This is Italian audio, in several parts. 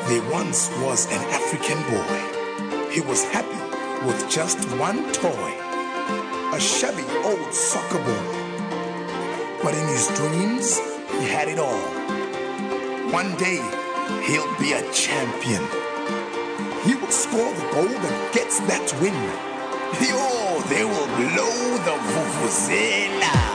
There once was an African boy. He was happy with just one toy, a shabby old soccer ball. But in his dreams, he had it all. One day, he'll be a champion. He will score the goal that gets that win. Yo, they will blow the vuvuzela.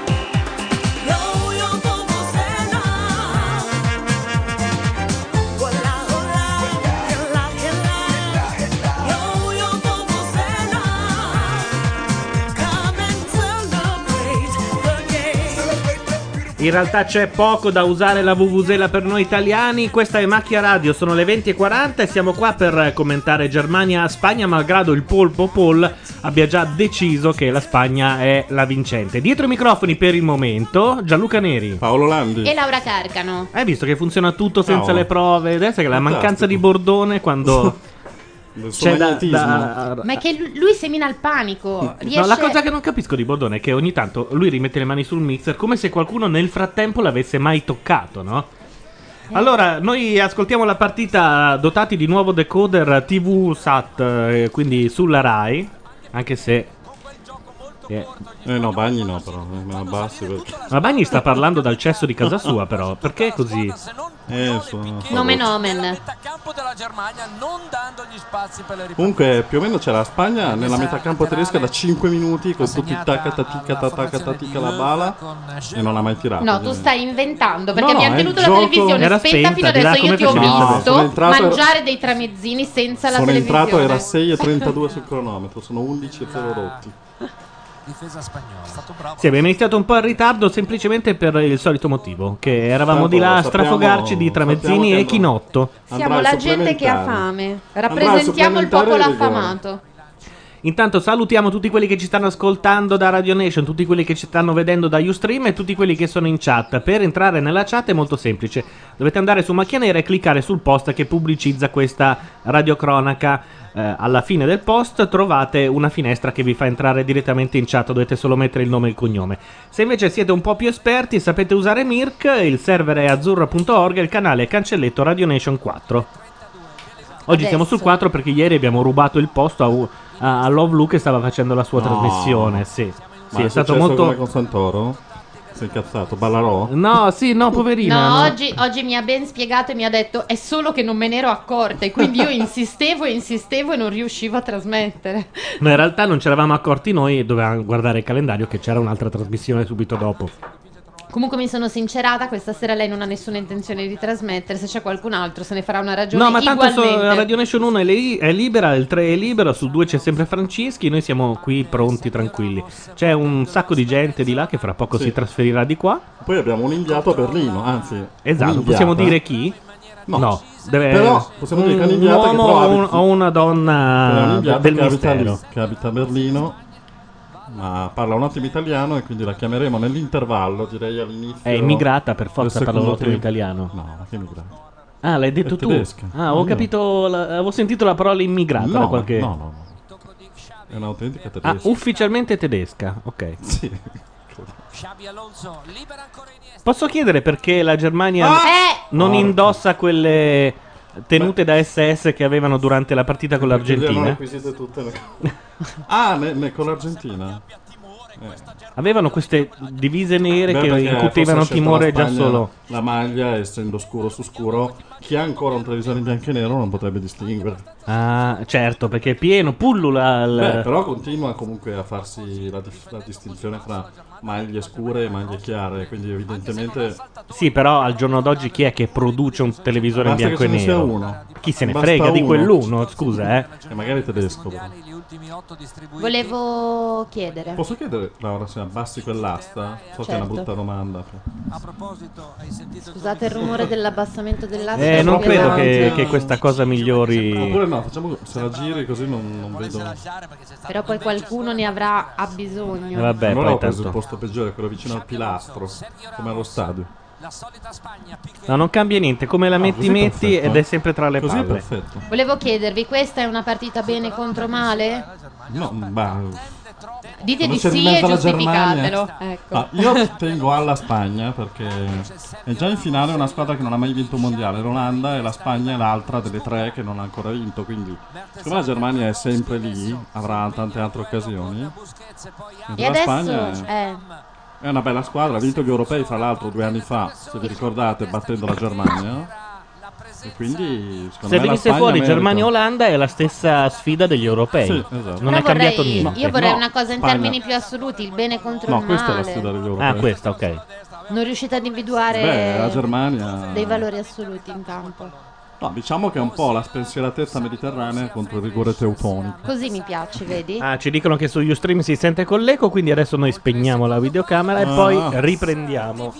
In realtà c'è poco da usare la vuvuzela per noi italiani. Questa è Macchia Radio, sono le 20:40 e siamo qua per commentare Germania-Spagna, malgrado il polpo Paul abbia già deciso che la Spagna è la vincente. Dietro i microfoni per il momento Gianluca Neri, Paolo Landi e Laura Carcano. Hai visto che funziona tutto senza Paolo. le prove? Adesso che la mancanza di Bordone quando c'è Ma è che lui semina il panico. Riesce... No, la cosa che non capisco di Bordone è che ogni tanto lui rimette le mani sul mixer come se qualcuno nel frattempo l'avesse mai toccato, no? Allora, noi ascoltiamo la partita dotati di nuovo decoder TV Sat, quindi sulla Rai, anche se... no, Bagni no, però me la bassi perché... Ma Bagni sta parlando dal cesso di casa sua, però. Perché è così? Nomen omen. Comunque più o meno c'è la Spagna nella metà campo tedesca da 5 minuti con tutti tatica la bala e non ha mai tirato. No, tu stai inventando perché No, abbiamo è tenuto il la gioco. televisione Era spenta fino spenta, adesso. Io ti ho come facciamo? visto Sono entrato- mangiare dei tramezzini senza la Sono televisione. entrato, era 6:32 sul cronometro, sono 11:0 rotti. Difesa spagnola. È stato bravo. Sì, abbiamo iniziato un po' in ritardo semplicemente per il solito motivo, che eravamo Tanto di là a sappiamo- strafogarci di tramezzini sappiamo e che chinotto. Siamo la gente che ha fame. Rappresentiamo il popolo affamato. Intanto salutiamo tutti quelli che ci stanno ascoltando da Radio Nation, tutti quelli che ci stanno vedendo da Ustream e tutti quelli che sono in chat. Per entrare nella chat è molto semplice. Dovete andare su Macchia Nera e cliccare sul post che pubblicizza questa radiocronaca. Alla fine del post trovate una finestra che vi fa entrare direttamente in chat. Dovete solo mettere il nome e il cognome. Se invece siete un po' più esperti e sapete usare Mirk, il server è azzurro.org e il canale è cancelletto Radio Nation 4. Oggi siamo sul 4 perché ieri abbiamo rubato il posto a Love Lu che stava facendo la sua No. trasmissione. Sì, Ma sì, è stato molto... come con Santoro? Sei incazzato? Ballarò? No, sì, no, poverina. No, no. oggi mi ha ben spiegato e mi ha detto è solo che non me ne ero accorta e quindi io insistevo e non riuscivo a trasmettere. No, in realtà non ci eravamo accorti noi e dovevamo guardare il calendario che c'era un'altra trasmissione subito dopo. Comunque mi sono sincerata, questa sera lei non ha nessuna intenzione di trasmettere, se c'è qualcun altro se ne farà una ragione No, ma tanto ugualmente. Radio Nation 1 è libera, il 3 è libero, sul 2 c'è sempre Francischi, noi siamo qui pronti, tranquilli. C'è un sacco di gente di là che fra poco Sì. si trasferirà di qua. Poi abbiamo un inviato a Berlino, anzi... Esatto, un'inviata. possiamo dire chi? No. deve Però possiamo dire che è un un'inviata che uomo però o abita- una È un donna inviato del che abita lì, mistero. che abita a Berlino, ma parla un ottimo italiano e quindi la chiameremo nell'intervallo, direi all'inizio. È immigrata, per forza del parla un secondo ottimo tempo. italiano. No, ma che immigrata? Ah, l'hai detto È tu? tedesca. Ah, avevo Io. capito, avevo sentito la parola immigrata da No, qualche... no. È un'autentica Ah, tedesca. ufficialmente tedesca, ok. Sì. Xabi Alonso, libera ancora Iniesta. Posso chiedere perché la Germania non Porca. indossa quelle tenute da SS che avevano durante la partita con Perché le hanno l'Argentina? acquisite tutte le... Ah, con l'Argentina? Avevano queste divise nere Beh, che perché incutevano forse ha scelto timore la già Spagna, solo. la maglia, essendo scuro su scuro, chi ha ancora un televisore in bianco e nero non potrebbe distinguere. Ah, certo, perché è pieno, pullula Beh, però continua comunque a farsi la distinzione fra maglie scure e maglie chiare, quindi evidentemente Sì, però al giorno d'oggi chi è che produce un televisore in basta bianco che e ce ne sia nero? uno. Chi se ne Basta frega di uno. quell'uno, scusa, E magari tedesco. però. Volevo chiedere. Posso chiedere, Laura, se abbassi quell'asta? So che è una Certo. brutta domanda. A proposito, hai sentito Scusate il rumore dell'abbassamento dell'asta. Non proprio credo davanti. che questa cosa migliori. Oppure no, facciamo se la giri così non vedo. Però poi qualcuno ne ha bisogno. Vabbè, Allora poi ho preso il tanto. posto peggiore, quello vicino al pilastro, come allo stadio. No, non cambia niente, come la metti così metti perfetto. ed è sempre tra le Così è palle. perfetto. Volevo chiedervi, questa è una partita bene contro male? No, Dite quando di c'è di sì mezzo e la giustificatelo. Germania- Ecco. Ah, io tengo alla Spagna perché è già in finale una squadra che non ha mai vinto un mondiale, l'Olanda, e la Spagna è l'altra delle tre che non ha ancora vinto, quindi secondo me la Germania è sempre lì, avrà tante altre occasioni. E La adesso Spagna è una bella squadra, ha vinto gli europei fra l'altro 2 anni fa, se vi ricordate, battendo la Germania. E quindi secondo Se me la venisse Spagna fuori merita. Germania-Olanda è la stessa sfida degli europei. Sì, esatto. Non Però è cambiato vorrei- niente. Io vorrei No, una cosa in Spagna. termini più assoluti, il bene contro No, il questa è la male. sfida degli europei. Ah, questa, ok. Non riuscite ad individuare Beh, la Germania... dei valori assoluti in campo. No, diciamo che è un po' la spensieratezza mediterranea contro il rigore teutonico. Così mi piace, vedi? Ah, ci dicono che su Ustream si sente con l'eco, quindi adesso noi spegniamo la videocamera e poi riprendiamo.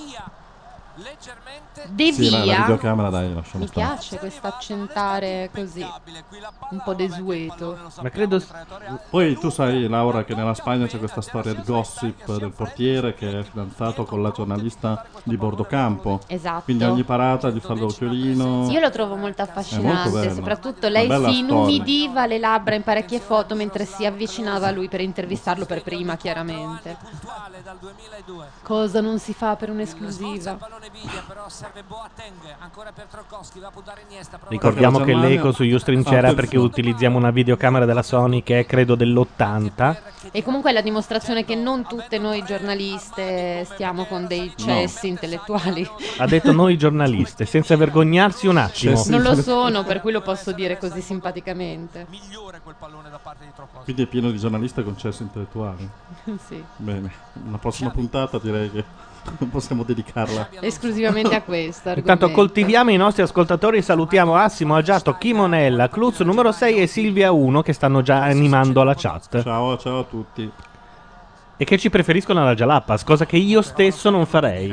Sì, la Devia. videocamera dai, lasciamo Mi stare. piace questo accentare così, un po' desueto. Ma credo... Poi tu sai, Laura, che nella Spagna c'è questa storia di gossip del portiere che è fidanzato con la giornalista di Bordocampo. Esatto. Quindi ogni parata gli fa l'occhiolino. Io lo trovo molto molto affascinante, bello. soprattutto Una lei bella si storia. inumidiva le labbra in parecchie foto mentre si avvicinava a lui per intervistarlo per prima, chiaramente. Cosa non si fa per un'esclusiva? Ricordiamo Perché che la Germania- l'eco su Ustream c'era Attenzione. perché utilizziamo una videocamera della Sony che è credo dell'80. E comunque è la dimostrazione che non tutte noi giornaliste stiamo con dei cessi intellettuali. Ha detto noi giornaliste, senza vergognarsi un attimo. Cessi. Non lo sono, per cui lo posso dire così simpaticamente. Quindi è pieno di giornalisti con cessi intellettuali. Sì. Bene, una prossima puntata direi che possiamo dedicarla. Esclusivamente a questo Intanto argomento. coltiviamo i nostri ascoltatori, salutiamo Assimo, Agiato, Chimonella, Cluz numero 6 e Silvia 1 che stanno già animando la chat Ciao, ciao a tutti. e che ci preferiscono alla Jalapas, cosa che io stesso non farei.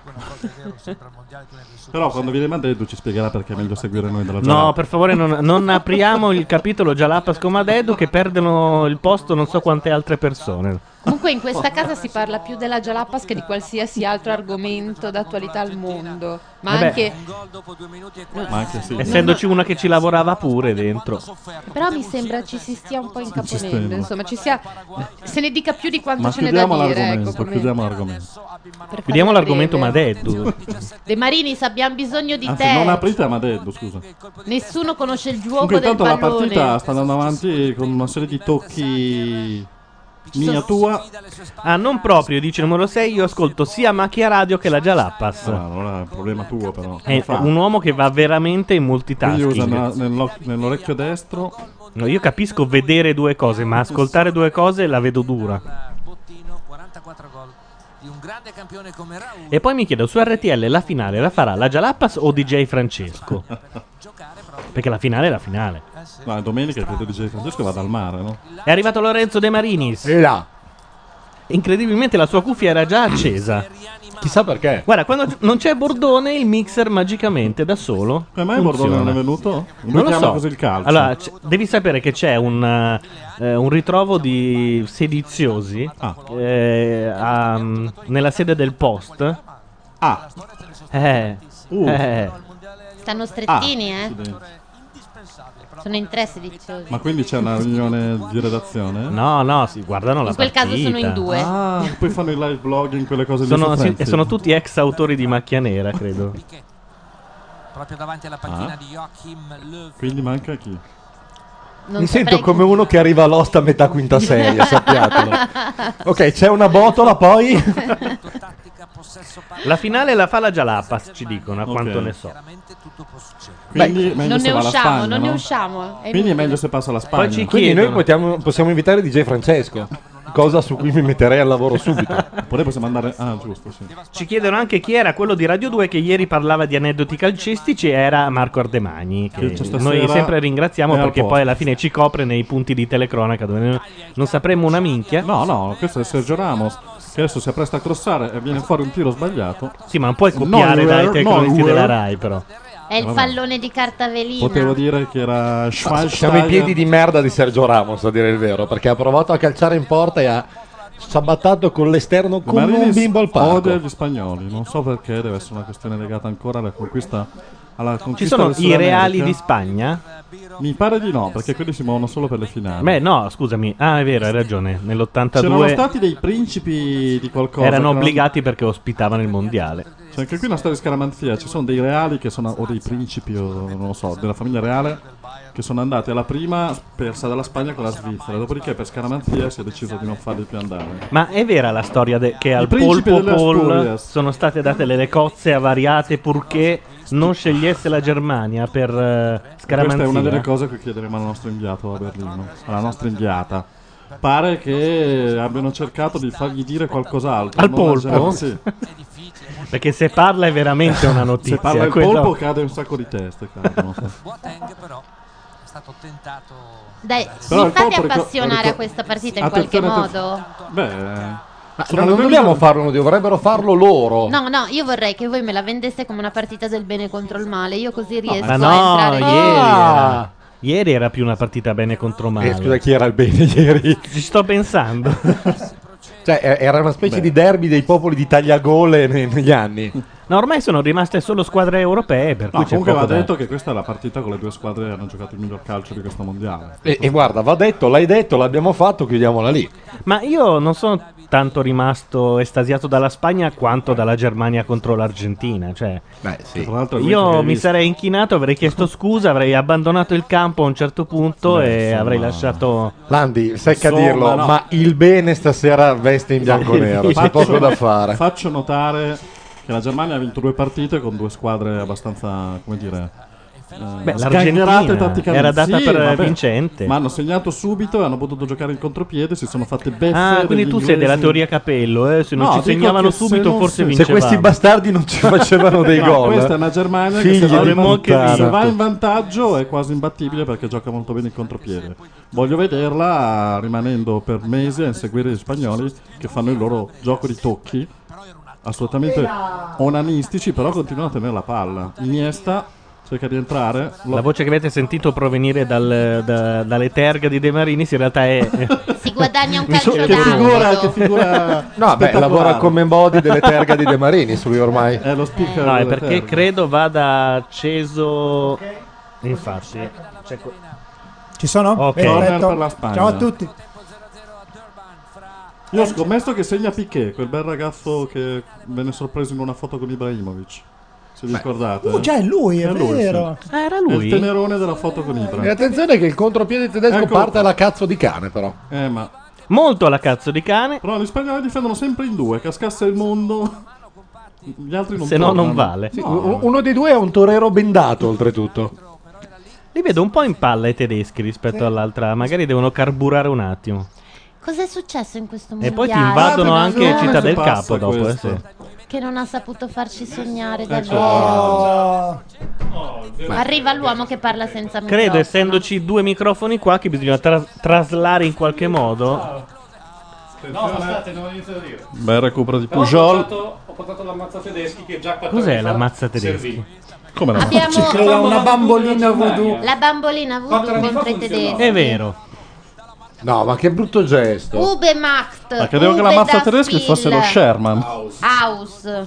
Però quando viene Madeddu ci spiegherà perché è meglio seguire noi dalla No, Jalapa. per favore non apriamo il capitolo Jalapas con Madeddu che perdono il posto non so quante altre persone. Comunque in questa casa si parla più della Jalapas che di qualsiasi altro argomento d'attualità al mondo. Ma Vabbè. anche... Ma anche sì. Essendoci una che ci lavorava pure dentro. Però mi sembra ci si stia un po' incaponendo, Insistendo. insomma, ci sia... se ne dica più di quanto Ma ce n'è da chiudiamo dire. l'argomento, Ecco, come- chiudiamo l'argomento. per farla Vediamo l'argomento breve. Madeddu. De Marinis, abbiamo bisogno di Anzi, te. non aprite a Madeddu, scusa. Nessuno conosce il gioco Comunque del intanto la pallone. partita sta andando avanti con una serie di tocchi mia tua. Ah, non proprio, dice numero 6, io ascolto sia Macchia Radio che la Jalapas. Allora è un problema tuo però. È Fa. un uomo che va veramente in Quindi usa multitasking. nell'orecchio destro. No, io capisco vedere due cose, ma ascoltare due cose la vedo dura. Bottino, 44 gol di un grande campione come Raul. E poi mi chiedo, su RTL la finale la farà la Jalapas o DJ Francesco? Perché la finale è la finale. No, è domenica credo DJ Francesco vada al mare, no? È arrivato Lorenzo De Marinis. E là, Incredibilmente la sua cuffia era già accesa. chissà perché. Guarda, quando non c'è Bordone, il mixer magicamente da solo. Come mai Bordone non è funziona. venuto? Non lo so. Così il calcio. Allora, devi sapere che c'è un ritrovo di sediziosi nella sede del Post. Ah, Stanno strettini, eh? accidenti. Sono in tre sediziosi. Ma quindi c'è una riunione di redazione? No, si guardano la In quel caso partita. sono in due. Ah, poi fanno il live blogging, quelle cose lì Sono, su sì, Frenzy. e sono tutti ex autori di Macchia Nera, credo. Proprio davanti alla panchina di Joachim Löw. Quindi manca chi? Non Mi sento saprei- come uno che arriva all'ost a metà quinta serie, sappiatelo. Ok, c'è una botola, poi La finale la fa la Jalapas, ci dicono, a Ok. quanto ne so. Quindi meglio Non se ne va alla usciamo, Spagna, non ne no? usciamo. È Quindi è inutile. meglio se passa alla Spagna. Poi ci quindi chiedono. noi possiamo invitare DJ Francesco, cosa su cui mi metterei al lavoro subito. Oppure possiamo andare... Ah, giusto, sì. Ci chiedono anche chi era quello di Radio 2 che ieri parlava di aneddoti calcistici. Era Marco Ardemagni, che Che stasera noi sempre ringraziamo è al perché posto. poi alla fine ci copre nei punti di telecronaca dove noi non sapremmo una minchia. No, questo è Sergio Ramos, che adesso si appresta a crossare e viene fuori un tiro sbagliato. Sì, ma non puoi copiare No, dai no, telecronisti no, della Rai, però. È il pallone di carta velina. Potevo dire che era Siamo i piedi di merda di Sergio Ramos, a dire il vero, perché ha provato a calciare in porta e ha sabattato con l'esterno come Marini un bimbo al parco. odia gli spagnoli, non so perché, deve essere una questione legata ancora alla conquista Ci sono del Sud i reali America. di Spagna? Mi pare di no, perché quelli si muovono solo per le finali. Beh, no, scusami. Ah, è vero, hai ragione. C'erano Nell'82 stati dei principi di qualcosa. erano che obbligati perché ospitavano il mondiale. Cioè, anche qui una storia di scaramanzia. Ci sono dei reali che sono, o dei principi, o non lo so, della famiglia reale, che sono andati alla prima persa dalla Spagna con la Svizzera. Dopodiché, per scaramanzia, si è deciso di non farli più andare. Ma è vera la storia che al principi polpo delle Paul Asturias. sono state date le cozze avariate purché non scegliesse la Germania per scaramanzia? Questa è una delle cose che chiederemo al nostro inviato a Berlino, alla nostra inviata. Pare che abbiano cercato di fargli dire qualcos'altro. Al non la polpo? Sì. Perché se parla è veramente una notizia. Se parla il quello- polpo cade un sacco di teste. Cadono. Boateng però è stato tentato. Dai, Però mi il fate colpo appassionare a questa partita in qualche modo? Beh, Ma non dobbiamo farlo, dovrebbero farlo loro. No, no, io vorrei che voi me la vendeste come una partita del bene contro il male. Io così riesco Ma a no, entrare. ieri era più una partita bene contro male. Scusa, chi era il bene ieri? Ci sto pensando. Cioè, era una specie di derby dei popoli di tagliagole negli anni. No, ormai sono rimaste solo squadre europee, per cui no, c'è comunque poco va da... detto che questa è la partita con le due squadre che hanno giocato il miglior calcio di questo mondiale. E guarda, va detto, l'hai detto, l'abbiamo fatto, chiudiamola lì. Ma io non sono tanto rimasto estasiato dalla Spagna quanto dalla Germania contro l'Argentina. Cioè, Beh, sì. Tra l'altro è lui io che hai mi visto. sarei inchinato, avrei chiesto scusa, avrei abbandonato il campo a un certo punto Beh, e insomma. avrei lasciato... Landi, secca a Insomma, dirlo, no. ma il bene stasera veste in bianco-nero, c'è poco da fare. Faccio notare che la Germania ha vinto 2 partite con 2 squadre abbastanza, come dire, Beh, sgangherate l'Argentina tatticamente. era data Sì, per vabbè. vincente. Ma hanno segnato subito e hanno potuto giocare in contropiede, si sono fatte beffe. Ah, quindi degli tu sei della inglesi. teoria capello, se non No, ci dico segnavano che se subito non forse si- se Se vincevamo. questi bastardi non ci facevano dei No, gol. questa è una Germania Figli che se va, di in puttana. se va in vantaggio è quasi imbattibile perché gioca molto bene in contropiede. Voglio vederla rimanendo per mesi a inseguire gli spagnoli che fanno il loro gioco di tocchi assolutamente onanistici, però continuano a tenere la palla. Iniesta cerca di entrare. La voce che avete sentito provenire dalle terga di De Marinis in realtà è... Si guadagna un Che calcio figura, d'angolo. che figura. No, beh, spettacolare. lavora come body delle terga di De Marinis, lui ormai. È lo speaker. No, è delle perché terre. credo vada acceso... Infatti, c'è Ci sono? Ok. Corner Perfetto. per la Spagna. Ciao a tutti. Io ho scommesso che segna Piqué, quel bel ragazzo che venne sorpreso in una foto con Ibrahimovic. Se vi ricordate. Già è lui, è, È lui, vero. Ah, era È il lui? tenerone della foto con Ibra. E attenzione che il contropiede tedesco Ecco parte qua. alla cazzo di cane, però. Ma Molto alla cazzo di cane, però gli spagnoli difendono sempre in 2, cascasse il mondo. Gli altri non se no tornano. non vale. Sì, No. uno dei due è un torero bendato, oltretutto. Li vedo un po' in palla i tedeschi rispetto all'altra, magari devono carburare un attimo. Cos'è successo in questo E mondiale? poi ti invadono Ah, anche perché Città si del passa Capo dopo, questo. sì. Che non ha saputo farci sognare Ecco. davvero. Oh. Arriva l'uomo che parla senza microfono. Credo, essendoci 2 microfoni qua, che bisogna traslare in qualche modo. No, aspettate, non ho iniziato a dire. Bel recupero di Però Pujol. ho portato la mazza tedeschi che già 4 Cos'è anni fa la mazza tedeschi? servì. Come la Abbiamo Ci crea una bambolina voodoo. la bambolina voodoo contro i tedeschi. È vero. No, ma che brutto gesto. Ube Macht. Ma credevo che la mazza tedeschi fosse lo Sherman. House.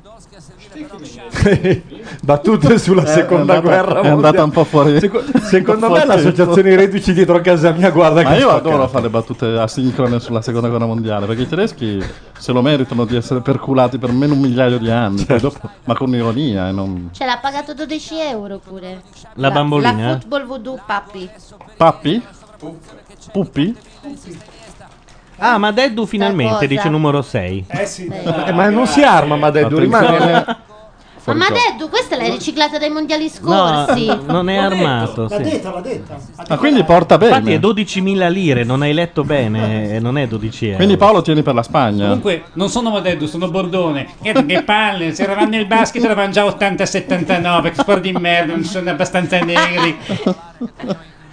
Battute sulla seconda guerra È andata un po' fuori. Secondo un po' me fuori l'associazione i reduci dietro casa mia, guarda Ma che io spaccata. adoro fare battute asincrone sulla seconda guerra mondiale perché i tedeschi se lo meritano di essere perculati per almeno 1 migliaio di anni, poi dopo, ma con ironia e non. Ce l'ha pagato 12 euro pure. La bambolina? La football voodoo papi. Pappi? Puppi? Ah, ma Deddu finalmente cosa? dice numero 6. Eh sì. Ma non si arma, ma Deddu rimane. Ma Madeddu, questa l'hai riciclata dai mondiali No, scorsi. non è armato. L'ha Sì. detta, l'ha detta. Ma quindi porta Infatti bene. è 12.000 lire, non hai letto bene, non è 12 euro. Quindi Paolo tieni per la Spagna. Comunque, non sono Madeddu, sono Bordone. Che palle, se eravamo nel basket eravamo già 80-79, che sport di merda, non sono abbastanza negri.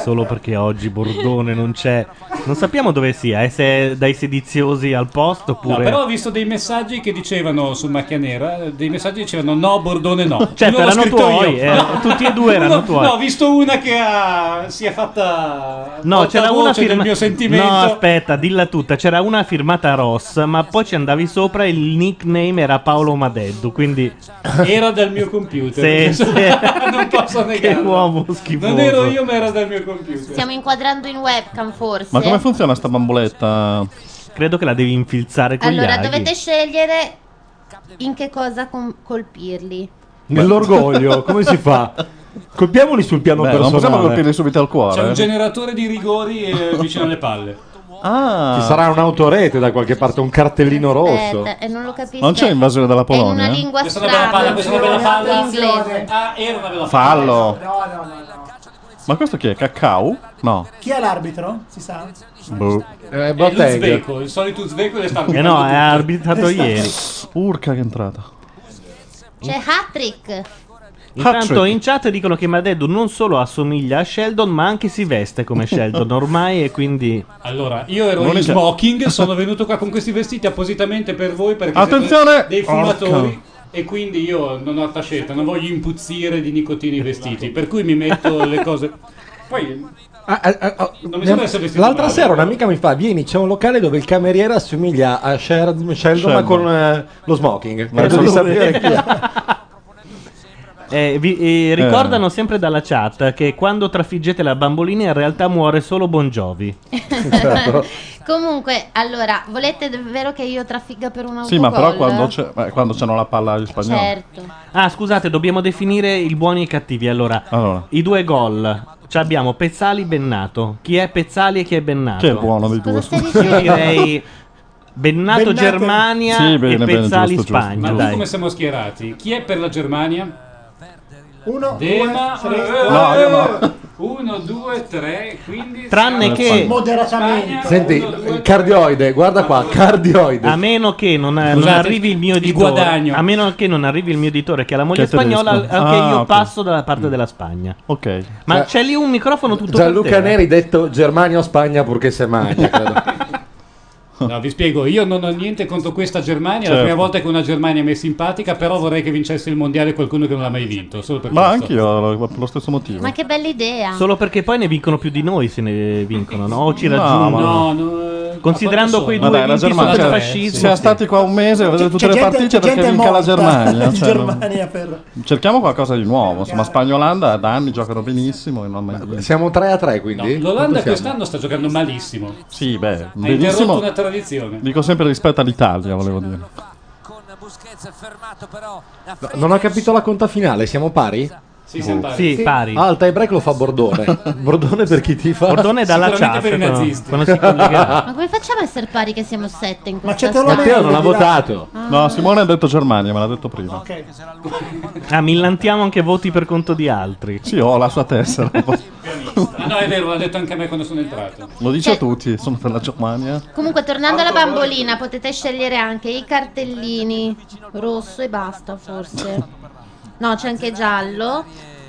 solo perché oggi Bordone non c'è. Non sappiamo dove sia, se è dai sediziosi al posto oppure... No, però ho visto dei messaggi che dicevano su Macchia Nera, dei messaggi che dicevano no, Bordone no. Certo, L'ho erano scritto tuoi, io. tutti e due erano tuoi. No, ho visto una che si è fatta No, c'era una del mio sentimento. No, aspetta, dilla tutta. C'era una firmata Ross, ma poi ci andavi sopra e il nickname era Paolo Madeddu, quindi Era dal mio computer. Sì. Non posso che negarlo. uomo schifoso. Non ero io, ma era dal mio computer. Stiamo inquadrando in webcam forse. Ma come funziona sta bamboletta? Credo che la devi infilzare con Allora gli aghi. dovete scegliere in che cosa colpirli. Nell'orgoglio, come si fa? Colpiamoli sul piano Beh, non personale. possiamo colpirli subito al cuore. C'è un generatore di rigori vicino alle palle. Ah, Ci sarà un'autorete da qualche parte, un cartellino rosso. Aspetta, e non lo capisco. non c'è invasione della È in una Polonia? lingua Questa è una bella palla, questa è una bella palla. inglese. Ah, era una bella palla. Fallo. No. Ma questo chi è? Cacao? No. Chi è l'arbitro? Si sa? Boh. È Bottega. l'Uzbeko, il solito Uzbeko le sta No, è arbitrato ieri. Urca che entrata. C'è hat-trick. Intanto Hat-trick. in chat dicono che Madeddu non solo assomiglia a Sheldon, ma anche si veste come Sheldon ormai e quindi... Allora, io ero Non in è- smoking, sono venuto qua con questi vestiti appositamente per voi perché Attenzione! siete dei fumatori Porca. e quindi io non ho altra scelta, non voglio impuzzire di nicotina i vestiti, per cui mi metto le cose. Poi non mi sembra essere vestito L'altra male, sera però. un'amica mi fa: vieni, c'è un locale dove il cameriere assomiglia a Sheldon, ma Sheldon. con lo smoking. Ma Credo di dove? sapere chi è. Ricordano sempre dalla chat che quando trafiggete la bambolina in realtà muore solo Bon Jovi. Certo. Comunque, allora, volete davvero che io trafigga per un autogol? Sì, ma però quando c'hanno la palla agli spagnoli. Certo. Ah, scusate, dobbiamo definire i buoni e i cattivi. Allora, i due gol. Ci abbiamo Pezzali, Bennato. Chi è Pezzali e chi è Bennato? Chi è il buono dei due? Cosa stai Io dicendo? direi Bennato Germania Sì, bene, e bene, Pezzali giusto, giusto. Spagna. Ma Dai. qui come siamo schierati? Chi è per la Germania? 1, 2, Dema, 3, No, io no. 1, 2, 3, quindi Tranne siamo che- Moderatamente. Spagna, Senti, 1, 2, 3. cardioide, guarda qua, cardioide. A meno che non arrivi il mio il editore, guadagno. a meno che non arrivi il mio editore che ha la moglie Che è tedesco. spagnola, anche Ah, io ok. passo dalla parte della Spagna. Ok. Ma Cioè, c'è lì un microfono tutto Gianluca per te. Neri detto Germania o Spagna purché se magna, credo. No, vi spiego, io non ho niente contro questa Germania, è la Certo. prima volta che una Germania mi è simpatica, però vorrei che vincesse il mondiale qualcuno che non l'ha mai vinto, solo per Ma questo. anch'io, per lo stesso motivo. Ma che bella idea. Solo perché poi ne vincono più di noi se ne vincono, no? O ci No, raggiungono. No, no, Considerando quei Ma due dai, la vinti Germania, sotto il cioè, fascismo. siamo stati qua un mese a vedere tutte le partite perché vinca la Germania. In Cioè, Germania per... cerchiamo qualcosa di nuovo. Insomma, Spagna e Olanda da anni giocano benissimo e non mai vinto. Siamo 3-3 No, quindi? l'Olanda Quanto siamo? quest'anno sta giocando malissimo. Sì, beh, Ha interrotto benissimo. una tradizione. Dico sempre rispetto all'Italia, volevo dire. Con Busquets fermato però da Non ho capito la conta finale, siamo pari? Sì, siamo pari. Sì, pari. Ah, il tie break lo fa Bordone. Bordone per chi ti fa? Bordone dalla Sicuramente chat per i quando, nazisti. quando si collegherà. Ma come facciamo a essere pari che siamo 7 in Ma questa c'è Tolomeo. Matteo non ha Di là. votato. No, Simone ha detto Germania, me l'ha detto prima. Ok. Ah, millantiamo anche voti per conto di altri. Sì, ho la sua tessera. Ah no, è vero, l'ha detto anche a me quando sono entrato. Lo dice a tutti, sono per la Germania. Comunque, tornando alla bambolina, potete scegliere anche i cartellini rosso e basta, forse. No, c'è anche giallo.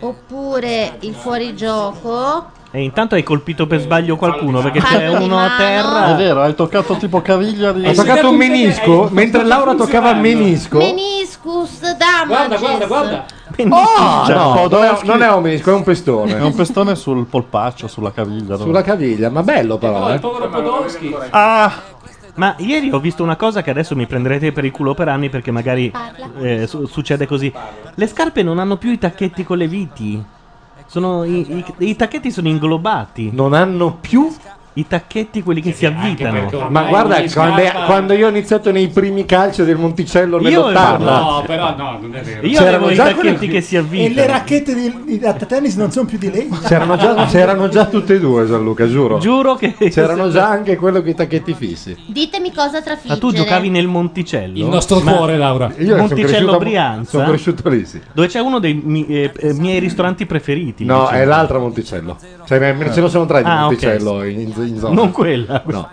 Oppure il fuorigioco. E intanto hai colpito per sbaglio qualcuno perché c'è Fallo di uno a mano. È terra. vero, hai toccato tipo caviglia di... Ha toccato un menisco, mentre Laura toccava il menisco. Meniscus damages. Guarda. Oh, Cioè, no, Podolski- non è un menisco, è un È pestone. un pestone sul polpaccio, sulla caviglia. dove- Sulla caviglia, ma bello però, Il eh. povero Podolski. Ah! Ma ieri ho visto una cosa che adesso mi prenderete per il culo per anni perché magari Parla. succede così. Le scarpe non hanno più i tacchetti con le viti. Sono i tacchetti sono inglobati. Non hanno più. I tacchetti, quelli che si avvitano. Ma guarda, quando io ho iniziato nei primi calci del Monticello Io nell'80, No, però no, non è vero. Io C'erano avevo i già tacchetti quelli- che si E le avvitano. racchette di tennis non sono più di lei. c'erano già tutte e due, Gianluca, giuro. Giuro che C'erano già anche quello con i tacchetti fissi. Ditemi cosa trafiggere. Ma tu giocavi nel Monticello? Il nostro Ma- cuore, Laura. Io Monticello Brianza? sono cresciuto lì, sì. Dove c'è uno dei miei ristoranti preferiti. No, invece. è l'altra Monticello. Cioè, ce ne sono tre di Ah, ok. Monticello in zona. Non quella. No.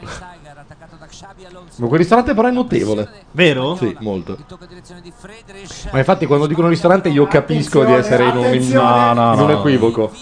Ma quel ristorante però è notevole. Vero? Sì, molto. Ma infatti quando dicono ristorante io capisco di essere in un Attenzione. No, in un no. equivoco.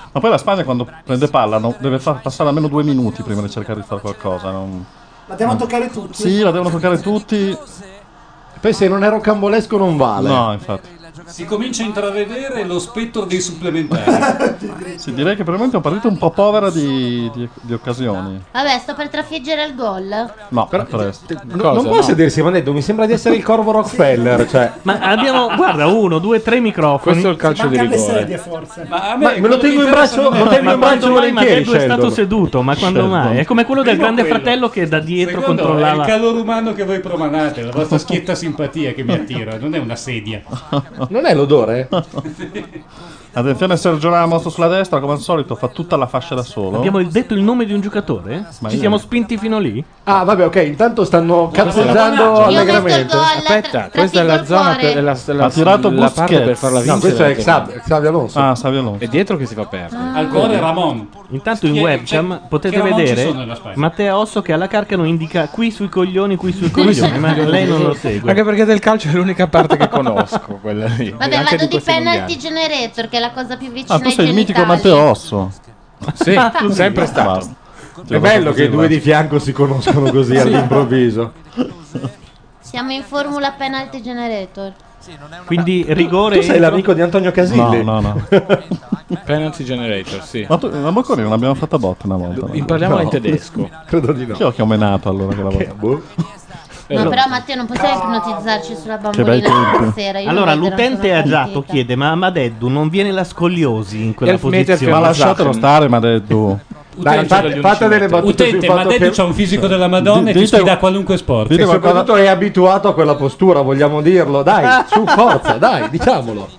Ma poi la Spagna quando prende palla deve far passare almeno 2 minuti prima di cercare di fare qualcosa. La devono toccare tutti. Sì, la devono toccare tutti. Poi se non è rocambolesco non vale. No, infatti. Si comincia a intravedere lo spettro dei supplementari. Sì, direi che probabilmente è una partita un po' povera di occasioni. Vabbè, sto per trafiggere il gol. No, però presto. Non può sedersi, ma detto, mi sembra di essere il corvo Rockefeller. Cioè. Ma abbiamo, guarda, 1, 2, 3 microfoni. Questo è il calcio di Mancano le rigore. sedie, forse. Ma a Ma me lo tengo in braccio, lo tengo Ma in braccio quando mai volentieri. Madeddu è stato Sheldon. seduto? Ma quando mai? È come quello del Primo Grande quello. Fratello che da dietro Secondo, è controllava. il calore umano che voi promanate, la vostra schietta simpatia che mi attira, non è una sedia. Non è l'odore? Attenzione Sergio Ramos sulla destra, come al solito fa tutta la fascia da solo. Abbiamo detto il nome di un giocatore? Ma Ci io- siamo spinti fino lì? Ah, vabbè, ok. Intanto stanno cazzeggiando Io ho messo il allegramente. gol. Aspetta, questa è la zona Ha tirato la parte per Busquets. farla vincere. No, questo è Xavi Alonso. Ah, Xavi Alonso. È dietro che si fa perdere. Al cuore Ramon. Intanto in Chi è- webcam c'è- potete che Ramon ci vedere sono nella Spagna? Matteo Osso che alla Carcano indica qui sui coglioni, ma lei non lo segue. Anche perché del calcio è l'unica parte che conosco, quella lì. Vabbè, Anche vado di questi penalty mondiali. generator, che è la cosa più vicina Ah, tu ai sei il mitico genitali. Matteo Osso. Sì, sempre stato. È bello che i due di fianco si conoscono così all'improvviso. Siamo in formula penalty generator. Quindi rigore. Tu sei l'amico di Antonio Casilli? No. Penalty generator, sì. Ma tu, la Bocconi non l'abbiamo fatta botta una volta. no? Parliamola in No. tedesco. Credo di no. Chi ho che ho menato allora quella volta? Boh. No, però Matteo non possiamo ipnotizzarci sulla Che bei bambolina tempi. stasera. Io Allora, non vedo l'utente ancora agiato partita. chiede: ma a Madeddu non viene la scoliosi in quella Elfmeter posizione? Ma per lasciatelo stare, ma detto. Dai, fate delle battute sul Utente, fatto Madeddu che c'ha un fisico della Madonna e Dite- ti sfida a qualunque sport. Dite e qualcosa- soprattutto è abituato a quella postura, vogliamo dirlo. Dai, su, forza, dai, diciamolo.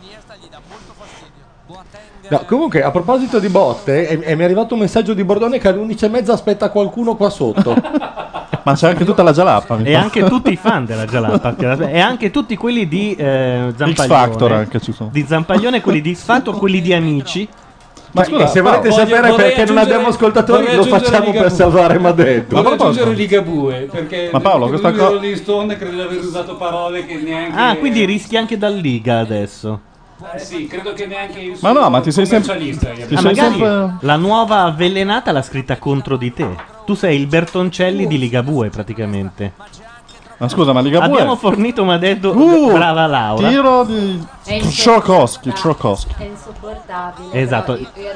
No, comunque, a proposito di botte, mi è arrivato un messaggio di Bordone che alle 11:30 aspetta qualcuno qua sotto. Ma c'è anche tutta la Jalappa. mi E fa. anche tutti i fan della Jalappa. E anche tutti quelli di Zampaglione. X Factor anche ci sono. Di Zampaglione, quelli di X Factor, quelli di Amici. Ma scusa, e se volete Paolo, sapere vorrei perché non aggiungere- abbiamo ascoltatori, vorrei lo aggiungere facciamo per Ligabue. salvare Madeddu. Vorrei proposito- aggiungere Ligabue perché Ma Paolo, questa lui co- Rolling Stone credo di aver usato parole che neanche Ah, quindi rischi anche dal Liga adesso. sì, credo che neanche il Ma suo no, ma ti sei sempre- commercialista ti abbia- Ah, sei magari sempre- la nuova avvelenata l'ha scritta contro di te. Tu sei il Bertoncelli di Ligabue praticamente. Ma scusa, ma Ligabue. Abbiamo fornito Madeddu. Brava Laura. Tiro di. Trokowski. È insopportabile. Esatto.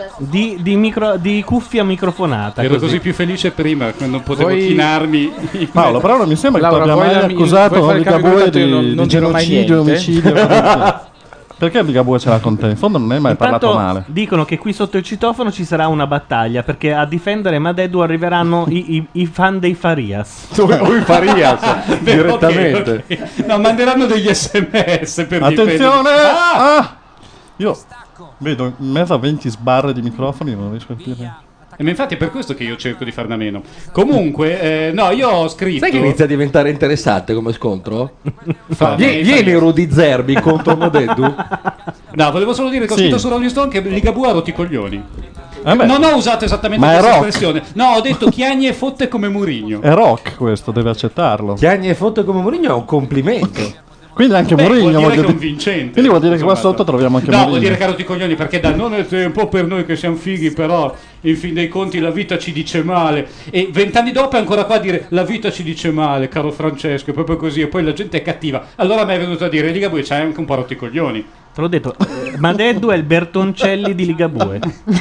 Di cuffia microfonata. Ero così. così più felice prima quando potevo Voi- chinarmi. Paolo, però non mi sembra che tu Laura, abbia vuoi mai la- vuoi accusato fare il cambio Ligabue di contatto? Io di non dirò mai genocidio, niente. omicidio. Perché Ligabue ce l'ha con te? In fondo non hai mai parlato Intanto male. dicono che qui sotto il citofono ci sarà una battaglia perché a difendere Madeddu arriveranno i fan dei Farias. Lui Farias direttamente. Ok, ok. No, manderanno degli SMS per Attenzione! difendere. Ah! Io vedo in mezzo a 20 sbarre di microfoni, non riesco a capire. Ma infatti è per questo che io cerco di farne a meno. Comunque, no, io ho scritto. Sai che inizia a diventare interessante come scontro? Fa- Vieni Rudy Zerbi contro Madeddu. No, volevo solo dire che ho Sì. scritto su Rolling Stone che Ligabue ha rotto i coglioni. Beh, Non ho usato esattamente Ma è questa rock. espressione. No, ho detto chiagni e fotte come Murigno. è rock questo, deve accettarlo. Chiagni e foto come Mourinho è un complimento. Quindi anche Beh, Mourinho vuol dire voglio che è un dire- vincente. Quindi vuol dire che qua Insomma, sotto troviamo anche No, Mourinho. vuol dire che ha rotto i coglioni perché da non è tempo per noi che siamo fighi, però in fin dei conti la vita ci dice male. E 20 anni dopo è ancora qua a dire la vita ci dice male, caro Francesco, è proprio così. E poi la gente è cattiva. Allora mi è venuto a dire Ligabue c'hai anche un po' rotto i coglioni. Te l'ho detto, Madeddu è il Bertoncelli di Ligabue.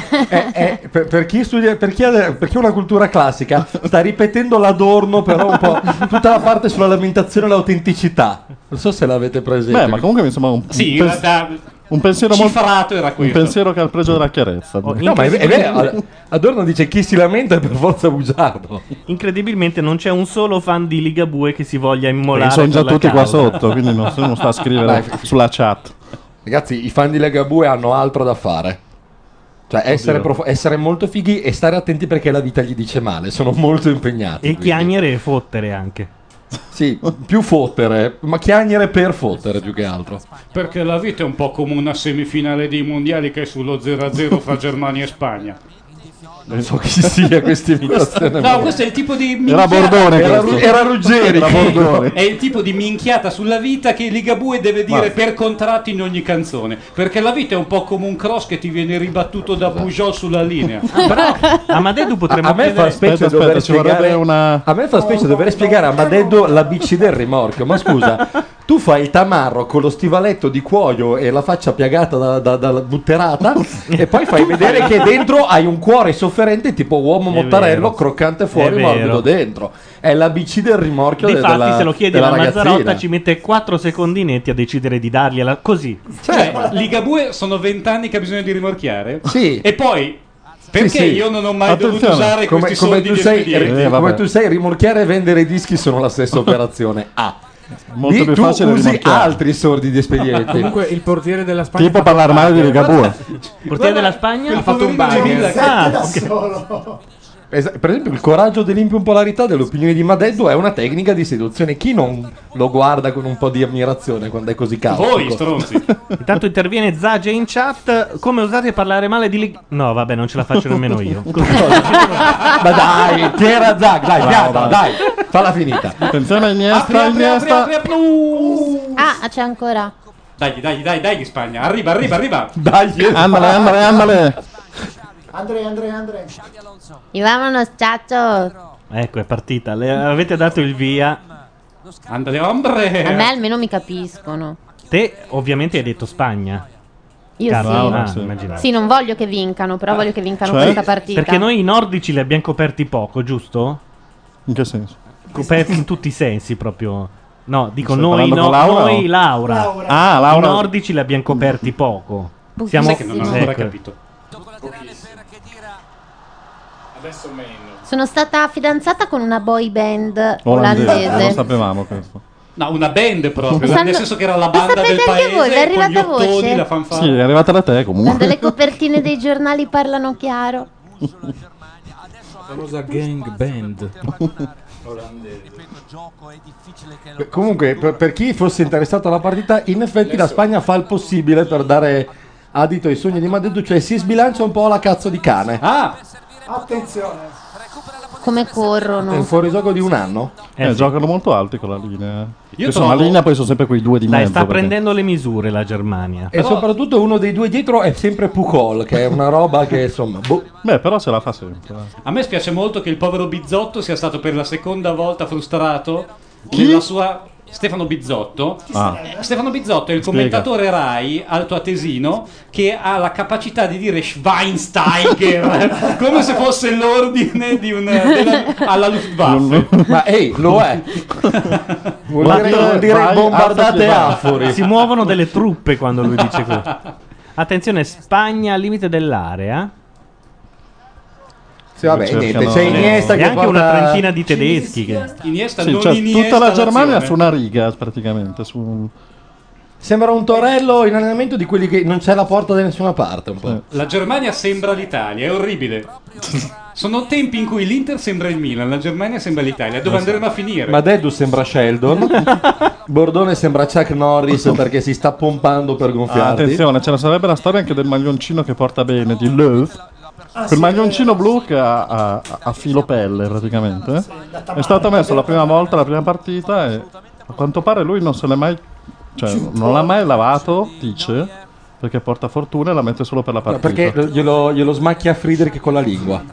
Per chi studia, per chi ha una cultura classica, sta ripetendo l'Adorno, però un po' tutta la parte sulla lamentazione e l'autenticità. Non so se l'avete presente. Beh, ma comunque mi sembra Sì, in un, realtà un pensiero molto. cifrato era Un questo. pensiero che ha il pregio della chiarezza. Oh, No, ma è vero. Adorno dice chi si lamenta è per forza bugiardo. Incredibilmente non c'è un solo fan di Ligabue che si voglia immolare. Sono già per la tutti qua causa. sotto, quindi nessuno sta a scrivere Dai, sulla chat. Ragazzi, i fan di Ligabue hanno altro da fare. Cioè, essere molto fighi e stare attenti perché la vita gli dice male. Sono molto impegnati. E quindi. chiagnere e fottere anche. Sì, più fottere, ma chiagnere per fottere più che altro. Perché la vita è un po' come una semifinale dei mondiali che è sullo 0-0 fra Germania e Spagna. Non so chi sia questa imitazione. No, questo è il tipo di Era Bordone, era Ruggeri. Era Bordone. È il tipo di minchiata sulla vita che Ligabue deve dire per contratto in ogni canzone. Perché la vita è un po' come un cross che ti viene ribattuto da Pujol sulla linea. A Madeddu potremmo A me fa specie dover spiegare A me fa specie dover spiegare a Madeddu l'ABC del rimorchio. Ma scusa, tu fai il tamarro con lo stivaletto di cuoio e la faccia piagata da butterata e poi fai vedere che dentro hai un cuore sofferente tipo uomo mottarello, croccante fuori, morbido dentro. È l'ABC del rimorchio Difatti, se lo chiedi della alla ragazzina. Mazzarotta, ci mette 4 secondinetti a decidere di dargliela così. Cioè, Ligabue sono 20 anni che ha bisogno di rimorchiare. Sì. E poi, perché Sì, sì. io non ho mai dovuto usare questi soldi tu di sei, espedienti? come tu sai, rimorchiare e vendere dischi sono la stessa operazione. Molto Lì più tu facile usi rimorchiare. altri sordi di espedienti. Comunque il portiere della Spagna Tipo parlare male di Ligabue. Il portiere della Spagna ha fatto un bagno. Per esempio, il coraggio dell'impopolarità delle opinioni di Madeddu è una tecnica di seduzione. Chi non lo guarda con un po' di ammirazione quando è così caldo? Voi, stronzi. Intanto interviene Zage in chat. Come osate parlare male di No, vabbè, non ce la faccio nemmeno io. Ma dai, ti era Zag, dai, pianta, dai, falla finita. Attenzione, Iniesta, Iniesta. Ah, c'è ancora. Dai, Spagna. Arriva. Dai, andale. Andre. Y vámonos, chacho. Ecco, è partita. Le avete dato il via. Andale, ombre. A me almeno mi capiscono. Te, ovviamente, hai detto Spagna. Io Carlo, sì. immaginavo. Sì, non voglio che vincano, però voglio che vincano Cioè? questa partita. Perché noi i nordici li abbiamo coperti poco, giusto? In che senso? Coperti in tutti i sensi proprio. No, dico Stai noi, parlando con Laura, noi o? Laura. Ah, Laura. I nordici li abbiamo coperti poco. Pochissimo. Sai che non ho ancora ecco. capito. Adesso meno. Sono stata fidanzata con una boy band Non olandese. sapevamo questo. No, una band proprio, Sanno- nel senso che era la Lo banda del sapete anche voi, vi è paese con gli arrivata ottoni, voce? la fanfara. Sì, è arrivata da te Quando comunque. le copertine dei giornali parlano chiaro. famosa gang band. Comunque, per chi fosse interessato alla partita, in effetti la Spagna fa il possibile per dare adito ai sogni di Madeddu, cioè si sbilancia un po' la cazzo di cane. Attenzione. Come È un corrono. fuorigioco di un anno. sì. Giocano molto alti con la linea. Io Insomma, la trovo- linea poi sono sempre quei due di Dai, mezzo. sta perché- prendendo le misure la Germania. E soprattutto uno dei due dietro è sempre Pujol, che è una roba che insomma. Beh, però ce la fa sempre. A me spiace molto che il povero Bizzotto sia stato per la seconda volta frustrato nella sua... Stefano Bizzotto. Stefano Bizzotto è il commentatore Rai altoatesino che ha la capacità di dire Schweinsteiger come se fosse l'ordine di alla Luftwaffe. Ma ehi, lo è. Vuol dire vai, bombardate alzati, afori. Si muovono delle truppe quando lui dice questo. Attenzione, Spagna al limite dell'area. Sì, vabbè, niente, c'è Iniesta E che anche porta... una trentina di tedeschi. Che... Iniesta Sì, non cioè, Iniesta tutta la Germania l'azione. su una riga praticamente. Sembra un torello in allenamento di quelli che non c'è la porta da nessuna parte un po'. La Germania sembra l'Italia, è orribile. Sono tempi in cui l'Inter sembra il Milan, la Germania sembra l'Italia. Dove andremo a finire? Madeddu sembra Sheldon. Bordone sembra Chuck Norris perché si sta pompando per gonfiarti. Attenzione, ce ne sarebbe la storia anche del maglioncino che porta bene di Löw. Quel maglioncino blu che ha filo pelle praticamente. È stato messo la prima volta, la prima partita, e a quanto pare lui non se l'è mai. Cioè, non l'ha mai lavato, dice, perché porta fortuna e la mette solo per la No, partita. perché glielo smacchia Friedrich con la lingua.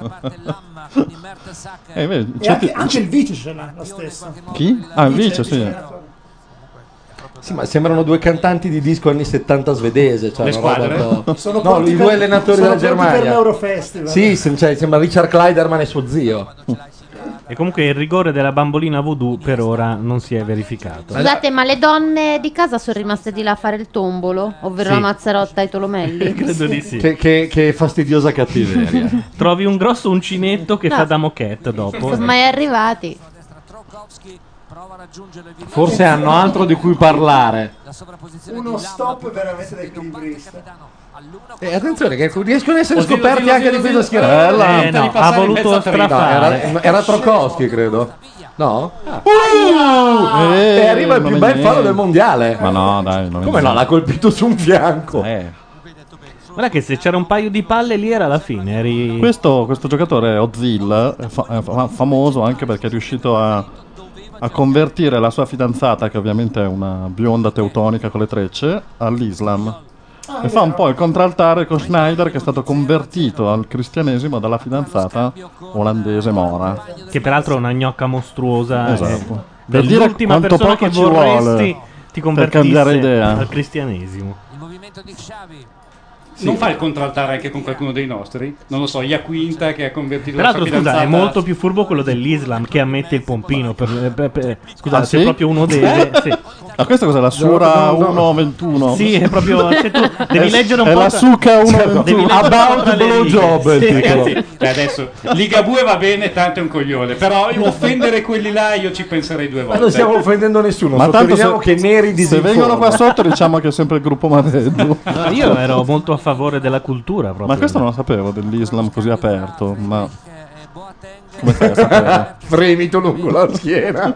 Vedi, E anche il vice ce l'ha la stessa. Chi? Ah, il vice, sì. Sì, ma sembrano due cantanti di disco anni 70 svedese. Cioè Le una roba squadre? un po'- Sono No, pronti i per- due allenatori sono della pronti per Germania. l'Eurofestival. Sì, cioè, sembra Richard Kleiderman e suo zio. E comunque il rigore della bambolina voodoo per ora non si è verificato. Scusate, ma le donne di casa sono rimaste di là a fare il tombolo? Ovvero Sì. la Mazzarotta e i Tolomelli? Credo di sì. Che fastidiosa cattiveria. Trovi un grosso uncinetto che No. fa da moquette dopo. Non sono mai arrivati. Forse hanno altro di cui parlare. Uno stop veramente da equilibrista. E attenzione, che riescono a essere Oddio, scoperti oddio, anche oddio, di questa oddio. schierata. No, ha passare in voluto mezzo a tre. No, strafare. era Trokowski, credo. No? E E arriva il più bel fallo del mondiale. Ma no, dai. Non Come no? L'ha colpito su un fianco. Guarda che se c'era un paio di palle lì era la fine. Questo giocatore Ozil è famoso anche perché è riuscito a convertire la sua fidanzata, che ovviamente è una bionda teutonica con le trecce, all'Islam. E fa un po' il contraltare con Schneider, che è stato convertito al cristianesimo dalla fidanzata olandese Mora. Che peraltro è una gnocca mostruosa. Esatto. Per dire L'ultima quanto persona poco che ci vorresti vuole ti per cambiare convertisse idea. al cristianesimo. Non fa il contraltare anche con qualcuno dei nostri? Non lo so, Iaquinta che ha convertito Peraltro, la sua scusa, fidanzata. è molto più furbo quello dell'Islam che ammette il pompino. Scusa, Ah, se sì? proprio uno deve. Sì. Ma questa cos'è? La Sura No. 1.21? Sì, è proprio. Se tu devi leggere un è po'. la Suca Devi 1.21. leggere About tra le righe. blowjob è il Sì, titolo. sì. Adesso Ligabue va bene, tanto è un coglione. Però offendere quelli là io ci penserei due Ma volte. non stiamo offendendo nessuno, Ma tanto sottolineiamo che Neri se disinforma. vengono qua sotto diciamo che è sempre il gruppo Madeddu. No, io ero molto a favore della cultura proprio. Ma questo non lo sapevo dell'Islam così aperto. Ma come fai a sapere? Fremito lungo la schiena.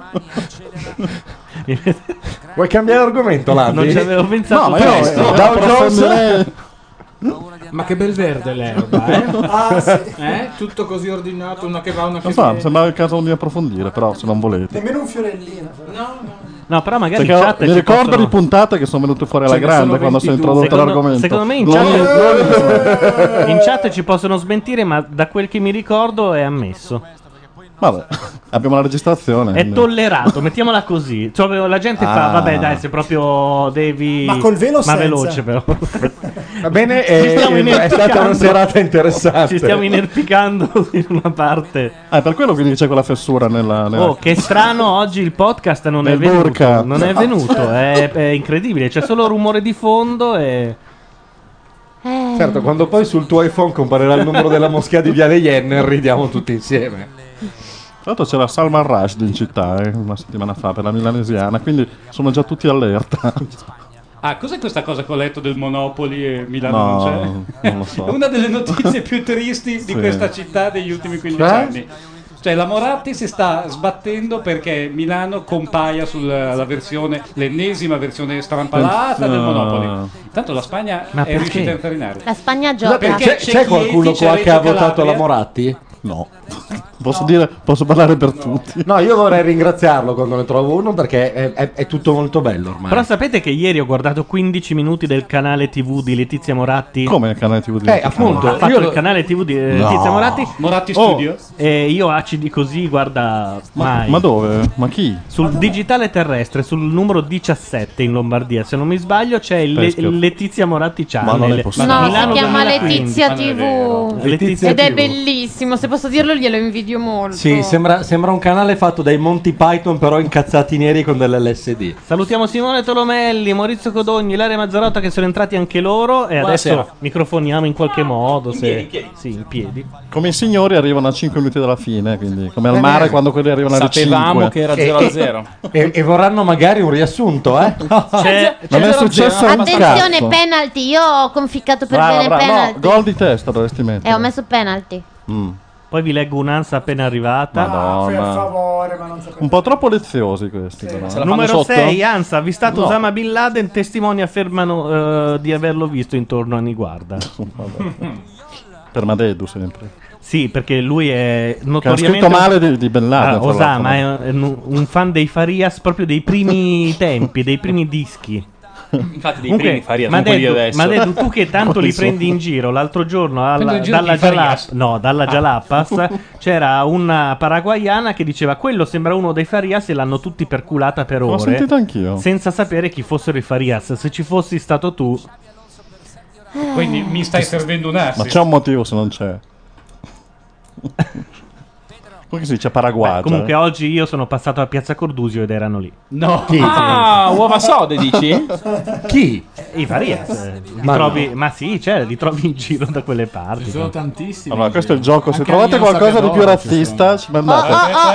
Vuoi cambiare argomento, Landi? Non ci avevo pensato. No, ma io Dow Jones. Ma che bel verde l'erba, eh? Ah, sì. Tutto così ordinato, una che va, una che Non so, mi viene. sembrava il caso di approfondire, però se non volete. Nemmeno un fiorellino. Però. No, però magari Perché in chat mi ci ricordo possono... di puntate che sono venute fuori alla Ce ne grande sono quando si è 22. introdotto l'argomento. Secondo me in chat ci possono smentire, ma da quel che mi ricordo è ammesso. Vabbè, abbiamo la registrazione. È tollerato, mettiamola così. Cioè, la gente fa, vabbè, dai, se proprio devi. Ma col velo ma senza. veloce, però. Va bene, Ci stiamo è stata una inerpicando. serata interessante. Ci stiamo inerpicando in una parte. Ah, è per quello quindi c'è quella fessura nella... Oh, che strano, oggi il podcast non è Nel venuto. burka. Non è venuto, è incredibile. C'è solo rumore di fondo e. Certo, quando poi sul tuo iPhone comparirà il numero della moschea di Viale Jenner, ridiamo tutti insieme. Tra l'altro c'era Salman Rushdie in città una settimana fa per la milanesiana, quindi sono già tutti allerta. Ah, cos'è questa cosa che ho letto del Monopoli e Milano No, non c'è? non lo so. È una delle notizie più tristi di Sì. questa città degli ultimi 15 anni. Cioè la Moratti si sta sbattendo perché Milano compaia sulla versione, l'ennesima versione strampalata del Monopoli. Intanto la Spagna Ma è perché? riuscita a infarinare. La Spagna gioca. Perché C'è qualcuno Chieti, qua c'è che ha Reggio votato Calabria. la Moratti? No. Posso parlare per tutti. No, io vorrei ringraziarlo quando ne trovo uno perché è tutto molto bello ormai. Però sapete che ieri ho guardato 15 minuti del canale TV di Letizia Moratti? Come il canale TV di appunto. Ha fatto Io il lo- canale TV di No. Letizia Moratti. Moratti Studio? E io acidi così, guarda, mai. Ma dove? Ma chi? Sul digitale terrestre, sul numero 17 in Lombardia, se non mi sbaglio, c'è il Pesca. Letizia Moratti Ma non è Channel. possibile. No, Milano si chiama 2015. Letizia Ma non è TV. vero. Letizia Ed è TV. bellissimo, se posso dirlo glielo invidio molto. Sì, sembra un canale fatto dai Monty Python però incazzati neri con dell'LSD. Salutiamo Simone Tolomelli, Maurizio Codogni, Ilaria Mazzarotta che sono entrati anche loro e Buonasera. adesso microfoniamo in qualche modo. Sì, in piedi. Come i signori arrivano a 5 minuti dalla fine, quindi come al mare quando quelli arrivano alle 5. Sapevamo che era 0-0. E vorranno magari un riassunto, eh? Non è successo un Attenzione, cazzo. penalty. Io ho conficcato per Brava, bene brava. No, penalty. gol di testa dovresti mettere. Ho messo penalty. Poi vi leggo un'ansa appena arrivata. Per Madonna. favore, ma non sapete. Un po' troppo leziosi questi però. Se la fanno Numero sotto? 6, Ansa, avvistato No. Osama Bin Laden, testimoni affermano di averlo visto intorno a Niguarda. Per Madeddu sempre. Sì, perché lui è Che ha notoriamente... scritto male di Bin Laden. tra Osama l'altro. è un fan dei Farias proprio dei primi tempi, dei primi dischi. Infatti dei Comunque, primi Farias, non quelli di adesso. ma detto tu che tanto li Quali sono? prendi in giro, l'altro giorno Prendo in giro dalla i Farias. Jalapas c'era una paraguayana che diceva quello sembra uno dei Farias e l'hanno tutti perculata per L'ho ore sentito anch'io. senza sapere chi fossero i Farias. Se ci fossi stato tu, Quindi mi stai servendo un Ma assist. c'è un motivo se non c'è. Come si dice Paraguay? comunque oggi io sono passato a Piazza Cordusio ed erano lì. No. Ah, uova sode dici? Chi? I Farias, Ma ma sì, li trovi in giro da quelle parti. Ci sono tantissimi. Allora, questo è il gioco. Se Anche trovate Allianz qualcosa di più Cadoro ci razzista, ci Oh, mandate.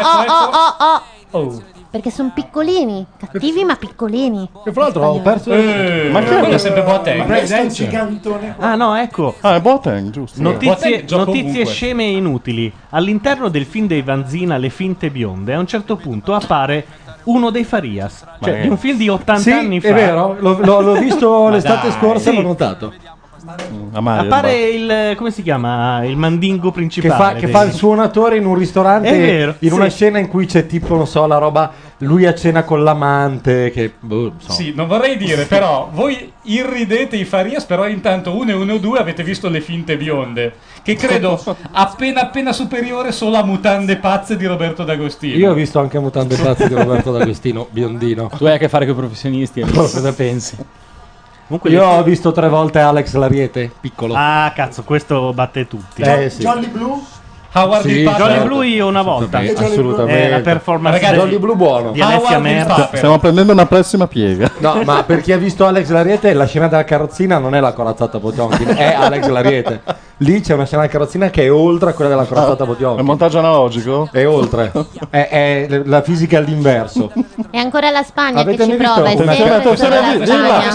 Perché sono piccolini, cattivi ma piccolini. E fra l'altro ho perso. Ma chi Quello è è? sempre Boateng. Questo è un gigantone qua. Ah no, ecco. Ah, è Boateng, giusto. Notizie, Boateng gioca notizie ovunque. sceme e inutili. All'interno del film dei Vanzina, Le finte bionde, a un certo punto appare uno dei Farias. Cioè, di un film di 80 Sì, anni fa. è vero, l'ho visto l'estate dai. scorsa e Sì. l'ho notato. Appare il come si chiama? Il mandingo Che principale. fa il suonatore in un ristorante, È vero, in una sì. scena in cui c'è tipo, non so, la roba, lui a cena con l'amante, che non so. Sì, non vorrei dire, però voi irridete i Farias, però intanto 1 e 1 e 2 avete visto le finte bionde, che credo appena superiore solo a Mutande pazze di Roberto D'Agostino. Io ho visto anche Mutande pazze di Roberto D'Agostino, biondino. Tu hai a che fare con i professionisti, cosa pensi? Comunque Io ho visto 3 volte Alex Lariete, piccolo. Ah, cazzo, questo batte tutti. Sì. Jolly Blue? Howard Sì, il Papa. Jolly Blue io una volta. Assolutamente. La performance Ragazzi, Jolly Blue buono. di Alessia Howard il Merda. Papa. Stiamo prendendo una pessima piega. No, ma per chi ha visto Alex Lariete, la scena della carrozzina non è la corazzata Potionkin, è Alex Lariete. Lì c'è una scena della carrozzina che è oltre a quella della corazzata È Potionkin. montaggio analogico? È oltre. È la fisica all'inverso. È ancora la Spagna Avete che ci mai visto prova, è una- sempre Attenzione, solo la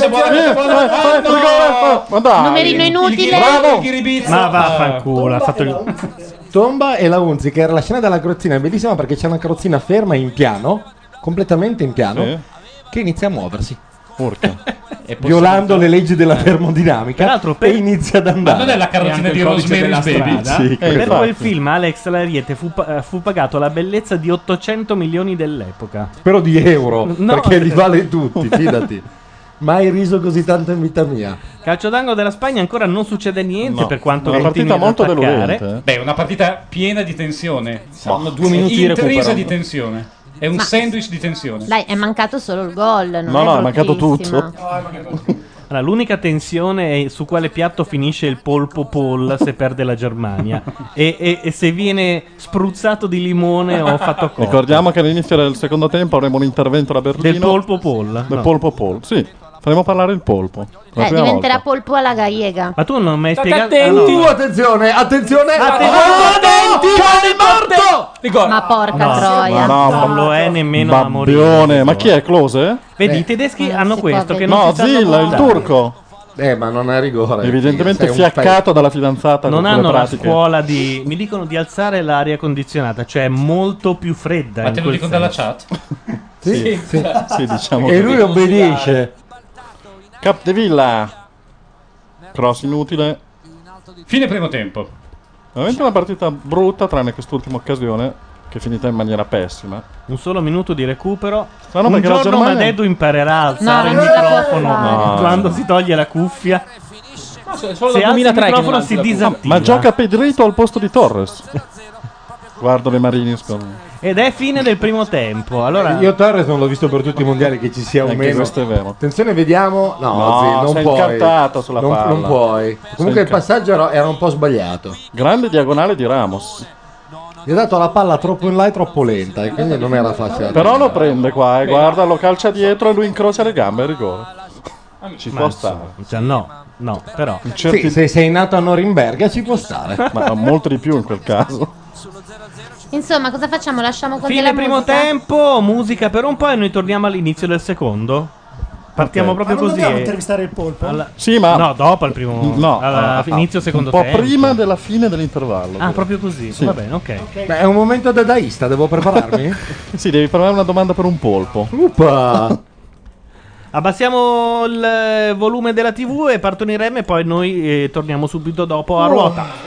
Spagna. Ma dai. Numerino inutile. Ma vaffanculo, ha fatto il Tomba e la Unzi, che era la scena della carrozzina, è bellissima perché c'è una carrozzina ferma in piano, completamente in piano, Sì. che inizia a muoversi, Urca. violando le leggi della termodinamica, Peraltro, e inizia ad Ma non è andare. la carrozzina di Rosemary's Baby? Sì, per infatti. quel film Alex Lariete fu pagato la bellezza di 800 milioni dell'epoca. Però di euro, No. perché li vale tutti, fidati. Mai riso così tanto in vita mia. Calcio d'angolo della Spagna ancora non succede niente No, per quanto una continui partita ad molto attaccare. deludente. Beh, una partita piena di tensione. Sono 2 minuti di Intrisa recupero. di tensione. È un sandwich di tensione. Dai, è mancato solo il gol. Non No, è è mancato bruttissima. tutto. Allora, l'unica tensione è su quale piatto finisce il polpo Paul se perde la Germania e se viene spruzzato di limone o fatto cotto. Ricordiamo che all'inizio del secondo tempo avremo un intervento da Berlino. Del polpo Paul. Del No. polpo Paul, sì. Faremo parlare il polpo. La prima Diventerà volta. polpo alla gallega. Ma tu non mi hai State spiegato. attenti! Attenzione, attenzione! Attenti! Morto! Ma porca No, troia. ma no, Non lo è nemmeno a morire. Babbione, ma chi è Close? Vedi, i tedeschi Non hanno si può questo che vedere. non No, si sanno Zilla, il guardare. turco. Ma non è rigore. Evidentemente Sei un fiaccato dalla fidanzata Non con quelle hanno la pratiche. scuola di. Mi dicono di alzare l'aria condizionata, cioè molto più fredda. Ma in te lo quel dicono dalla senso. chat? Sì, sì. Sì, diciamo E così. lui obbedisce. Capdevilla. Cross inutile. Fine primo tempo. Veramente una partita brutta, tranne quest'ultima occasione, che è finita in maniera pessima. Un solo minuto di recupero. No, no, Un perché la giorno Germania- Madeddu imparerà a alzare No, il non ce la può microfono fare. quando si toglie la cuffia. Solo Se dal alza il 2003 che non microfono alzi si la cuffia. disattiva. Ma gioca Pedrito al posto di Torres. Guardo le Marinis con... Ed è fine del primo tempo. Allora, Io Torres non l'ho visto per tutti i mondiali, che ci sia un Anche meno. questo è vero. Attenzione, vediamo. No, No, Zi, non sei puoi. incantato sulla non, palla. non puoi. Comunque il inca- passaggio era un po' sbagliato. Grande diagonale di Ramos. Gli ha dato la palla troppo in là e troppo lenta, e quindi non era facile. Però lo prende qua e guarda, lo calcia dietro e lui incrocia le gambe e rigore. Ci ma può insomma, stare. cioè, no, però. In certi- Sì, se sei nato a Norimberga ci può stare. Ma molto di più in quel caso. Insomma, cosa facciamo? Lasciamo con Fine della primo musica? tempo, musica per un po' e noi torniamo all'inizio del secondo. Partiamo Ok. Ma proprio non così. dobbiamo intervistare il polpo? Sì, ma... No, dopo il primo. No, inizio secondo un po' tempo. prima della fine dell'intervallo. Ah, direi. proprio così. Sì. Va bene, ok. Beh, è un momento dadaista, devo prepararmi? Sì, devi preparare una domanda per un polpo. Uppa! Abbassiamo il volume della TV e partoniremo e poi noi torniamo subito dopo a ruota.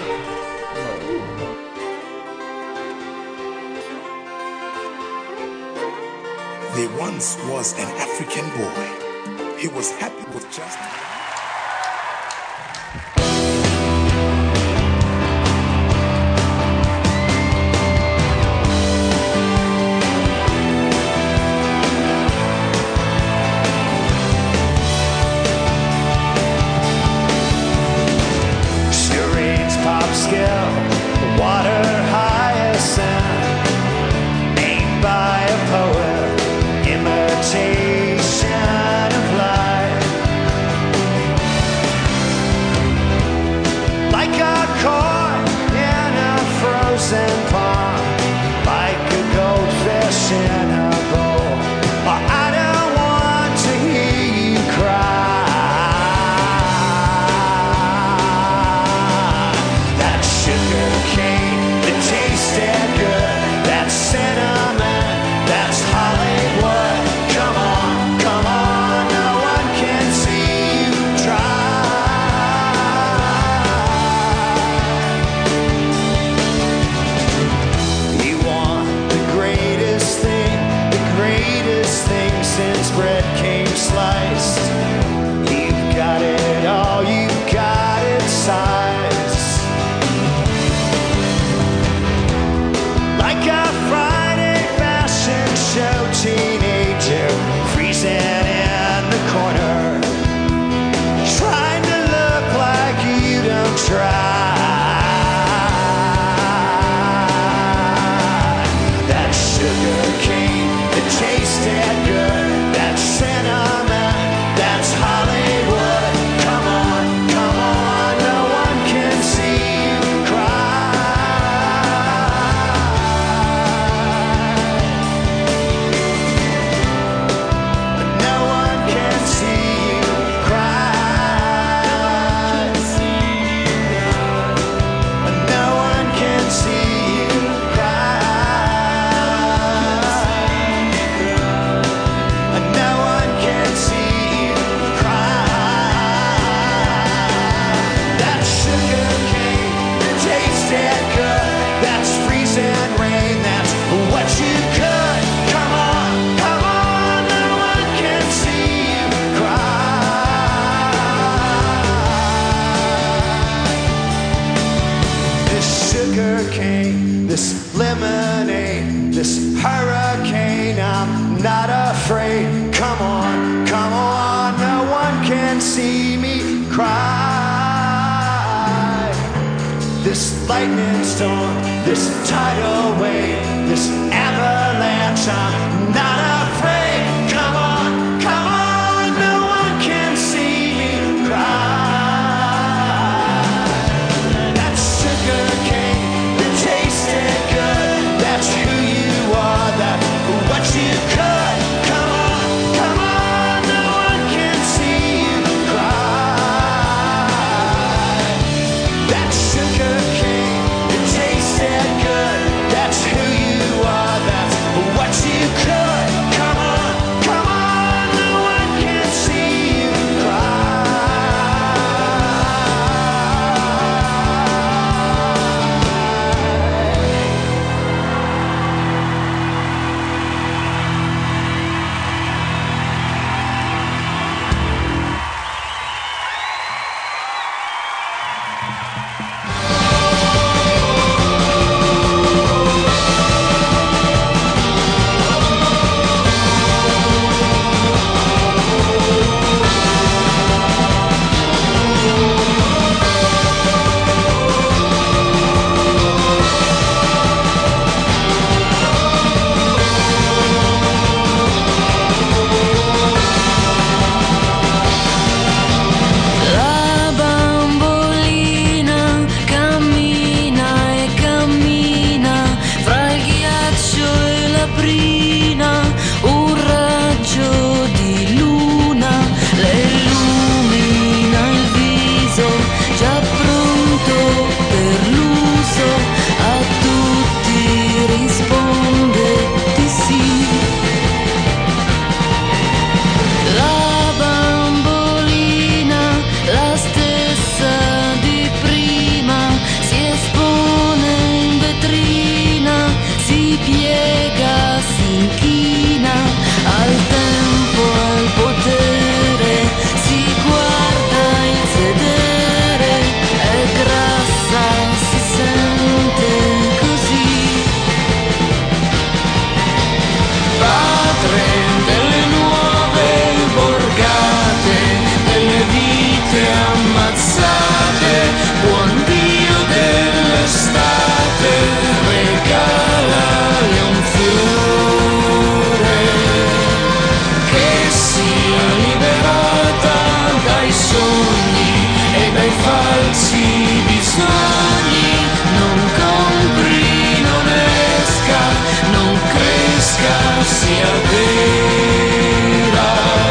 There once was an African boy. He was happy with just. Charades, pop skill, water hyacinth, made by a poet, imitation of life. hurricane, I'm not afraid. Come on, no one can see me cry. This lightning storm, this tidal wave, this avalanche, I'm not afraid. Come on, no one can see me cry. That sugar cane, it tasted good. That's who you are, that's what you could. Come on, no one can see you cry. That sugar cane, it tasted good. That's who you are, that's what you could. Come on, no one can see you La bambolina cammina e cammina fra il ghiaccio e la brina, un raggio di luna le illumina il viso, già pronto per l'uso, a tutti risponde di sì. La bambolina, la stessa di prima, si espone in vetrina, si piega, si inchina al tempo, al potere, si guarda il sedere, è grassa, si sente così. Padre delle nuove borgate, delle vite ammazzate, buon Dio dell'estate, regalale un fiore che sia liberata dai sogni e dai falsi bisogni. Non compri, non esca, non cresca, sia vera.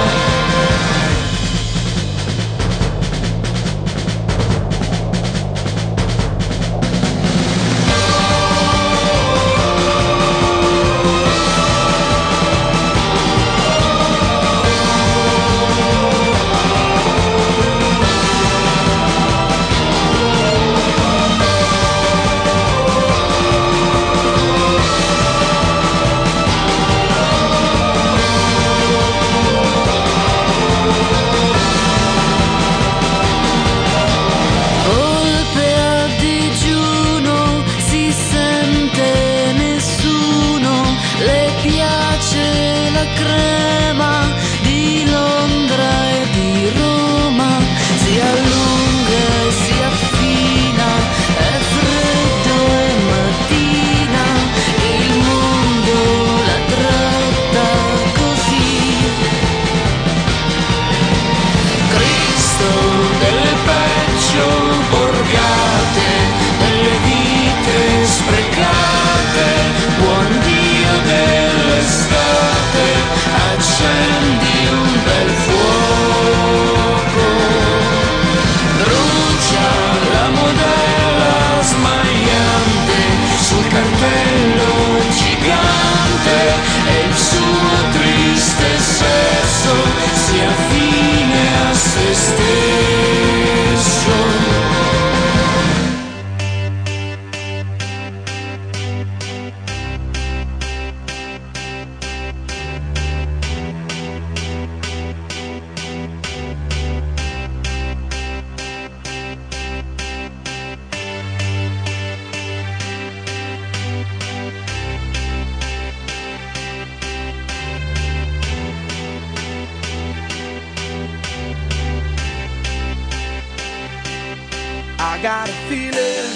Volpe a digiuno, si sente nessuno, le piace la crema di Londra e di Roma, si allunga e si affina, è freddo e mattina, il mondo la tratta così. Cristo delle peggio borgate, delle vite sprecate, buon Dio dell'estate, accendi un bel fuoco, brucia la modella smagliante sul cartello gigante e il suo triste sesso sia fine a se stesso. I got a feeling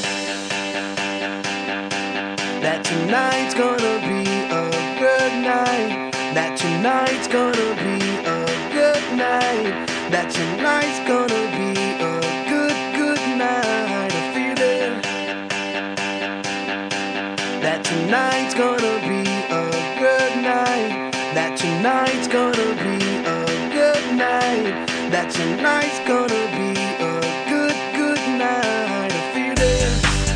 that tonight's gonna be a good night. That tonight's gonna be a good night. That tonight's gonna be a good, good night. A feeling that tonight's gonna be a good night. That tonight's gonna be a good night. That tonight's gonna be a good, good night. A feeling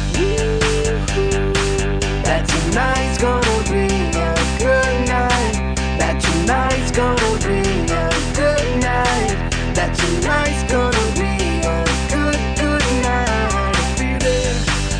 that tonight's gonna be a good night. That tonight's gonna be a good night. That tonight's gonna be a good, good night. A feeling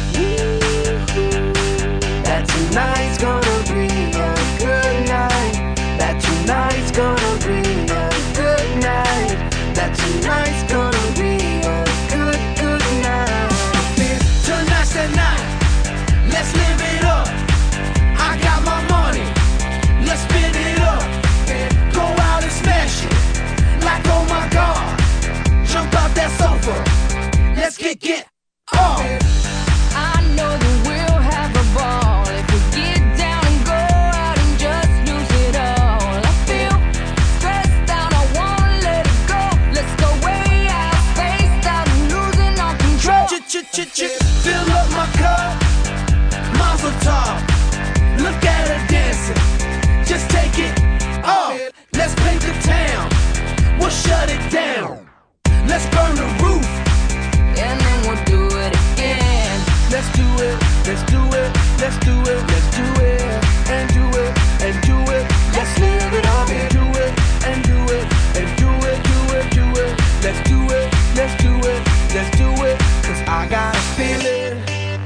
that tonight's gonna be a good night. That tonight's gonna be a good night. That tonight's gonna be a good, good night. Tonight's the night. Let's live it up. I got my money. Let's spin it up. Go out and smash it. Like oh my God. Jump out that sofa. Let's get off. I know that we'll have a ball if we get down and go out and just lose it all. I feel stressed out, I wanna let it go. Let's go way out, spaced out and losing all control. Fill up my cup, Mazel tov. Look at her dancing, just take it off. Let's paint the town, we'll shut it down. Let's burn the roof, and then we'll do it again. Let's do it, let's do it, let's do it, let's do it, and do it, and do it. Let's live it up and do it, and do it, and do it, do it, do it. Let's do it, let's do it, let's do it. Cause I got a feeling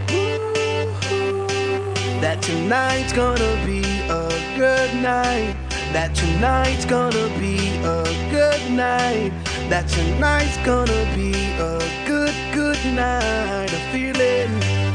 that tonight's gonna be a good night. That tonight's gonna be a good night. That tonight's gonna be a good, good night. A feeling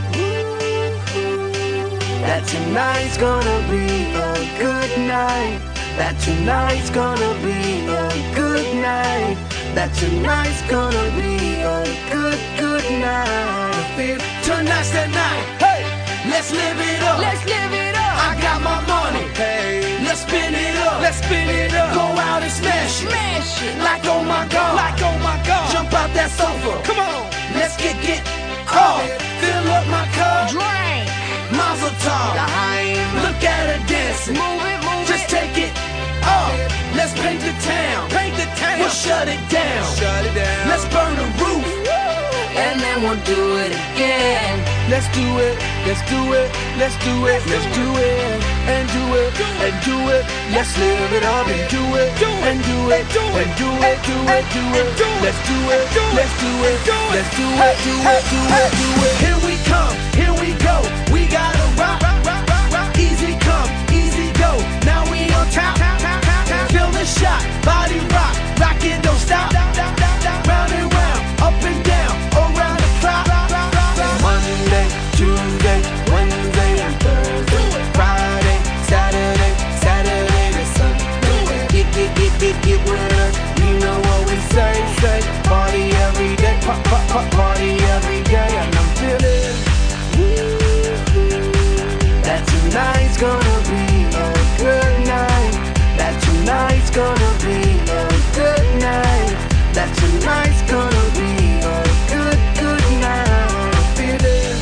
that tonight's gonna be a good night. That tonight's gonna be a good night. That tonight's gonna be a good, good night. I feel tonight's the night. Hey, let's live it up. Let's live it up. I got my money. Hey, let's spin it up. Let's spin it up. Go out and smash it. Smash it. Like oh my God. Like oh my God. Jump out that sofa. Come on. Let's get off. Fill up my cup. Drink. Mazel tov. Look at her dancing. Move it, move Just take it off. Let's paint the town. Paint the town. We'll shut it down. Shut it down. Let's burn the roof. And then we'll do it again. Let's do it, let's do it, let's do it, let's do it, and do it, and do it. Let's live it up and do it, and do it, and do it, do it, do it. Let's do it, let's do it, let's do it, do it, do it, do it. Here we come, here we go. We gotta rock, rock, rock, rock. Easy come, easy go. Now we on top, feel the shot, body rock, rock it, don't stop. Round and round, up and down, around the clock. Monday, Tuesday, Wednesday, and Thursday, Friday, Saturday, Saturday to Sunday. Get with us, you know what we say. Party every day, party every day, and I'm feeling that tonight's gonna be a good night. That tonight's gonna be a good night. That tonight's gonna be a good, good night. I'm feeling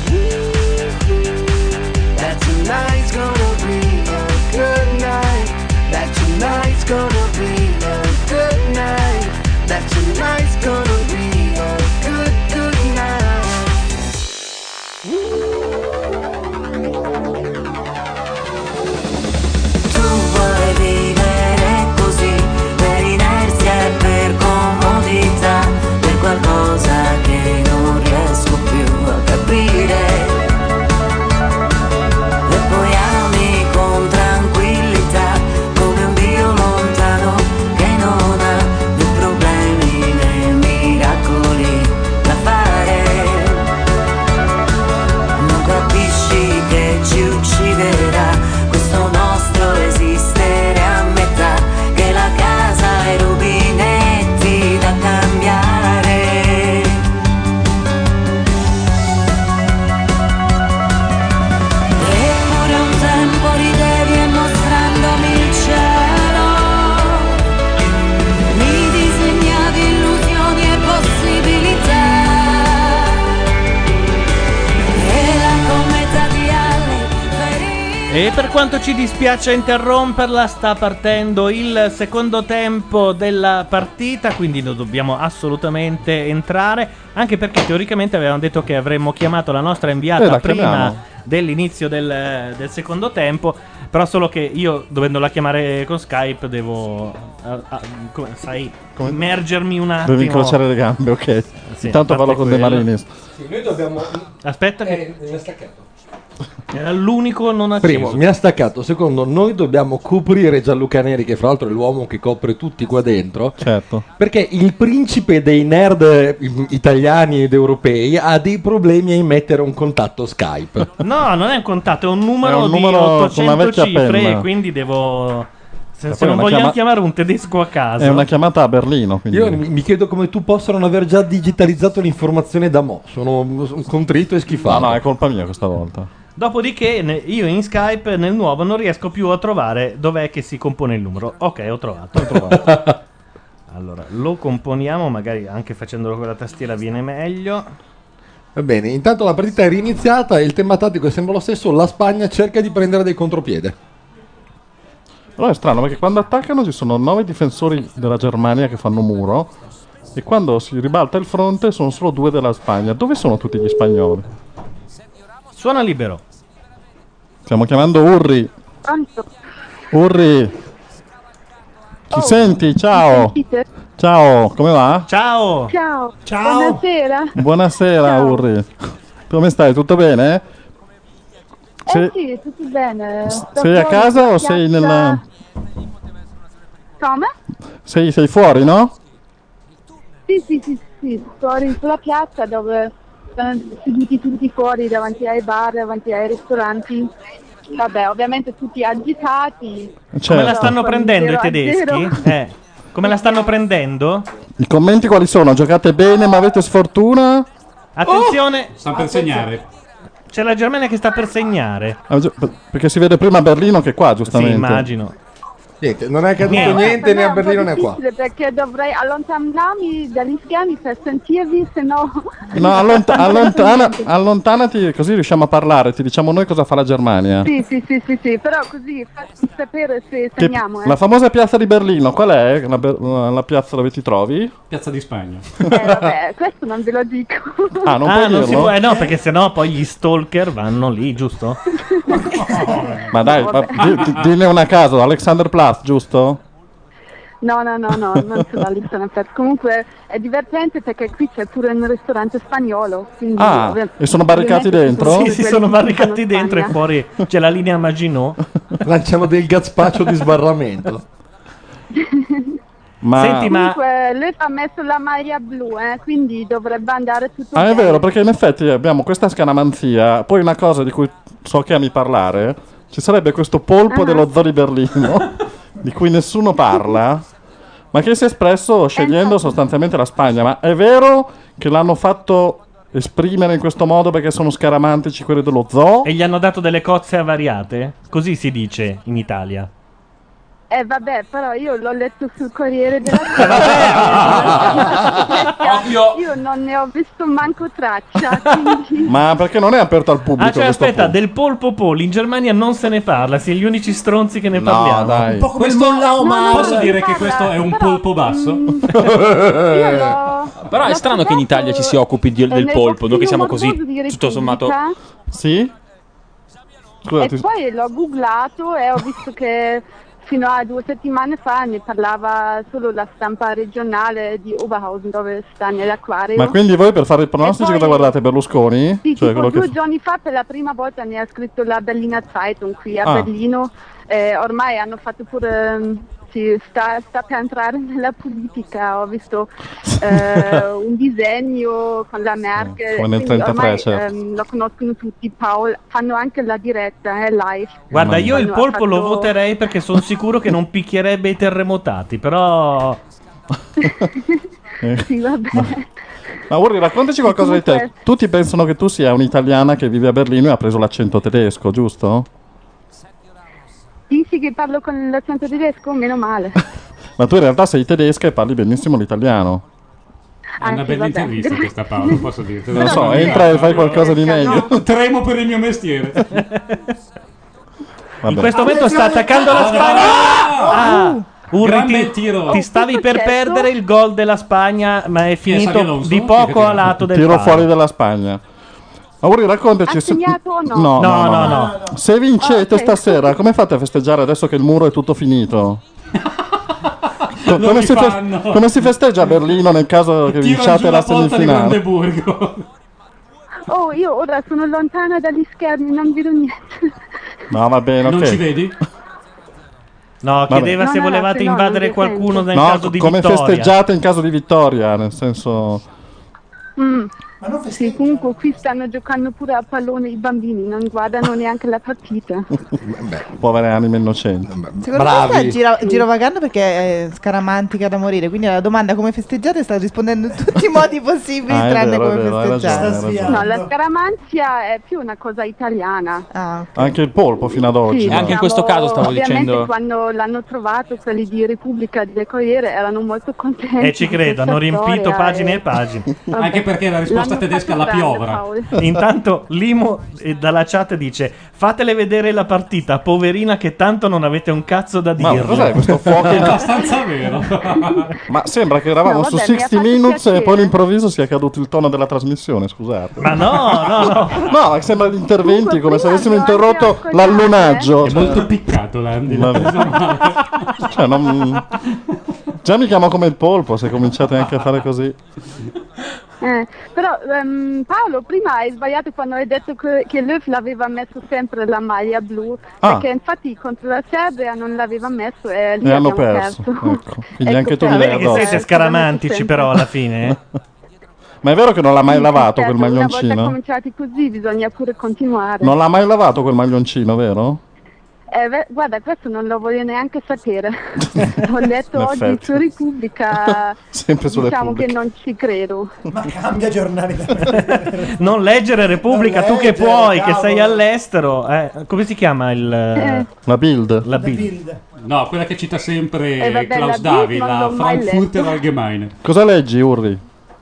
that tonight's gonna be a good night. That tonight's gonna be a good night. That tonight's gonna be a good, good night. E per quanto ci dispiace interromperla, sta partendo il secondo tempo della partita, quindi lo dobbiamo assolutamente entrare, anche perché teoricamente avevamo detto che avremmo chiamato la nostra inviata la prima chiamiamo. dell'inizio del secondo tempo, però solo che io, dovendola chiamare con Skype, devo, come, sai, immergermi un attimo. Devi incrociare le gambe, ok. Sì, Intanto a parte parlo con De quello. Marinis. Sì, noi dobbiamo. Aspetta che mi ha staccato. era l'unico non acceso. Primo, mi ha staccato. Secondo, noi dobbiamo coprire Gianluca Neri, che fra l'altro è l'uomo che copre tutti qua dentro. Certo. Perché il principe dei nerd italiani ed europei ha dei problemi a immettere un contatto Skype. No, non è un contatto, è un numero, È un di numero con 800 una vecchia cifre, penna. quindi devo. Se poi non una vogliamo chiamare un tedesco a caso. È una chiamata a Berlino. Quindi. Io mi chiedo come tu possa non aver già digitalizzato l'informazione da mo'. Sono contrito e schifato. No, è colpa mia questa volta. Dopodiché io in Skype nel nuovo non riesco più a trovare dov'è che si compone il numero. Ok, ho trovato. Allora, lo componiamo, magari anche facendolo con la tastiera viene meglio. Va bene, intanto la partita è riniziata e il tema tattico è sempre lo stesso. La Spagna cerca di prendere dei contropiede. Però è strano perché quando attaccano ci sono 9 difensori della Germania che fanno muro e quando si ribalta il fronte sono solo 2 della Spagna. Dove sono tutti gli spagnoli? Suona libero. Stiamo chiamando Urri. Urri. Ci senti? Ciao. Ciao, come va? Ciao. Ciao. Ciao. Buonasera. Buonasera Urri. Come stai? Tutto bene? Sì, tutto bene. Sto Sei a fuori casa sulla o sei piazza. nel... Come? Sei fuori, no? Sì, fuori sulla piazza dove stanno seduti tutti fuori davanti ai bar, davanti ai ristoranti. Vabbè, ovviamente tutti agitati. Come la stanno Con prendendo i 0-0. tedeschi? Come la stanno prendendo? I commenti quali sono? Giocate bene ma avete sfortuna? Attenzione. Sta per segnare. C'è la Germania che sta per segnare. Perché si vede prima a Berlino che qua, giustamente. Sì, immagino. Niente, non è accaduto niente né a Berlino né qua. Perché dovrei allontanarmi dagli schermi per sentirvi, se no... No, allontanati così riusciamo a parlare. Ti diciamo noi cosa fa la Germania. Sì, però così facci sapere se Che- segniamo. La famosa piazza di Berlino, qual è la piazza dove ti trovi? Piazza di Spagna. Vabbè, questo non ve lo dico. Ah, non puoi non si dirlo? può, no, perché sennò poi gli stalker vanno lì, giusto? Ma dai, dille una a caso, Alexanderplatz, giusto? No, non sono all'Alexanderplatz. Comunque è divertente perché qui c'è pure un ristorante spagnolo. Quindi Ah, e sono barricati ovviamente dentro? Sì, si sono barricati dentro e fuori c'è la linea Maginot. Lanciano del gazpacio di sbarramento. Senti, ma Comunque lui ha messo la maglia blu, quindi dovrebbe andare tutto Ah, è bene. vero, perché in effetti abbiamo questa scaramanzia. Poi una cosa di cui so che ami parlare, ci sarebbe questo polpo dello zoo di Berlino, di cui nessuno parla, ma che si è espresso scegliendo sostanzialmente la Spagna. Ma è vero che l'hanno fatto esprimere in questo modo perché sono scaramantici quelli dello zoo? e gli hanno dato delle cozze avariate? Così si dice in Italia. Vabbè, però io l'ho letto sul Corriere della Sera. Io non ne ho visto manco traccia, quindi... Ma perché non è aperto al pubblico Ah, cioè questo aspetta, polpo? del polpo pol in Germania non se ne parla, siamo gli unici stronzi che ne No, parliamo. dai. Un po' come il Molla Omar. Posso dire che questo è un polpo basso? Però è strano che in Italia ci si occupi del nel polpo, noi che siamo bottino così, morboso di tutto sommato... Repubblica. Sì? E poi l'ho googlato e ho visto che fino a 2 settimane fa ne parlava solo la stampa regionale di Oberhausen, dove sta nell'acquario. Ma quindi voi per fare i pronostici E poi- cosa guardate? Berlusconi? Sì, Cioè tipo quello 2 che... giorni fa per la prima volta ne ha scritto la Berliner Zeitung qui a Ah. Berlino. Ormai hanno fatto pure... sta per entrare nella politica. Ho visto un disegno con la Merkel. come nel quindi 33, ormai, certo. lo conoscono tutti. Paul, fanno anche la diretta live. Guarda, io il Hanno polpo lo fatto- voterei perché sono sicuro che non picchierebbe i terremotati, però... Sì, vabbè. Ma Uri, raccontaci qualcosa di te. Comunque- Tutti pensano che tu sia un'italiana che vive a Berlino e ha preso l'accento tedesco, giusto? Dici che parlo con l'accento tedesco? Meno male. Ma tu in realtà sei tedesca e parli benissimo l'italiano. È una sì, bella vabbè. intervista questa Paolo, posso dirti. Non lo so, entra e fai qualcosa di meglio. Tremo per il mio mestiere. Vabbè. In questo momento sta attaccando la Spagna. Urri, Gran bel tiro. ti stavi per perdere il gol della Spagna, ma è finito Xabi Alonso? di poco a lato del Tiro palo. fuori dalla Spagna. Uri, raccontaci. Ha segnato o no? No. Se vincete stasera, come fate a festeggiare adesso che il muro è tutto finito? Come si festeggia a Berlino nel caso che vinciate la semifinale? Oh, io ora sono lontana dagli schermi, non vedo niente. No, va bene, ok. Non ci vedi? No, Vabbè. chiedeva se volevate invadere qualcuno nel caso di come vittoria. festeggiate in caso di vittoria, nel senso... Ma non sì, comunque qui stanno giocando pure a pallone i bambini, non guardano neanche la partita. Povere anime innocenti. Secondo me sta girovagando perché è scaramantica da morire. Quindi alla domanda come festeggiate sta rispondendo in tutti i modi possibili, Ah, è tranne vero, come è vero, hai festeggiare. ragione. No, la scaramanzia è più una cosa italiana. Anche il polpo fino ad oggi. Sì, no? Anche in questo caso stavo ovviamente dicendo. quando l'hanno trovato quelli di Repubblica del Corriere erano molto contenti. Ci credo, di hanno questa riempito storia pagine e pagine. Anche perché la risposta L'hanno tedesca fatto la grande, piovra. Paolo. Intanto Limo dalla chat dice: fatele vedere la partita, poverina, che tanto non avete un cazzo da Ma dire. cos'è questo fuoco? È abbastanza vero. Ma sembra che eravamo No, su vabbè, mi ha 60 fatto Minutes piacere. e poi all'improvviso sia caduto il tono della trasmissione, scusate. Ma no. No, ma sembra di interventi come se avessimo prima interrotto vi ho l'allunaggio. È molto piccato Landi. Cioè, non... Già mi chiamo come il polpo se cominciate anche a fare così. Però Paolo prima hai sbagliato quando hai detto che Löw l'aveva messo sempre la maglia blu, perché infatti contro la Serbia non l'aveva messo e lì E hanno abbiamo perso. perso. Ecco. Quindi anche tu mi Vedi dai che addosso. siete scaramantici però alla fine. Ma è vero che non l'ha mai Sì, lavato certo, quel una volta maglioncino? cominciati così bisogna pure continuare. Non l'ha mai lavato quel maglioncino, vero? Guarda, questo non lo voglio neanche sapere. Ho letto In oggi effetti. su Repubblica, Sempre su diciamo Repubblica. che non ci credo. Ma cambia giornali da Non leggere Repubblica, Non tu che leggere, puoi, che cavolo. sei all'estero. Come si chiama il... La Bild. La Bild. No, quella che cita sempre vabbè, Klaus la Bild David, non la l'ho mai Frankfurter letto. Allgemeine. Cosa leggi, Urri?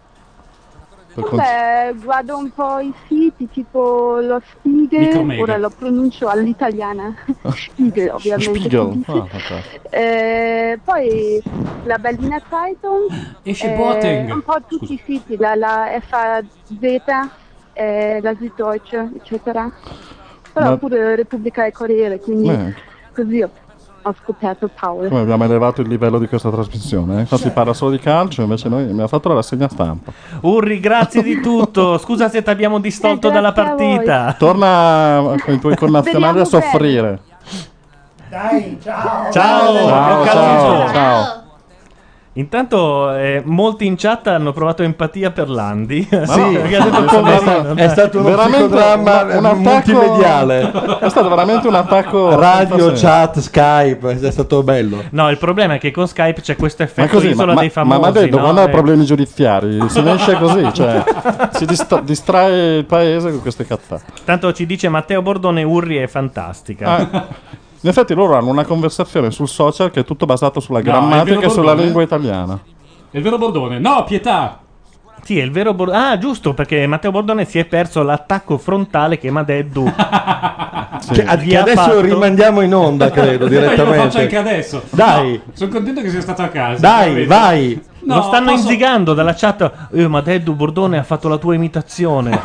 Vabbè, guardo un po' i siti tipo lo Spiegel, Micromega. ora lo pronuncio all'italiana, Spiegel ovviamente. Spiegel. si dice. Poi la Berliner Zeitung, Esce Boateng. un po' tutti i siti, la FAZ, la Süddeutsche, eccetera. Però Ma- pure Repubblica e Corriere, quindi Eh. così ho scoperto Paolo. Come abbiamo elevato il livello di questa trasmissione? Qua si parla solo di calcio, invece noi abbiamo fatto la rassegna stampa. Urri, grazie di tutto. Scusa se ti abbiamo distolto dalla partita. Torna con i tuoi connazionali a Speriamo soffrire. Dai, ciao. Ciao, Ciao, ciao, ciao. Intanto molti in chat hanno provato empatia per Landi. Sì, Perché ha detto come- è stato uno Veramente psicodramma un attacco multimediale. È stato veramente un attacco Radio, senza chat, Skype, è stato bello. No, il problema è che con Skype c'è questo Ma effetto così, isola dei famosi. ma detto, no? quando ha problemi giudiziari si ne esce così, cioè si distrae il paese con queste cazzate. Tanto ci dice Matteo Bordone, Urri è fantastica. In effetti loro hanno una conversazione sul social che è tutto basato sulla No, è il grammatica vero e sulla Bordone. lingua italiana. È il vero Bordone. No, Pietà. Sì, è il vero Ah, giusto, perché Matteo Bordone si è perso l'attacco frontale che Madeddu Che adesso rimandiamo in onda, credo, Lo faccio direttamente. anche adesso. Dai. No, sono contento che sia stato a casa. Dai, veramente. vai. No, Lo stanno posso- inzigando dalla chat. Madeddu Bordone ha fatto la tua imitazione.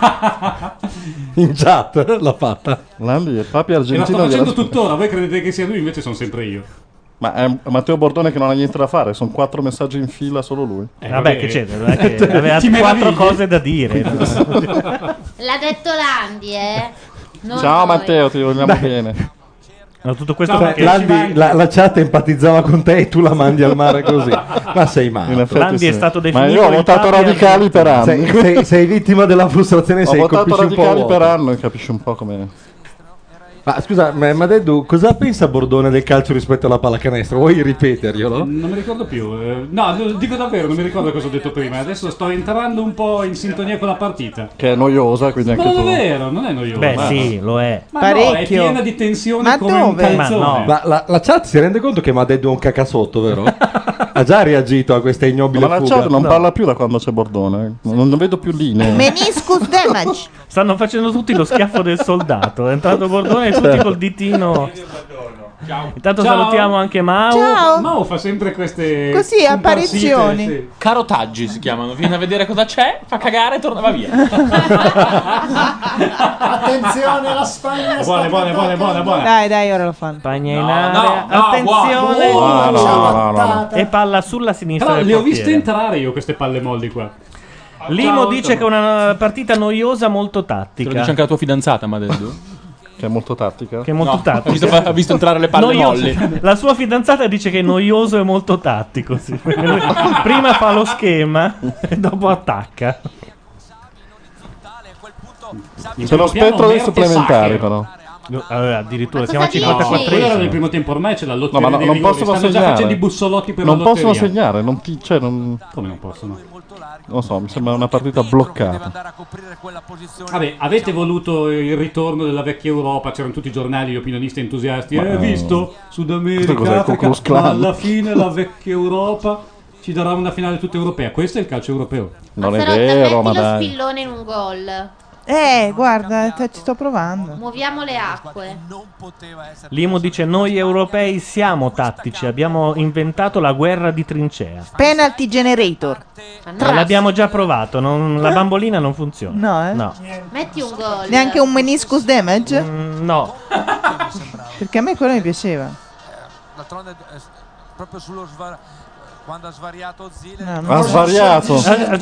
In chat l'ha fatta. Landi è papi E la argentino. sto facendo gliela- tuttora. Voi credete che sia lui, invece sono sempre io. Ma è Matteo Bordone che non ha niente da fare, sono 4 messaggi in fila solo lui. Vabbè, che c'è? Non è che aveva Ti 4 meravigli? cose da dire. L'ha detto Landi, non Ciao noi. Matteo, ti vogliamo bene. No, tutto questo Cioè, perché Landi, la chat empatizzava con te e tu la mandi al mare così. Ma sei matto. In effetti Landi è sì. stato Ma definito io ho il votato papi radicali per anni. Sei vittima della frustrazione, Ho sei votato colpisci un po' radicali vuoto. per anno e capisci un po' come... Ma scusa, Madeddu, cosa pensa Bordone del calcio rispetto alla pallacanestro? Vuoi ripeterglielo? Non mi ricordo più. No, lo dico davvero, non mi ricordo cosa ho detto prima. Adesso sto entrando un po' in sintonia con la partita. Che è noiosa, quindi Ma anche non tu. è vero, non è noioso. Beh, Ma- sì, lo è. Ma no, è piena di tensione Ma come un dove? calzone. Ma no. Ma la chat si rende conto che Madeddu è un cacasotto, vero? ha già reagito a questa ignobile Ma la fuga. chat non No. parla più da quando c'è Bordone. Non vedo più linee. Meniscus damage. Stanno facendo tutti lo schiaffo del soldato. È entrato Bordone e tutti col ditino. Intanto Ciao. salutiamo anche Mau. Ciao. Mao fa sempre queste Così, comparsite, apparizioni. sì. Carotaggi si chiamano. Viene a vedere cosa c'è, fa cagare e torna va via. Attenzione, la Spagna sta buone. Dai, ora lo fanno. Spagna in No, area. no, Attenzione. No. E palla sulla sinistra Però del le ho viste portiere. entrare io queste palle molli qua. Limo Ciao, dice che è una partita noiosa, molto Te lo tattica. dice anche la tua fidanzata, Madeddu. Che è molto tattica. Che è molto No, tattica. ha visto entrare le palle Noioso. molli. La sua fidanzata dice che è noioso e molto tattico. Sì. Lui prima fa lo schema e dopo attacca. C'è lo spettro dei supplementari, però. Addirittura siamo a cosa 54. Quello era nel primo tempo, ormai c'è la No, lotteria ma dei non rigori. possono Stanno già segnare. facendo i bussolotti per Non la possono lotteria. segnare. Come non possono? Non so, mi sembra una partita bloccata. Vabbè, avete voluto il ritorno della vecchia Europa, c'erano tutti i giornali, gli opinionisti entusiasti. Visto? Sud Questo cos'è, America, il Ku Klux Africa, Klan? ma alla fine la vecchia Europa ci darà una finale tutta europea. Questo è il calcio europeo. Non è Però vero, ma metti lo dai. spillone in un gol. Guarda, ci sto provando. Muoviamo le acque. Limo dice: noi europei siamo tattici, abbiamo inventato la guerra di trincea. Penalty generator. Ma l'abbiamo già provato, la bambolina non funziona. No, eh? No. Metti un gol. Neanche un meniscus damage? No. Perché a me quello mi piaceva. D'altronde proprio sullo quando ha svariato Ozil. Ha svariato.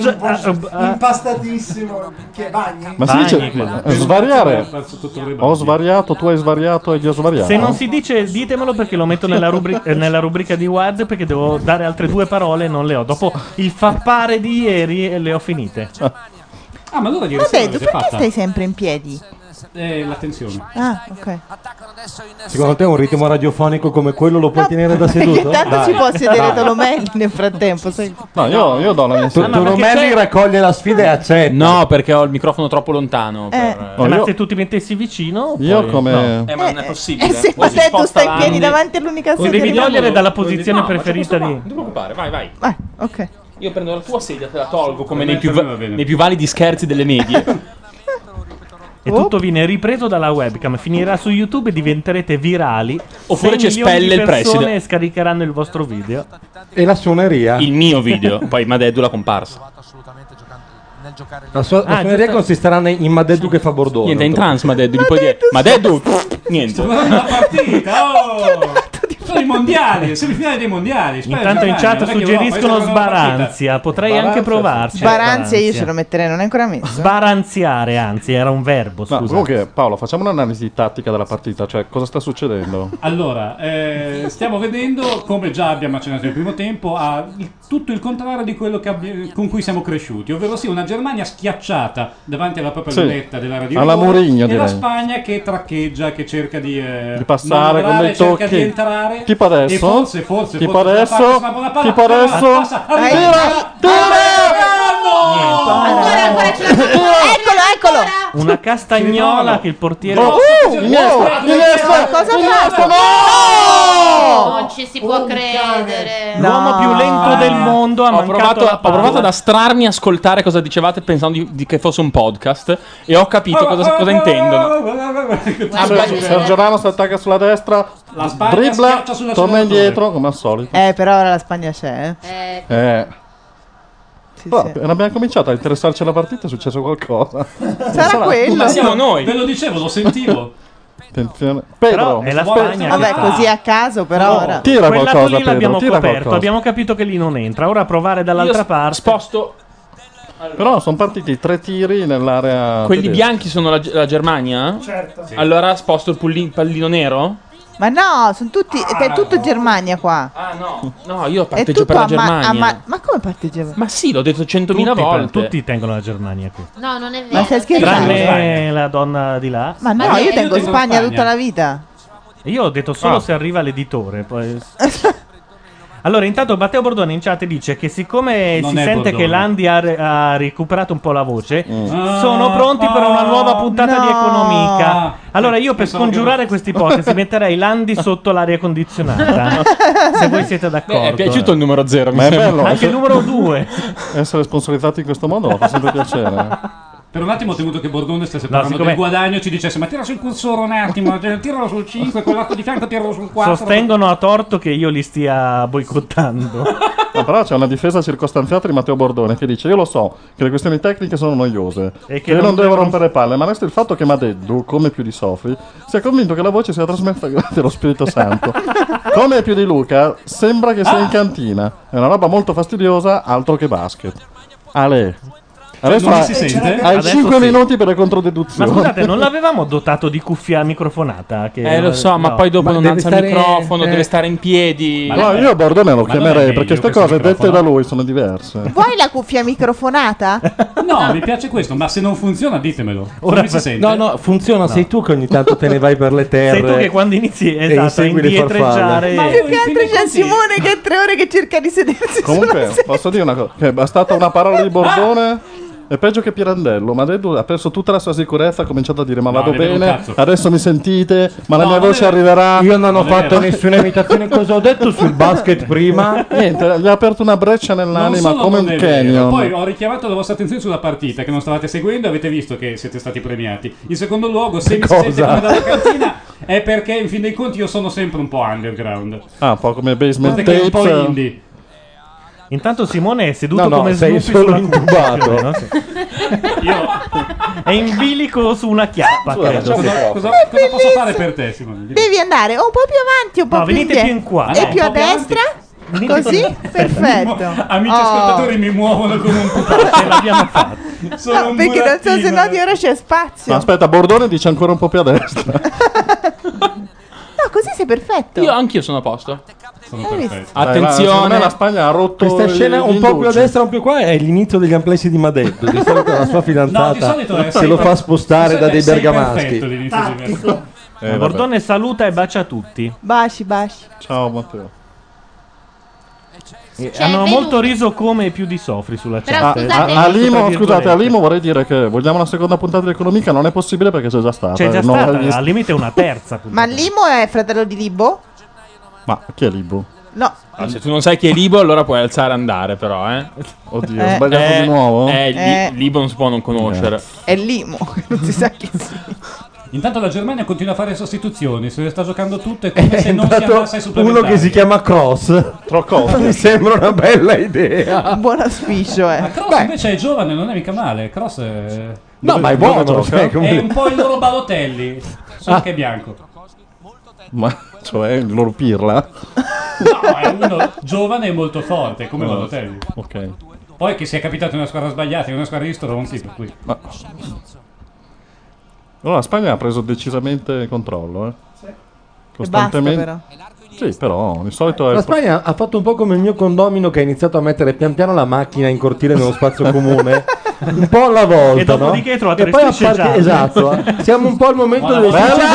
Impastatissimo. Che bagni? Ma si dice svariare. Ho svariato, tu hai svariato e io ho svariato. Se non si dice, ditemelo perché lo metto nella rubrica di Ward, perché devo dare altre due parole e non le ho. Dopo il fappare di ieri le ho finite. Ah, ma allora ieri Ma sera Dedo, l'avete perché fatta? stai sempre in piedi? La tensione. Ah, ok. Secondo te un ritmo radiofonico come quello lo puoi tenere da seduto? Intanto Dai. si può sedere Dai. Tolomelli nel frattempo. Sai? No, io do la mia Tolomelli raccoglie la sfida e accetta. No, perché ho il microfono troppo lontano. Per... No, ma io- se tu ti mettessi vicino, Io poi- come- no. ma non è possibile. Se O si Madeddu sposta sta in piedi l'Andy. davanti all'unica Ti sedia devi di togliere Madeddu. dalla posizione preferita di. Non ti preoccupare, vai. Ok. Io prendo la tua sedia, te la tolgo come nei Per più, me va bene. nei più validi scherzi delle medie. E tutto viene ripreso dalla webcam, finirà su YouTube e diventerete virali. Oppure 6 ci milioni spelle di il persone preside. e scaricheranno il vostro video. E la suoneria? Il mio video, poi Madeddu l'ha comparsa. La suoneria giusto. consisterà in Madeddu che fa Bordone. Niente, è in trance Madeddu, gli puoi dire Madeddu, niente. La partita, oh! Sono i mondiali, semifinali dei mondiali. Spera Intanto in Germania, chat non è che Europa, suggeriscono questa è una partita. sbaranzia. Potrei Sbaranzia, anche provarci. Sbaranzia io ce lo metterei, non è ancora messo. Sbaranziare, anzi, era un verbo. No, Scusa. comunque Paolo, facciamo un'analisi tattica della partita, cioè cosa sta succedendo? Allora, stiamo vedendo, come già abbiamo accennato nel primo tempo, tutto il contrario di quello con cui siamo cresciuti, ovvero sia una Germania schiacciata davanti alla propria Sì, lunetta della radio alla Mourinho, e la direi. Spagna che traccheggia, che cerca di passare con dei cerca tocchi. di entrare. Tipo adesso? E forse Tipo forse adesso? passa una buona palla, Tipo adesso? passa, arriva. Ancora ce la fa. Eccolo. Una castagnola che il portiere. Cosa fa? Non ci si può credere. L'uomo più lento del mondo ha Ho mancato provato, la ho provato palla. ad astrarmi a ascoltare cosa dicevate pensando che fosse un podcast e ho capito cosa intendono. Sergio Ramos attacca sulla destra, La Spagna dribbla, schiaccia sulla torna sinistra. indietro come al solito. Però ora la Spagna c'è, Sì, appena abbiamo cominciato a interessarci alla partita è successo qualcosa. Sarà quello. Ma siamo noi. Ve lo dicevo, lo sentivo. Attenzione. Però Pedro, è la Spagna. Vabbè, che così a caso, però ora. tira Quel lato qualcosa, lì l'abbiamo Pedro, tira coperto. qualcosa. Abbiamo capito che lì non entra. Ora provare dall'altra parte. Sposto. Però sono partiti 3 tiri nell'area. Quelli tedesca. bianchi sono la Germania? Certo. Sì. Allora sposto il pallino nero? Ma no, sono tutti. È tutto Germania qua. Ah no. No, io È parteggio tutto per la Germania. ma come parteggiamo? Ma sì, l'ho detto 100.000 volte. Tutti tengono la Germania qui. No, non è vero. Ma stai scherzando? Tranne la donna di là. Ma no, io tengo Spagna tutta la vita. Io ho detto solo se arriva l'editore. Poi... Allora, intanto Matteo Bordone in chat dice che siccome Non si è sente Bordone. che l'Andy ha recuperato un po' la voce, sono pronti per una nuova puntata di No. Economica. Allora io per scongiurare questa ipotesi metterei Landi sotto l'aria condizionata. Se voi siete d'accordo. È piaciuto il numero 0, Ma è bello. Anche il numero 2. Essere sponsorizzati in questo modo fa sempre piacere. Per un attimo ho temuto che Bordone stesse parlando siccome- del guadagno, ci dicesse ma tira sul cursore un attimo, tiralo sul 5, quell'arco di fianco tiralo sul 4. Sostengono a torto che io li stia boicottando. No, però c'è una difesa circostanziata di Matteo Bordone che dice: io lo so che le questioni tecniche sono noiose E che io non devo rompere palle, ma resta il fatto che Madeddu, come più di Sofri, sia convinto che la voce sia trasmessa grazie allo Spirito Santo. Come più di Luca, sembra che sia in cantina. È una roba molto fastidiosa, altro che basket. Ale. Adesso non si sente? hai Adesso 5 sì. minuti per le Ma controdeduzioni. scusate, non l'avevamo dotato di cuffia microfonata? Che Lo so, ma no. poi dopo non deve alza stare- il microfono, deve stare in piedi. No, io a Bordone lo Ma non è chiamerei meglio perché queste questo cose dette microfono? da lui sono diverse. Vuoi la cuffia microfonata? No, mi piace questo, ma se non funziona ditemelo. Ora Non mi si sente? No, no, funziona. Sei tu che ogni tanto te ne vai per le terre. Sei tu che quando inizi e esatto, a insegui le indietreggiare. Ma Più in che altro fin c'è dei conti- Simone che è 3 ore che cerca di sedersi Comunque, sulla sedia. posso dire una cosa: che è bastata una parola di Bordone. È peggio che Pirandello. Madeddu ha perso tutta la sua sicurezza. Ha cominciato a dire: ma No, vado vede un bene, cazzo. adesso mi sentite, ma la No, mia non voce è- arriverà. Io non ho Non è fatto vero. nessuna imitazione. Cosa ho detto sul basket prima? Niente, gli ha aperto una breccia Non nell'anima solo come non un è vero, canyon. poi ho richiamato la vostra attenzione sulla partita che non stavate seguendo e avete visto che siete stati premiati. In secondo luogo, se mi si sente come dalla cantina è perché in fin dei conti io sono sempre un po' underground. Ah, un po' come Basement Guardate che è un po' Tapes. indie. Intanto Simone è seduto No, come sei Snoopy solo sulla intubato. cuffia, no? Sì. È in bilico su una chiappa, credo. Cosa posso fare per te, Simone? Dimmi. Devi andare un po' più avanti, un po' No, più venite indietro. più in qua. E No, più un a po' più avanti. destra? Venite Così? per- Perfetto. Amici Oh. ascoltatori mi muovono come un pupazzo. Ce l'abbiamo fatta. Sono No, un perché non so se burattino. noti ora c'è spazio. No, aspetta, Bordone dice ancora un po' più a destra. No, così sei perfetto. Anch'io sono a posto. Sono Hai visto? perfetto. Secondo me Attenzione. la Spagna ha rotto Questa scena gli un po' più a indugi. destra, un po' qua è l'inizio degli amplessi di Madeddu. Di solito la sua No, di fidanzata solito è se lo fa spostare da dei sei bergamaschi. perfetto l'inizio di me. Vabbè. Bordone saluta e bacia tutti. Baci, baci. Ciao Matteo. Hanno venuto- molto riso come più di Sofri sulla Però chat. scusate- A Limo, Tra scusate, a virgolette. Limo vorrei dire che vogliamo una seconda puntata di Economica, non è possibile perché c'è già stata. C'è già Non l'hai stata, vista. al limite una terza. Ma Limo è fratello di Libo? Ma chi è Libo? No. Ah, se tu non sai chi è Libo, allora puoi alzare e andare, però, eh. Oddio, ho sbagliato di nuovo? Libo non si può non conoscere. È Limo, non si sa chi sia. Intanto la Germania continua a fare sostituzioni, se le sta giocando tutte come se non si Intanto andasse ai supplementari. uno che si chiama Cross. Mi sembra una bella idea. Buon auspicio, Ma Cross invece è giovane, non è mica male. Cross è... No, ma è dove buono. gioca? cioè, come- È un po' il loro Balotelli, solo che è bianco. Ma cioè il loro Pirla? No, è uno giovane e molto forte, come No. Balotelli. Ok. Poi che sia capitato in una squadra sbagliata, in una squadra di stronzi, per cui... Ma... Allora la Spagna ha preso decisamente il controllo, costantemente. però. Sì, però di solito è La Spagna ha fatto un po' come il mio condomino che ha iniziato a mettere pian piano la macchina in cortile nello spazio comune. Un po' alla volta, E dopodiché no? trovate E le poi a strisce gialle. esatto, siamo un po' al momento delle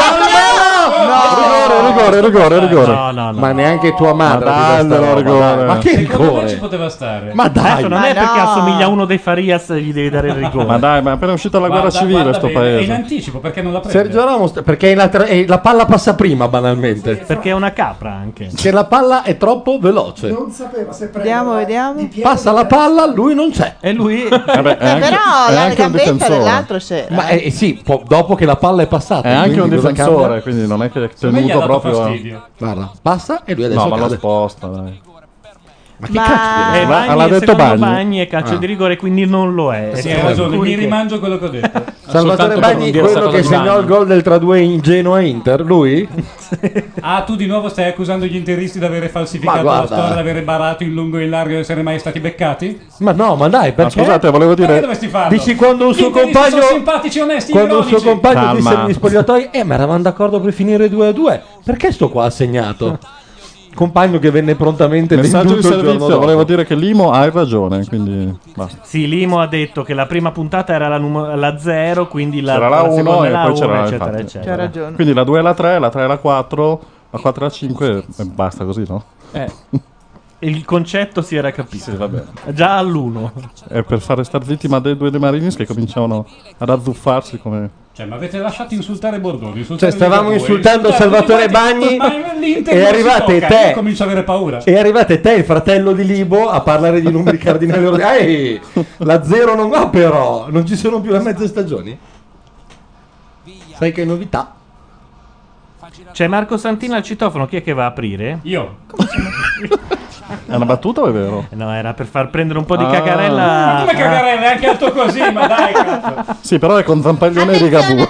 rigore. No. Ma neanche tua madre. Ma ha detto dai, sta roba, rigore. dai. Ma che Secondo me ci rigore? poteva stare. Ma dai, Adesso non è Ma perché no. assomiglia a uno dei Farias gli devi dare il rigore. Ma dai, ma è appena uscita la guerra civile guarda sto bene, È in paese. anticipo, perché non la prende? Sergio Ramos, perché la palla passa prima, banalmente. Perché è una capra anche. Che la palla è troppo veloce. Non sapeva se prendere Vediamo. di piede Passa la palla, lui non c'è. E lui Vabbè, è anche, Però è la anche un gambetta difensore. dell'altro c'era. Ma sì, dopo che la palla è passata. È anche un quindi cosa difensore, cambia? quindi non è che è Secondo me gli ha tenuto dato proprio. fastidio. Guarda, passa e lui adesso No, ma lo cade. sposta, dai. Ma che cazzo E Ma Bagni, l'ha il detto secondo Bagni? Bagni è calcio Ah. di rigore, quindi non lo è. Sì, hai ragione, mi rimangio quello che ho detto. Salvatore Soltanto per Bagni, non dire sta quello cosa che di segnò Bagni. il gol del 3-2 in Genoa Inter, lui? Ah, tu di nuovo stai accusando gli interisti di avere falsificato Ma la guarda. storia, di avere barato in lungo e in largo e di essere mai stati beccati? Ma no, ma dai, Ma perché? scusate, volevo Perché dire. dovresti farlo? Dici quando un Gli suo interisti compagno sono simpatici, onesti, quando un suo ironici. compagno Calma. disse negli spogliatoi ma eravamo d'accordo per finire 2-2, perché sto qua ha segnato? Compagno che venne prontamente Messaggio di venduto il giorno servizio, dopo. volevo dire che Limo hai ragione, quindi basta. Sì, Limo ha detto che la prima puntata era la 0, quindi C'era la 1 seconda e la poi 1, c'era eccetera, infatti. eccetera. C'ha ragione. Quindi la 2 e la 3, la 3 e la 4, la 4 e la 5 e basta così, no? Il concetto si era capito. Sì, vabbè. Già all'1. È per fare star zitti ma dei due dei Marinis che cominciavano ad azzuffarsi come... Cioè, ma avete lasciato insultare Bordoni? Cioè, stavamo insultando Salvatore Bagni e arrivate Io te. comincio ad avere paura. E arrivate te, il fratello di Libo, a parlare di numeri cardinali ordinari. La 0 non va però. Non ci sono più le mezze stagioni? Sai che novità? C'è Marco Santino al citofono. Chi è che va a aprire? Io. È una battuta o è vero? No, era per far prendere un po' di Ah. cagarella. Ma come cagarella? È anche alto così, ma dai, cazzo. Sì, però è con Zampaglione e Rigabue.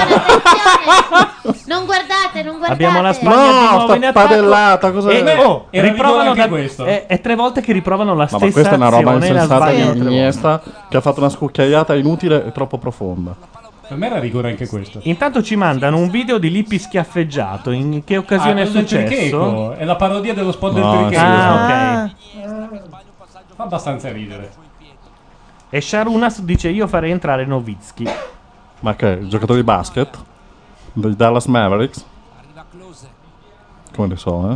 Non guardate, non guardate. Abbiamo la Spagna No, di nuovo sta in attacco. padellata, cos'è? E riprovano anche da- questo. È 3 volte che riprovano la No, stessa ma questa è una roba azione e la insensata sbagliano di 3 volte. Iniesta che ha fatto una scucchiaiata inutile e troppo profonda. Per me era rigore anche questo. Intanto ci mandano un video di Lippi schiaffeggiato. In che occasione è quello del successo? Tricheco. È la parodia dello spot del No, Tricheco. Ah, ok. Fa abbastanza ridere. E Sharunas dice: io farei entrare Nowitzki. Ma che? Il giocatore di basket? Dei Dallas Mavericks? Come ne so,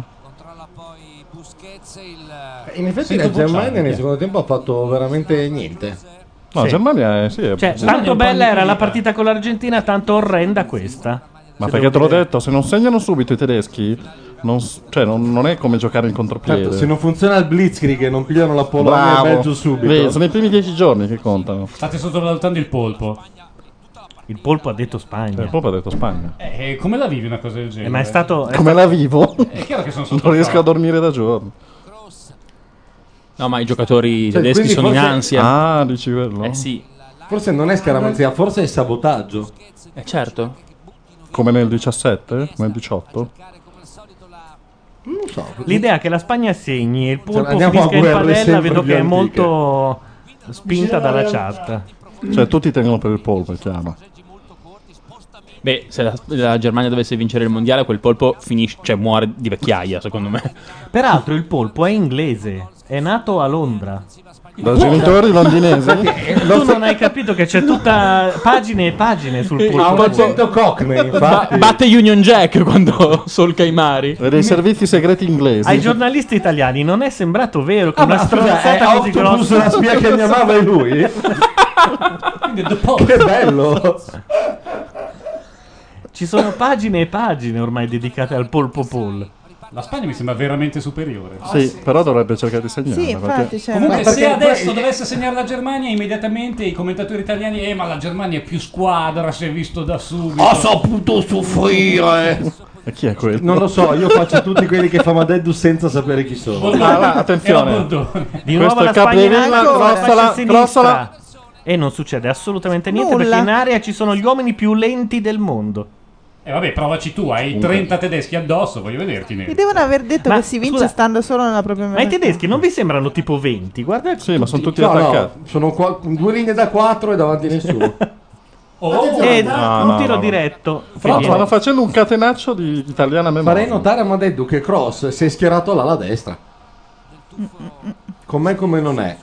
In effetti Sento la Germania bocciare, nel chi è? secondo tempo ha fatto veramente niente. No, Sì. Germania è... Sì, è Cioè, tanto bella era la partita con l'Argentina, tanto orrenda questa. Ma Se perché te devo l'ho dire. detto, se non segnano subito i tedeschi, non è come giocare in contropiede. Certo, se non funziona il Blitzkrieg e non pigliano la Polonia e il Bravo. Belgio subito. Vedi, sono i primi 10 giorni che contano. State sottovalutando il polpo. Il polpo ha detto Spagna. Il polpo ha detto Spagna. Come la vivi una cosa del genere? Ma è stato. Come la vivo? È chiaro che sono sotto Non riesco shock. a dormire da giorni. No, ma i giocatori Cioè, tedeschi quindi sono in forse- ansia. Ah, dici quello? Eh sì. Forse non è scaramanzia, forse è sabotaggio. Certo. Come nel 17? Nel 18? Non so. L'idea che la Spagna segni e il polpo andiamo a finisca in guerre padella, sempre vedo più che è antiche. molto spinta dalla chat. Cioè, tutti tengono per il polpo, è chiaro. Beh, se la Germania dovesse vincere il mondiale, quel polpo finisce, cioè muore di vecchiaia, secondo me. Peraltro il polpo è inglese, è nato a Londra. Da genitori londinesi? Tu non hai capito che c'è tutta pagine e pagine sul polpo. Ha un accento cockney, infatti. Batte Union Jack quando solca i mari. E dei servizi segreti inglesi. Ai giornalisti italiani non è sembrato vero che una Ma scusa, stronzata è così Octopus grossa. la spia che mi amava e lui? Che bello! Ci sono pagine e pagine ormai dedicate al polpo Paul. La Spagna mi sembra veramente superiore. Sì, però dovrebbe cercare di segnare. Sì, infatti, cioè, Comunque, ma se perché adesso poi- dovesse segnare la Germania, immediatamente i commentatori italiani, ma la Germania è più squadra, si è visto da subito. Ho saputo soffrire! E chi è quello? Non lo so, io faccio tutti quelli che fa Madeddu senza sapere chi sono. Ah, là, attenzione. Di nuovo Questo la è Spagna in Capdevilla, angolo, crossola, fascia sinistra. crossola. E non succede assolutamente niente Nulla. perché in area ci sono gli uomini più lenti del mondo. E vabbè, provaci tu, hai 30 tedeschi addosso, voglio vederti. Mi devono aver detto Ma, che si vince scusa, stando solo nella propria Ma i tedeschi non vi sembrano tipo 20? Guarda, Sì, ma sono tutti No, no, attaccati. sono due linee da 4 e davanti nessuno. E No, un no, tiro no. diretto. Fra l'altro Finito. stanno facendo un catenaccio di italiana memoria. Farei notare a Madeddu che Cross si è schierato là alla destra. Con me come non è.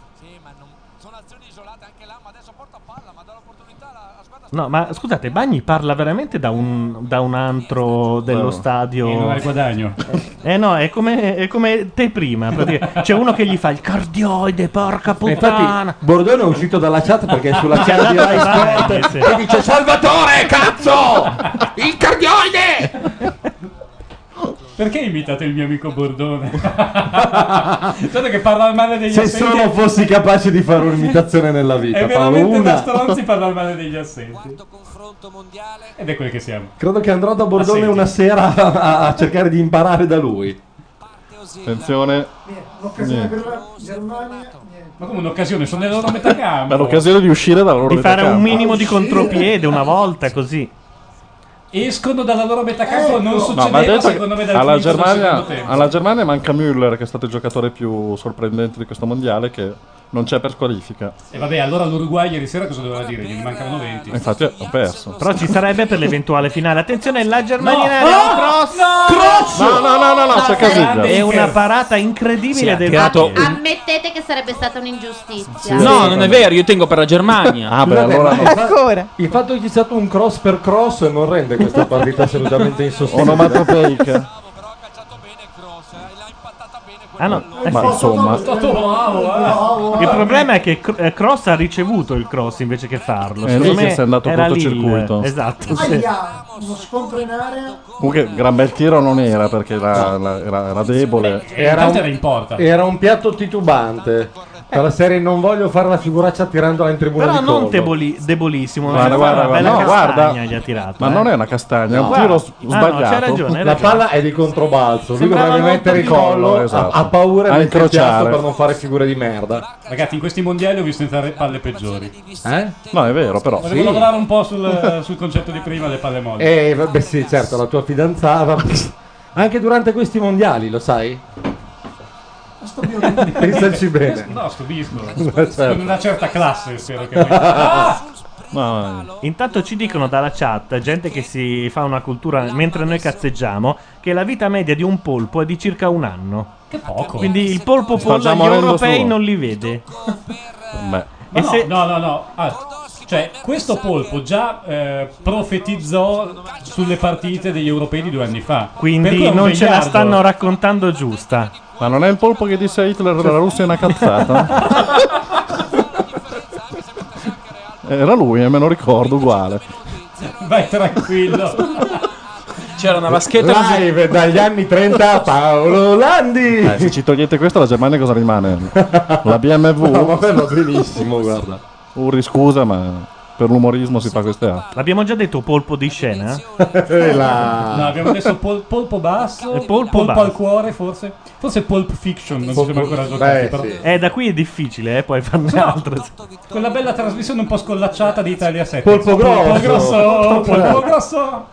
No, ma scusate, Bagni parla veramente da un antro dello No. stadio. E non hai guadagno. No, è come te prima. praticamente. C'è uno che gli fa il cardioide, porca E infatti puttana. Bordone è uscito dalla chat perché è sulla Ci è chat di andato Rai a Sport Bagni, sì. e dice Salvatore, cazzo! Il cardioide! Perché imitate il mio amico Bordone? Guarda che parla male degli Se assenti. solo fossi capace di fare un'imitazione nella vita, È Paolo, veramente da una. stronzi parlare male degli assenti. Ed è quel che siamo. Credo che andrò da Bordone Assenti. una sera a cercare di imparare da lui. Attenzione. L'occasione per la Germania. Ma come un'occasione, sono nella loro metacampo. È l'occasione di uscire dalla loro Di fare un metacampo. minimo di contropiede una volta così. Escono dalla loro metacampo, non No, ma ha succedeva detto secondo me che dal alla finito del Germania, secondo tempo. alla Germania manca Müller, che è stato il giocatore più sorprendente di questo mondiale, che non c'è per squalifica. E vabbè, allora l'Uruguay ieri sera cosa doveva dire? Gli mancavano 20. Infatti ho perso. Però ci sarebbe per l'eventuale finale. Attenzione, la Germania No, in area, no, un cross. Cross! No, c'è Casiglia. È una parata incredibile Sì, ha del tirato portiere. Ammettete che sarebbe stata un'ingiustizia. No, non è vero, io tengo per la Germania. Ah, beh, Scusate, allora ma no. Ancora. il fatto che ci sia stato un cross per cross non rende questa partita assolutamente insostenibile. Onomatopeica. Ah no, Ma insomma, il problema è che Cross ha ricevuto il cross invece che farlo. È Secondo lì che me si è andato era lì cortocircuito. esatto. Sì. Aia, uno scontro in area. comunque gran bel tiro non era perché era debole. Era un piatto titubante. Per la serie non voglio fare la figuraccia tirandola in tribuna Però di non collo. debolissimo. Guarda, Una guarda, bella no, castagna guarda. gli ha tirato. Ma non è una castagna, è un No. tiro Ah, sbagliato. no, c'hai ragione, La palla è di controbalzo. Lui Sembrava dovrebbe mettere il collo, esatto. ha paura A di mettere il piatto incrociare. per non fare figure di merda. Ragazzi, in questi mondiali ho visto entrare palle peggiori. No, è vero, però. Volevo lavorare un po' sul concetto di prima, le palle molli. Vabbè, sì, certo, la tua fidanzata. Anche durante questi mondiali, lo sai? Pensaci bene. No, stupisco. Certo. Con una certa classe, spero che. Ah! Intanto ci dicono dalla chat, gente che si fa una cultura mentre noi cazzeggiamo, che la vita media di un polpo è di circa un anno. Che poco. Quindi il polpo Sta pollo già agli morendo europei solo. non li vede. Beh. Ma E no, se- no. Cioè, questo polpo già profetizzò sulle partite degli europei di 2 anni fa. Per cui Quindi è un non ce la vegliardo. stanno raccontando giusta. Ma non è il polpo che disse a Hitler la Russia è una cazzata? Era lui, me lo ricordo uguale. Vai tranquillo. C'era una vaschetta Live dagli anni 30 Paolo Landi. Se ci togliete questo, la Germania cosa rimane? La BMW? No, ma quello benissimo, guarda. Uri, scusa, ma per l'umorismo si fa queste altre. L'abbiamo già detto polpo di scena? No, abbiamo adesso polpo basso, polpo basso. al cuore, forse. Forse Pulp Fiction, non si siamo ancora giocati. Però. Da qui è difficile, puoi farne altre. Quella bella trasmissione un po' scollacciata di Italia 7. Polpo grosso. Polpo grosso.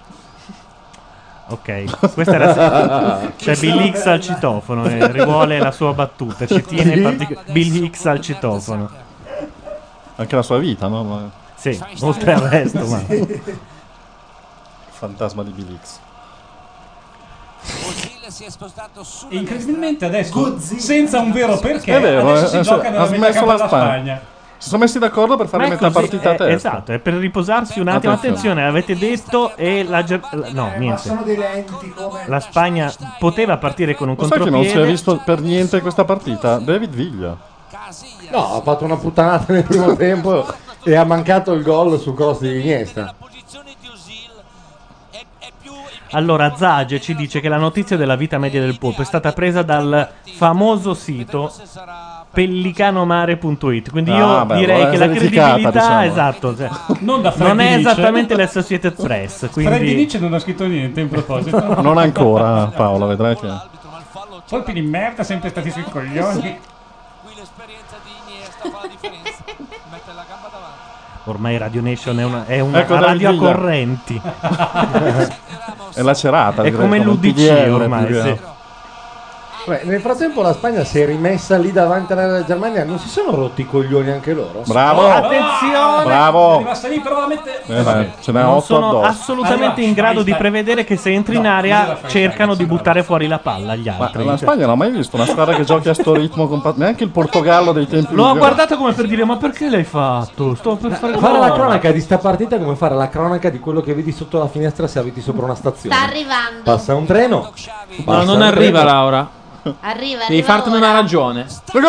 Ok, questa era. C'è Bill X al citofono e rivuole la sua battuta. Ci tiene Bill X al citofono. Anche la sua vita, no? Ma... Sì, oltre al resto, ma. Fantasma di Bill X. E incredibilmente adesso, senza un vero perché, È vero, adesso si gioca nella ha metà smesso campo la della Spagna. Spagna. Si sono messi d'accordo per fare Ma è metà così, partita a testa. esatto, è per riposarsi un attimo. Attenzione, avete detto e no, Ma niente. sono dei lenti come. La Spagna poteva partire con un Lo sai che non si è contropiede. visto per niente questa partita? David Villa. No, ha fatto una puttanata nel primo tempo e ha mancato il gol sul cross di Iniesta. Allora, Zage ci dice che la notizia della vita media del polpo è stata presa dal famoso sito pellicanomare.it. Quindi io beh, direi allora che è la verificata, credibilità, diciamo. esatto, cioè, Non da non è Freddy esattamente l'Associated Press. Freddy Quindi Nietzsche non ha scritto niente in proposito. Non ancora, Paolo, vedrai che... Colpi di merda sempre stati sui coglioni. ormai Radio Nation è una Ecco, radio a David Villa. correnti. È lacerata. È direi, come il l'UDC PDL, ormai, più che sì. altro. Beh, nel frattempo la Spagna si è rimessa lì davanti alla Germania. Non si sono rotti i coglioni anche loro? Bravo! Attenzione! Bravo! È rimasta lì, però la mette. Dai, ce n'è Non 8 sono addosso. assolutamente in grado di prevedere che se entri in area cercano di buttare fuori la palla agli Ma altri. la Spagna non ho mai visto una squadra che giochi a sto ritmo neanche il Portogallo dei tempi L'ho migliori. guardato come per dire: ma perché l'hai fatto? Sto per fare Fare la gol." cronaca di sta partita è come fare la cronaca di quello che vedi sotto la finestra se abiti sopra una stazione. Sta arrivando. Passa un treno. No, passa non un arriva treno. Laura. Arriva, Devi fartene una ragione.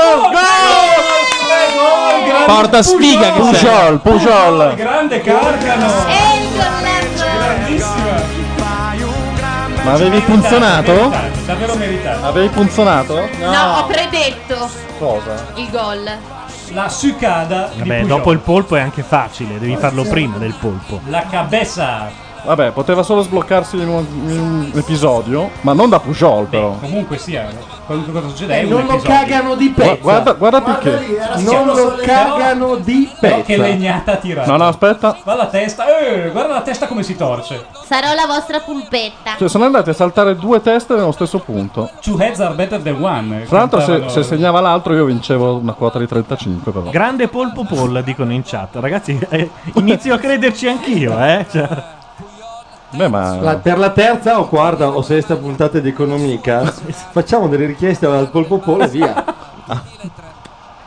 Porta sfiga che sei. Pujol. Grande Carcano. Ma avevi punzonato? Davvero meritato. Avevi punzonato? No, ho predetto Cosa? il gol. La sucada di Vabbè, Pujol. dopo il polpo è anche facile, devi farlo prima del polpo. La cabeza. Vabbè, poteva solo sbloccarsi in un episodio, ma non da Pujol però. Comunque sia, qualunque cosa succede è un Non lo episodio. cagano di pezza. Guarda Piqué. Non lo cagano di Però che pezza. legnata tirata. No, aspetta. Guarda la testa, guarda la testa come si torce. Sarò la vostra pulpetta. Cioè, sono andati a saltare due teste nello stesso punto. Two heads are better than one. Tra l'altro, Cantavano- se segnava l'altro, io vincevo una quota di 35. Però. Grande polpo poll, dicono in chat. Ragazzi, inizio a crederci anch'io, Cioè, Beh, ma. Per la terza o quarta o sesta puntata di Economica facciamo delle richieste al polpo polo e via.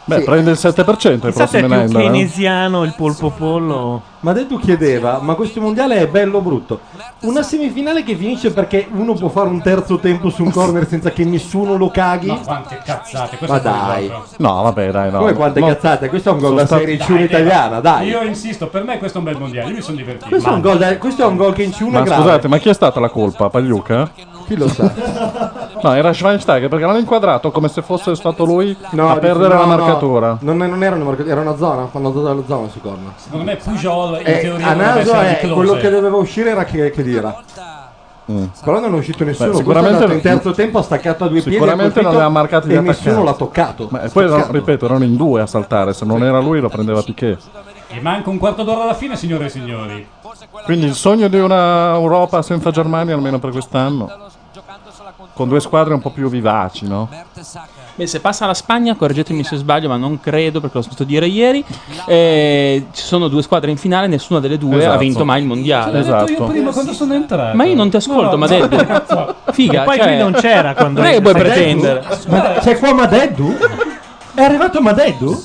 Beh, prende il 7% ai Chissà se è prossimi più Nender. keynesiano il polpo pollo. Ma Deddu chiedeva, ma questo mondiale è bello o brutto? Una semifinale che finisce perché uno può fare un terzo tempo su un corner senza che nessuno lo caghi? Ma quante cazzate, questo Ma è fuori dai. gioco. No, vabbè, dai, no. Come quante cazzate? Questo è un gol da Serie C1 Dai, italiana, dai. Io insisto, per me questo è un bel mondiale, io mi sono divertito. Questo è un gol, questo è un gol che in C1 Ma è grave. scusate, ma chi è stata la colpa? Pagliuca? Chi lo sa? No, era Schweinsteiger perché l'hanno inquadrato come se fosse stato lui a perdere la marcatura. Non era una marcatura, era una zona, fanno dato la zona su corner. Secondo me Pujol in teoria A dovrebbe naso essere di è Klose. quello che doveva uscire era Khedira. Però non è uscito nessuno. Beh, Sicuramente sicuramente in terzo tempo ha staccato a due piedi. Sicuramente non le ha marcati gli e attaccanti. nessuno l'ha toccato. Ma poi, ripeto, erano in due a saltare. Se non era lui, lo prendeva Piquet. E manca un quarto d'ora alla fine, signore e signori. Quindi il sogno di una Europa senza Germania, almeno per quest'anno, con due squadre un po' più vivaci, no? Beh, se passa la Spagna, correggetemi se sbaglio, ma non credo perché l'ho sentito dire ieri. Ci sono due squadre in finale, nessuna delle due Esatto. ha vinto mai il mondiale. L'ho detto io prima quando sono entrato. Ma io non ti ascolto, ma detto. Figa, E poi cioè, qui non c'era quando. non è che puoi Madeddu? pretendere. C'è qua Madeddu? È arrivato Madeddu?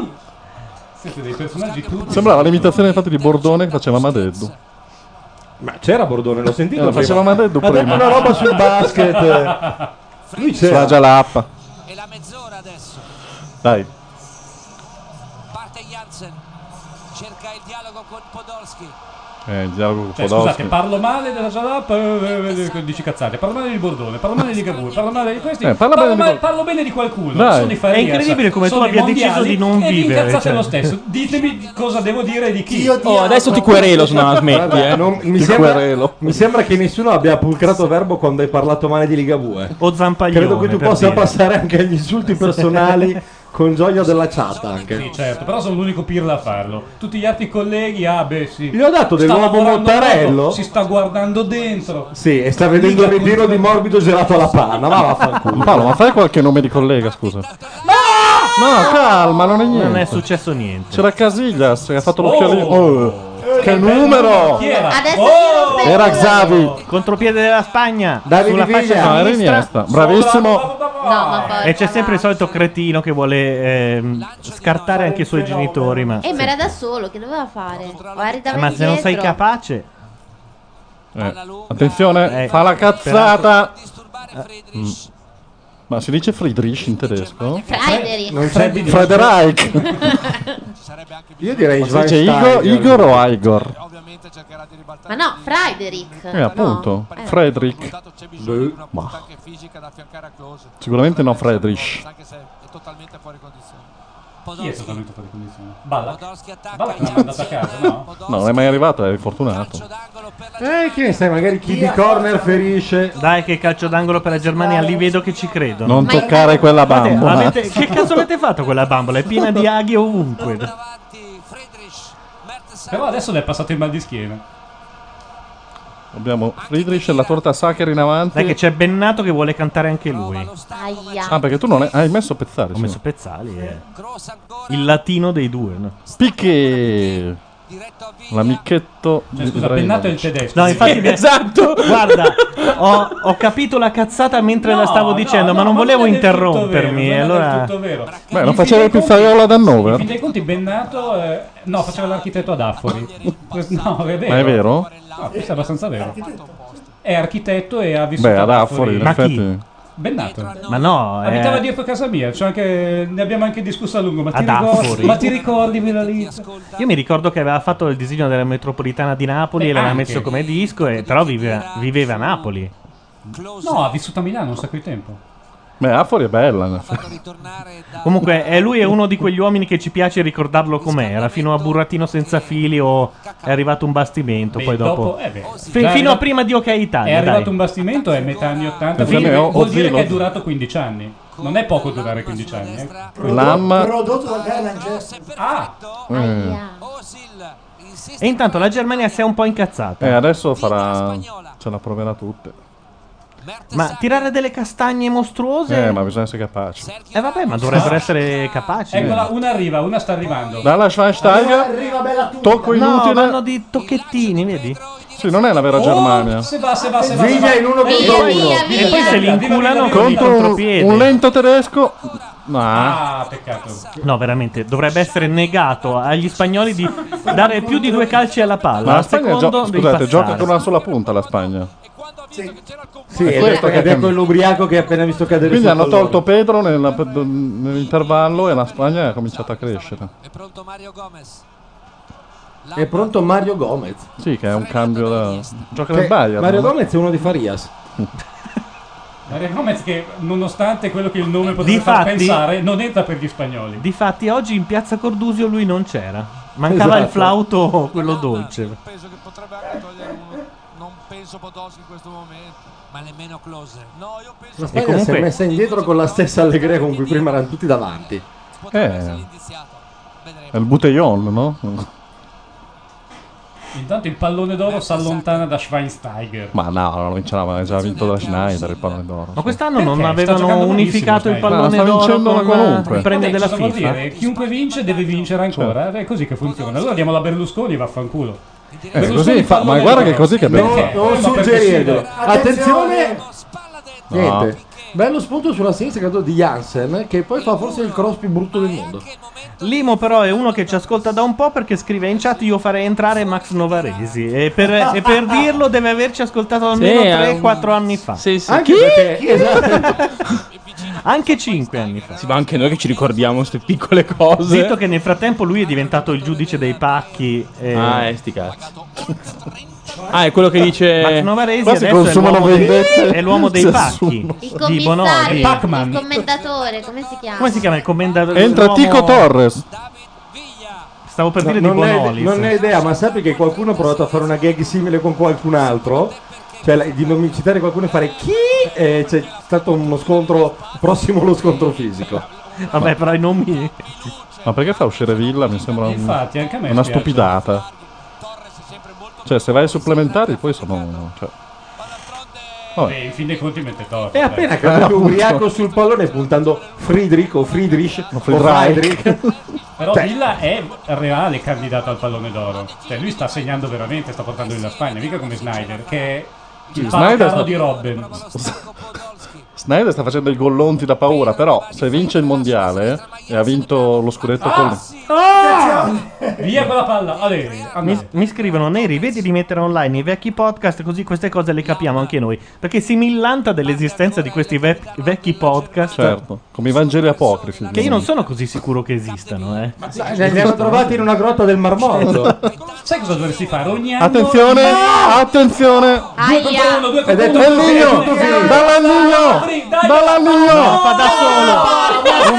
Siete dei personaggi tutti. Sembrava l'imitazione infatti di Bordone che faceva Madeddu. Ma c'era Bordone, l'ho sentito. Lo faceva Madeddu Ha detto prima. una roba sul basket. Lui c'era. Sulla Jalappa. E la mezz'ora adesso. Dai. Parte Jansen. Cerca il dialogo con Podolski. Il dialogo con Cioè, Podolski. scusate, parlo male della Jalap, dici cazzate, parlo male di Bordone, parlo male di Ligabue, parlo male di questi, parla bene di parlo bene di qualcuno. Dai. Sono i Farias, È incredibile come tu sono i abbia deciso mondiali di non e vi vivere, incazzate cioè. lo stesso. Ditemi cosa devo dire di chi. Oh, adesso ti querelo se non la smetti, Vabbè, mi sembra che nessuno abbia pulcrato verbo quando hai parlato male di Ligabue. O Zampaglione. Credo che tu per possa dire. passare anche agli insulti personali con gioia della chat anche. Sì, certo, però sono l'unico pirla a farlo. Tutti gli altri colleghi, sì. Gli ho dato del Sta nuovo lavorando Mottarello. poco, si sta guardando dentro. Sì, e sta vedendo il ritiro di morbido gelato alla panna. Ma vaffanculo. Paolo, ma fai qualche nome di collega, scusa? No, calma, non è niente. Non è successo niente. C'era Casillas che ha fatto l'occhialino. Oh, che numero! Chi era? Adesso Era Xavi. Contropiede della Spagna. Davide sulla Villa. fascia No, era sinistra. Iniesta. Bravissimo. No, ma poi. E c'è sempre il solito cretino che vuole scartare anche i suoi genitori. Ma Ma era da solo, che doveva fare? O eri da ma se non sei dietro? capace. Attenzione, fa la cazzata. Ma si dice Friedrich in tedesco? Friedrich. Non c'è bisogno. Frederik. Io direi Ma si dice Schweinsteiger. Igor o Igor? Ma no, Friedrich. Appunto, No. Friedrich. Ma. Sicuramente no Friedrich. Chi è totalmente fuori condizione? Balla? Balla che l'ha mandato a casa, no? No, non è mai arrivato, è fortunato. Che ne sai, magari chi di corner ferisce. Dai, che calcio d'angolo per la Germania. Lì vedo che ci credono. Non toccare quella Guardate, bambola. che cazzo avete fatto quella bambola? È piena di aghi ovunque. Però adesso le è passato il mal di schiena. Abbiamo Friedrich e la torta Sacher in avanti. Dai che c'è Bennato che vuole cantare anche lui. Aia. Ah, perché tu non hai messo Pezzali. Ho sì. messo Pezzali, il latino dei due, no? Picche. L'amichetto Cioè, di scusa, Bennato è il Ibrahimovic. tedesco. No, infatti Esatto. Guarda, ho capito la cazzata mentre la stavo dicendo, ma non volevo interrompermi. Allora Beh, non faceva il pizzaiolo ad In fin Hannover? dei conti Bennato no, faceva l'architetto ad Affori. No, è vero. Ma è vero? No, questo è abbastanza vero. È architetto e ha vissuto Beh, ad Affori, in Ma chi? effetti. Bennato. Ma no, Abitava dietro casa mia, ne abbiamo anche discusso a lungo. Ma Ad Affori? ma ti ricordi Villalizza? io mi ricordo che aveva fatto il disegno della metropolitana di Napoli e l'aveva anche. messo come disco, però viveva a Napoli. No, ha vissuto a Milano un sacco di tempo. Beh, Affori è bella, in effetti. Comunque, lui è uno di quegli uomini che ci piace ricordarlo com'era, fino a Burattino senza fili o è arrivato un bastimento, Beh, poi dopo. beh, Fino a prima di OK Italia. È arrivato dai. un bastimento, è metà anni 80, Attenzione, vuol dire Ozilo. che è durato 15 anni. Non è poco durare 15 anni. Lam. Prodotto da Gailan Jester. Ah! E intanto la Germania si è un po' incazzata. Adesso ce la proverà tutte. Ma tirare delle castagne mostruose? Ma bisogna essere capaci. Vabbè, ma dovrebbero essere capaci. Eccola, una arriva, una sta arrivando. Dalla Schweinsteiger. Arriva bella tutta. Tocco No, inutile. vanno di tocchettini, vedi? Sì, non è la vera Germania. Se va. Viglia in uno contro uno. E poi se li inculano con i Contro contropiedi. un lento tedesco. peccato. No, veramente, dovrebbe essere negato agli spagnoli di dare più di 2 calci alla palla. Ma la Al Spagna secondo devi scusate, gioca passare. con una sola punta la Spagna. Sì, È questo che ed è cambia. quell'ubriaco che ha appena visto cadere Quindi sul hanno pallone. tolto Pedro nell'intervallo e la Spagna ha cominciato a crescere. È pronto Mario Gomez. Sì, che è un cambio da... Gioca Che nel Bayern. Mario no? Gomez è uno di Farias. Mario Gomez che nonostante quello che il nome potrebbe far Difatti- pensare non entra per gli spagnoli. Difatti oggi in piazza Cordusio lui non c'era. Mancava Esatto. il flauto, quello dolce. Non penso Podolski in questo momento, ma nemmeno Klose. No, io penso La Spagna si è messa indietro con la stessa allegria con cui prima erano tutti davanti. È il Butellon, no? Intanto il pallone d'oro si allontana da Schweinsteiger. Ma no, non vincerà, ma ha già vinto da Schneider il pallone d'oro. Ma quest'anno non Perché? Sta avevano giocando unificato il benissimo, pallone sta d'oro vincendo con qualunque. il premio della cosa vuol FIFA? dire? Chiunque vince deve vincere ancora. È così che funziona. Allora diamo la Berlusconi e vaffanculo. Così fa, ma guarda che così che è bello. Perché? Non Ma perché suggerirglielo. sì, Attenzione! No. Niente. Bello spunto sulla sinistra credo di Jansen, che poi fa forse il cross più brutto del mondo. Limo però è uno che ci ascolta da un po' perché scrive in chat io farei entrare Max Novaresi e per dirlo deve averci ascoltato almeno Sì, 3-4 anni fa. Sì, sì. Anche perché Anche 5 anni fa. Sì, ma anche noi che ci ricordiamo queste piccole cose. Zitto che nel frattempo lui è diventato il giudice dei pacchi. Sti cazzi. Ah, è quello che dice Max Novaresi Qua si adesso consumano vendette. è l'uomo dei Si pacchi assumono. Il di Bonomi. commissario, Pac-Man. il commendatore, come si chiama? Come si chiama il commendatore? Entra l'uomo- Tico Torres. Stavo per dire non, di Bonolis. non ne ho idea, ma sappi che qualcuno ha provato a fare una gag simile con qualcun altro? Cioè di non citare qualcuno e fare chi? E c'è stato uno scontro prossimo allo scontro fisico. Vabbè, però i nomi. Ma perché fa uscire Villa? Mi sembra Infatti, anche a me una spiace. stupidata. Cioè, se vai ai supplementari, poi sono. Cioè... Vabbè. In fin dei conti mette torto. È appena caduto ubriaco sul pallone puntando Friedrich o Friedrich o Friedrich. Però Cioè, Villa è reale candidato al pallone d'oro. Cioè lui sta segnando veramente, sta portando in la Spagna, mica come Snyder, che è il Snyder carro sta- di Robben. Snyder sta facendo i gollonti da paura, però se vince il mondiale e ha vinto lo scudetto con. Via con la palla. Mi scrivono Neri, vedi di mettere online i vecchi podcast così queste cose le capiamo anche noi. Perché si millanta dell'esistenza di questi vecchi podcast. Certo, come i Vangeli apocrifi. Che io non sono così sicuro che esistano, eh. li hanno trovati in una grotta del Mar Morto. Sai cosa dovresti fare? Ogni anno. Attenzione, attenzione! Due contro uno, due Ed contro è uno. tutto Nino! finito, tutto finito. Dall'Annino! Dall'Annino! No, fa da solo.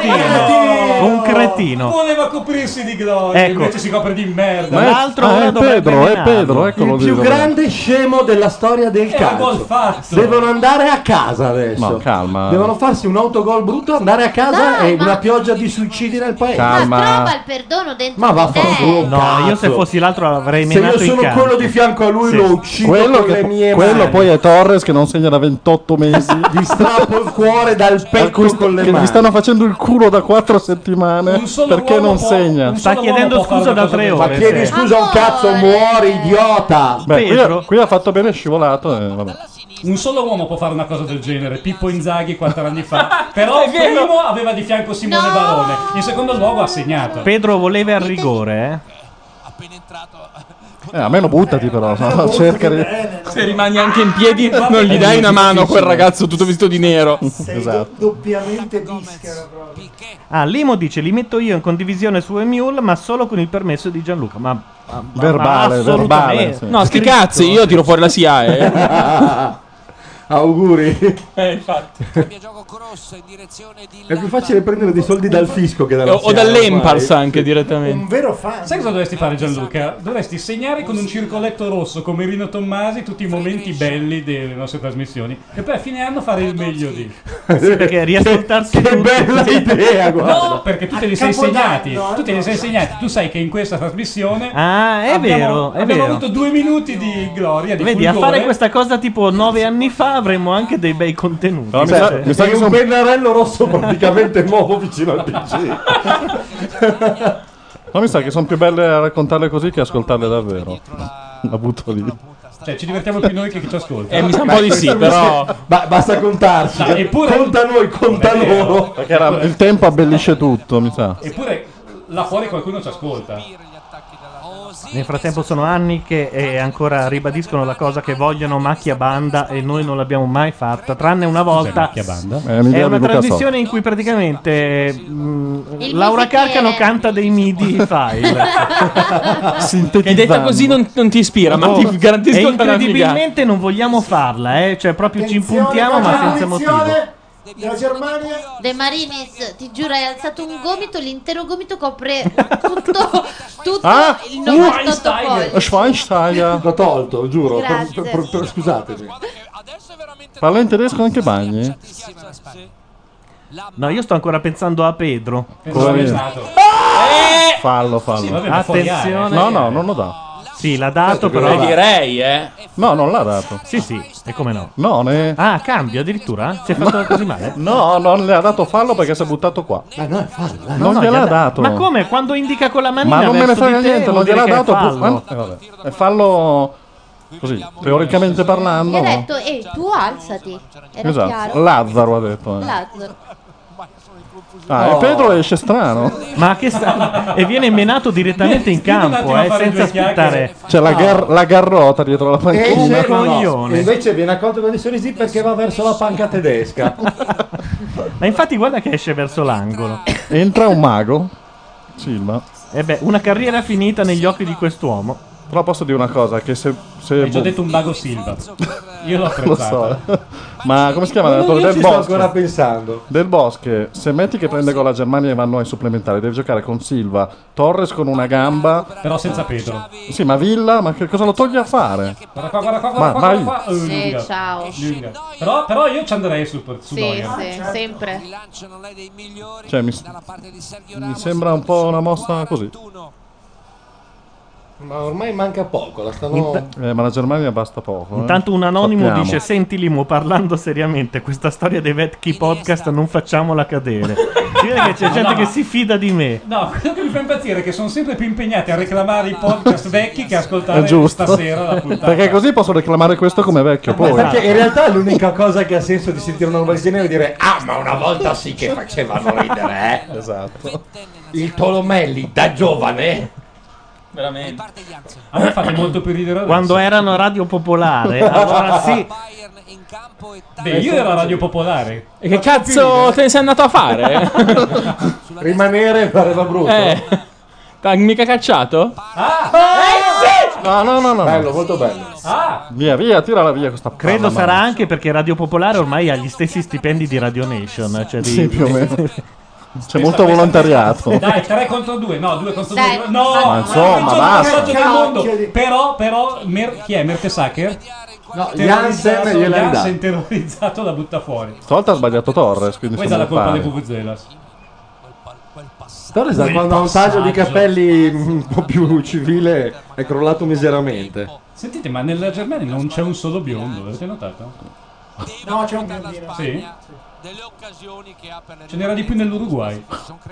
Un cretino. Voleva coprirsi di gloria, Ecco. invece si copre di merda. Ma l'altro Ah, ora è dovrebbe Pedro, è menarlo. Pedro, eccolo Il lì. più grande scemo della storia del Era gol calcio. fatto. Devono andare a casa adesso. No, calma. Devono farsi un autogol brutto, andare a casa Dai, e ma- una pioggia di suicidi nel paese. Calma. Ma trova il perdono dentro Ma di vaffanculo. te. No, io se Cazzo. fossi l'altro avrei Se menato io i sono campi. quello di fianco a lui Sì. lo uccido Quello, con le mie quello mani. poi è Torres che non segna da 28 mesi. Gli strappo il cuore dal petto con le che mani. gli stanno facendo il culo da 4 settimane Un solo perché uomo non può- segna. un Sta solo chiedendo uomo può scusa fare da una cosa 3 del Ma ore. chiedi sì. scusa un cazzo, muori, idiota. Beh, Vero? qui ha fatto bene, è scivolato. Vabbè. Un solo uomo può fare una cosa del genere, Pippo Inzaghi 4 anni fa. Però il primo aveva di fianco Simone No! Barone, in secondo luogo ha segnato. Pedro voleva il rigore, Almeno buttati però. No? Cerca di... Se rimani anche in piedi, non gli dai una mano a quel ragazzo tutto vestito di nero. Esatto. Doppiamente bischero proprio. Ah, Limo dice li metto io in condivisione su Emule ma solo con il permesso di Gianluca. Ma Verbale, assolutamente. verbale, sì. No, sti Scritto. cazzi, io tiro fuori la SIAE. Auguri. Infatti. È più facile prendere dei soldi dal fisco che dalla O dall'Empals anche direttamente. Un vero fan. Sai cosa dovresti fare, Gianluca? Dovresti segnare con un circoletto rosso come Rino Tommasi tutti i momenti belli delle nostre trasmissioni e poi a fine anno fare il meglio di. Sì, perché riascoltarsi Che tutti. bella idea, guarda. No, perché tu te li sei segnati. Capodanno, Tu te li sei segnati. Tu sai che in questa trasmissione Ah, è vero, è abbiamo vero. avuto 2 minuti di gloria, di Vedi, a fulgore. fare questa cosa tipo 9 anni fa avremmo anche dei bei contenuti. Però mi Cioè, sa- mi sa Sei che un son- pennarello rosso praticamente nuovo vicino al PC. No, mi sa che sono più belle a raccontarle così che ascoltarle davvero. La butto lì. Cioè, ci divertiamo più noi che chi ci ascolta. Mi sa un po' di sì, però. Basta contarci. No, eppure- Conta noi, conta Non è vero. loro. Perché il tempo abbellisce tutto, mi sa. Eppure là fuori qualcuno ci ascolta. Nel frattempo sono anni che ancora ribadiscono la cosa che vogliono macchia banda e noi non l'abbiamo mai fatta, tranne una volta. macchia banda? È un'idea È una di Luca trasmissione in cui praticamente Laura Carcano canta dei MIDI file. Che detta così non ti ispira, ma ti garantisco E che è una figata. incredibilmente non vogliamo farla, cioè proprio ci impuntiamo ma senza motivo. Della Germania. De Marinis, ti giuro, hai alzato un gomito, l'intero gomito copre tutto il 98 pollici. Schweinsteiger. L'ho tolto, giuro. Grazie. Scusatemi. Parla in tedesco anche Bagni? No, io sto ancora pensando a Pedro. Fallo. Sì, vabbè, ma Attenzione. No, non lo dà. Sì, l'ha dato, però. direi, No, non l'ha dato. Sì, e come no? No, Ah, cambio addirittura? Si è fatto così male? No, non le ha dato fallo perché si è buttato qua. Ma no, è fallo. Non No, gliel'ha gli ha dato. Ma come? Quando indica con la manina Ma non me ne verso frega di te, niente, vuol non dire gliel'ha che è dato. fallo. Vabbè. È fallo così, teoricamente Gli parlando. ha detto, tu alzati. Era Esatto. chiaro. Lazzaro ha detto. Lazzaro. Ah, e Pedro esce strano. Ma che sta... E viene menato direttamente in campo, senza aspettare. C'è la garrota dietro la panchina. coglione. Invece viene accolto con dei sorrisi perché va verso la panca tedesca. Ma infatti guarda che esce verso l'angolo. Entra un mago, Silva. E beh, una carriera finita negli occhi di quest'uomo. Però posso dire una cosa, che se Hai già detto un mago Silva. Io l'ho lo apprezzato. so. Ma come si chiama No, l'allenatore io del ci sto Bosque? ancora pensando. Del Bosque, se metti che prende con la Germania e vanno ai supplementari, deve giocare con Silva, Torres con una gamba. Però senza Pedro. Sì, ma Villa, ma che cosa lo toglie a fare? Guarda qua, guarda qua, Ma guarda vai. qua. Sì, lunga. ciao. Lunga. Però io ci andrei su Sì, Neuer. sempre. Cioè, mi sembra un po' una mossa così. Ma ormai manca poco, la stanno... Ma la Germania basta poco. Intanto un anonimo Sappiamo. dice: Senti Limo, parlando seriamente, questa storia dei vecchi podcast non facciamola cadere. Si vede che c'è gente che si fida di me. No, quello che mi fa impazzire è che sono sempre più impegnati a reclamare i podcast vecchi che a È ascoltare giusto. stasera la puntata. Perché così posso reclamare questo come vecchio. Poi. Perché in realtà l'unica cosa che ha senso di sentire una roba del genere è dire ma una volta sì che facevano ridere, Esatto. Il Tolomelli da giovane. Veramente. A me fate molto più ridere adesso. Quando erano Radio Popolare, allora sì. Beh, io ero a Radio Popolare. E che cazzo te ne sei andato a fare? Rimanere pareva brutto. T'ha mica cacciato? No. Bello, molto bello. Via, tirala via questa Credo palla, sarà mamma. anche perché Radio Popolare ormai ha gli stessi stipendi di Radio Nation. Cioè Sì, più o meno. C'è molto volontariato. Dai, 3 contro 2. No, 2 contro 2. Dai. No, Ma insomma, basta. del mondo. Però chi è? Mertesacker? No, Jansen gliel'ha ridato. Jansen terrorizzato la butta fuori. Stavolta ha sbagliato Torres, quindi Poi siamo dà la colpa pari. alle Vuvuzelas. Torres da quando ha un taglio di capelli un po' più civile è crollato miseramente. Sentite, ma nella Germania non c'è un solo biondo, l'avete notato? No, c'è un biondino. Sì? Ce n'era di più nell'Uruguay.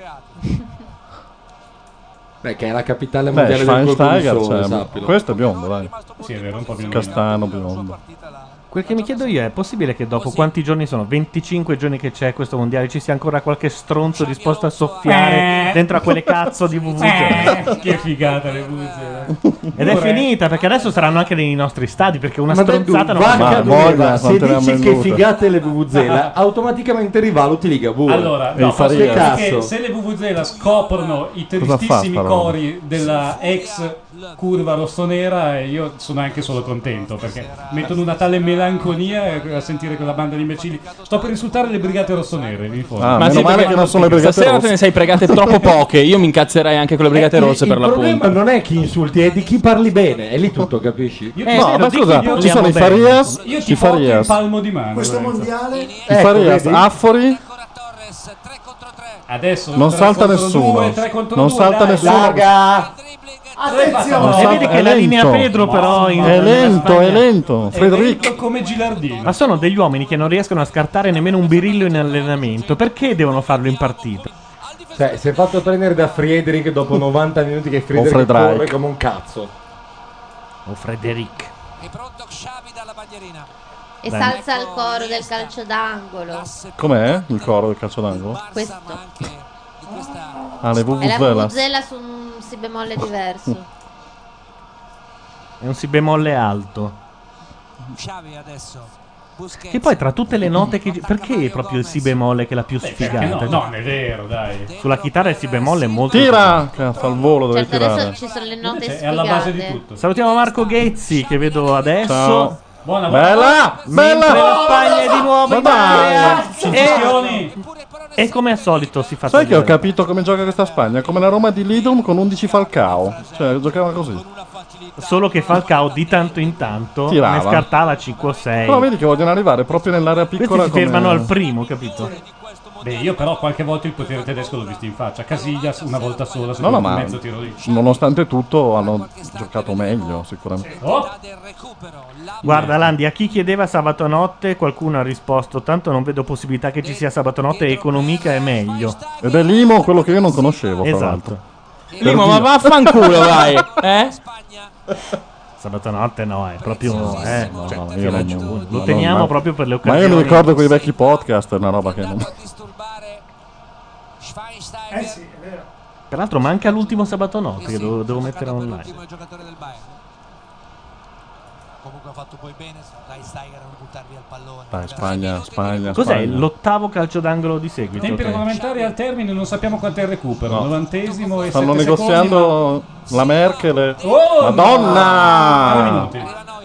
Beh, che è la capitale Beh, mondiale del colpo di Schweinsteiger, sole, cioè, sappilo. questo è biondo, dai. Sì, è vero, un po' biondo. Castano biondo. Quel che mi chiedo io è possibile che dopo quanti giorni sono? 25 giorni che c'è questo mondiale, ci sia ancora qualche stronzo disposto a soffiare dentro a quelle cazzo di VVZ? Che figata le Vuvuzelas. Ed è finita perché adesso saranno anche nei nostri stadi perché una Ma tu, stronzata non vacca va. Duneva, se quante ne ha dici che vendute. figate le Vuvuzela, automaticamente rivaluti Ligabue. Allora, E no, i posso dire Faria. che Cazzo. se le Vuvuzela scoprono i Cosa tristissimi fa, però? cori della ex curva rossonera, io sono anche solo contento perché mettono una tale melanconia a sentire quella banda di imbecilli. Sto per insultare le brigate rossonere, vi informo. Ah, meno male che non sono le brigate Stasera te rosse. ne sei pregate troppo poche. Io mi incazzerei anche con le brigate rosse per Il problema l'appunto. non è chi insulti, è di chi parli bene. È lì tutto, capisci? Io No, ma scusa, io ci sono i parliamo Farias, Io i ti porto il Farias, palmo di mano. Questo Lorenzo. mondiale i Farias, vedi? Affori, Adesso non 3 salta contro nessuno. 2, 3 contro Non 2, salta dai. nessuno. Larga! attenzione. E vedi che la linea Pedro però in È lento, Spagna- è lento. È Frederic. lento come Gilardino. Ma sono degli uomini che non riescono a scartare nemmeno un birillo in allenamento. Perché devono farlo in partita? Cioè, si è fatto prendere da Friedrich dopo 90 minuti che Friedrich Frederic. corre come un cazzo. O Frederic. È pronto Xavi dalla bandierina. E salza il coro del calcio d'angolo. Com'è il coro del calcio d'angolo? Questo. Ah, le È la vuvuzela. vuvuzela su un si bemolle diverso. È un si bemolle alto. Xavi adesso. Busquets. Che poi tra tutte le note che... Perché è proprio il si bemolle che è la più sfigata? No, non è vero, dai. Sulla chitarra il si bemolle è molto... Tira! Cazzo, al volo dove Certo, tirare. adesso ci sono le note Invece sfigate. è alla base di tutto. Salutiamo Marco Ghezzi che vedo adesso. Ciao. Buona, Bella! Mentre Bella! la Spagna è di nuovo in dai! area. E come al solito si fa Sai che ho togliere. capito come gioca questa Spagna? Come la Roma di Lidl con 11 Falcao. Cioè, giocava così. Solo che Falcao di tanto in tanto Tirava. ne scartava 5 o 6. Però vedi che vogliono arrivare proprio nell'area piccola. Questi si come- fermano al primo, capito? Beh, io però qualche volta il potere tedesco l'ho visto in faccia. Casillas una volta sola, No, secondo no, me ma mezzo tiro lì. nonostante tutto hanno giocato meglio, sicuramente. Oh! Guarda Landi, a chi chiedeva sabato notte qualcuno ha risposto tanto non vedo possibilità che ci sia sabato notte, economica è meglio. Ed è Limo quello che io non conoscevo, tra Esatto. l'altro. Limo, ma vaffanculo, vai. Sabato notte no, è proprio... No, cioè, io non- lo no, teniamo no, proprio per le Ma occasioni. io mi ricordo quei vecchi podcast, è una roba che non... Sì, è vero. Peraltro manca l'ultimo sabato notte che devo mettere online. Comunque ha fatto poi bene Steiger a non buttar via il pallone. Dai, Spagna. Cos'è Spagna. l'ottavo calcio d'angolo di seguito? Tempi Ok. regolamentari al termine, non sappiamo quanto è il recupero. No. 90esimo e Stanno 7 negoziando la Merkel e... Oh, Madonna! 9 minuti.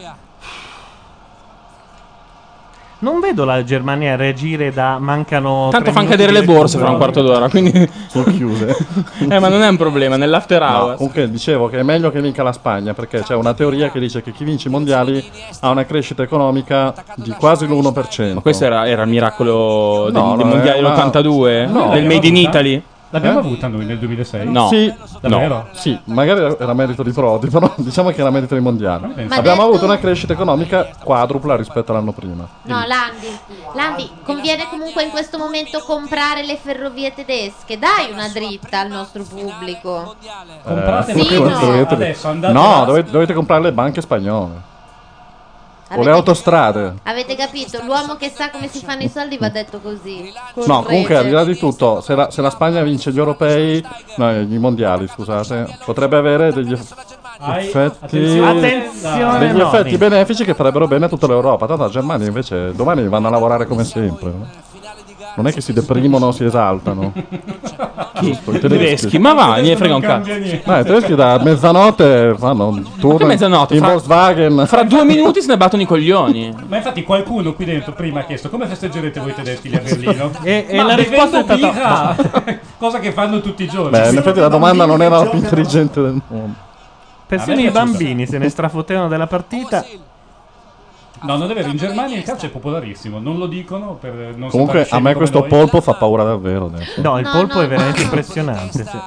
Non vedo la Germania reagire da mancano... Tanto 3 fanno minuti cadere di le borse fra recupero. un quarto d'ora, quindi... Sono chiuse. ma non è un problema, nell'after No, hours. comunque dicevo che è meglio che vinca la Spagna perché c'è una teoria che dice che chi vince i mondiali ha una crescita economica di quasi l'1%. Ma questo era il miracolo dei, No, dei no, mondiali è una- dell'82? No. Del Made in Italy? L'abbiamo avuta noi nel 2006? No. Sì, Davvero? no, sì, magari era merito di Prodi, però diciamo che era merito dei mondiali. Ma Abbiamo detto- avuto una crescita economica quadrupla rispetto all'anno prima. No, Landi, conviene comunque in questo momento comprare le ferrovie tedesche. Dai una dritta al nostro pubblico. Comprate Sì, le no. cose adesso, andate No, là. dovete comprare le banche spagnole. O le Avete- autostrade. Avete capito? L'uomo che sa come si fanno i soldi va detto così. No, comunque al di Correte. là di tutto, se la Spagna vince gli europei, no, i mondiali, scusate, potrebbe avere degli effetti, Attenzione, degli Noni. effetti benefici che farebbero bene a tutta l'Europa. Tanto la Germania invece domani vanno a lavorare come sempre. No? Non è che si deprimono, si esaltano. Giusto, i Tedeschi, ma va, gliene frega un cazzo. No, i tedeschi da mezzanotte fanno un turno Che mezzanotte? in Fra- Volkswagen. Fra 2 minuti se ne battono i coglioni. Ma infatti qualcuno qui dentro prima ha chiesto come festeggerete voi tedeschi lì a Berlino? E Ma la risposta è bevendo stata... birra, cosa che fanno tutti i giorni. Beh, in effetti la domanda non era la più intelligente del mondo. Persino A me i è piaciuta. bambini se ne strafotevano della partita. No, non è vero, in Germania il calcio è popolarissimo, non lo dicono per non Comunque sembrare a me scemi questo come noi. polpo fa paura davvero adesso. No, il polpo è veramente impressionante. sì.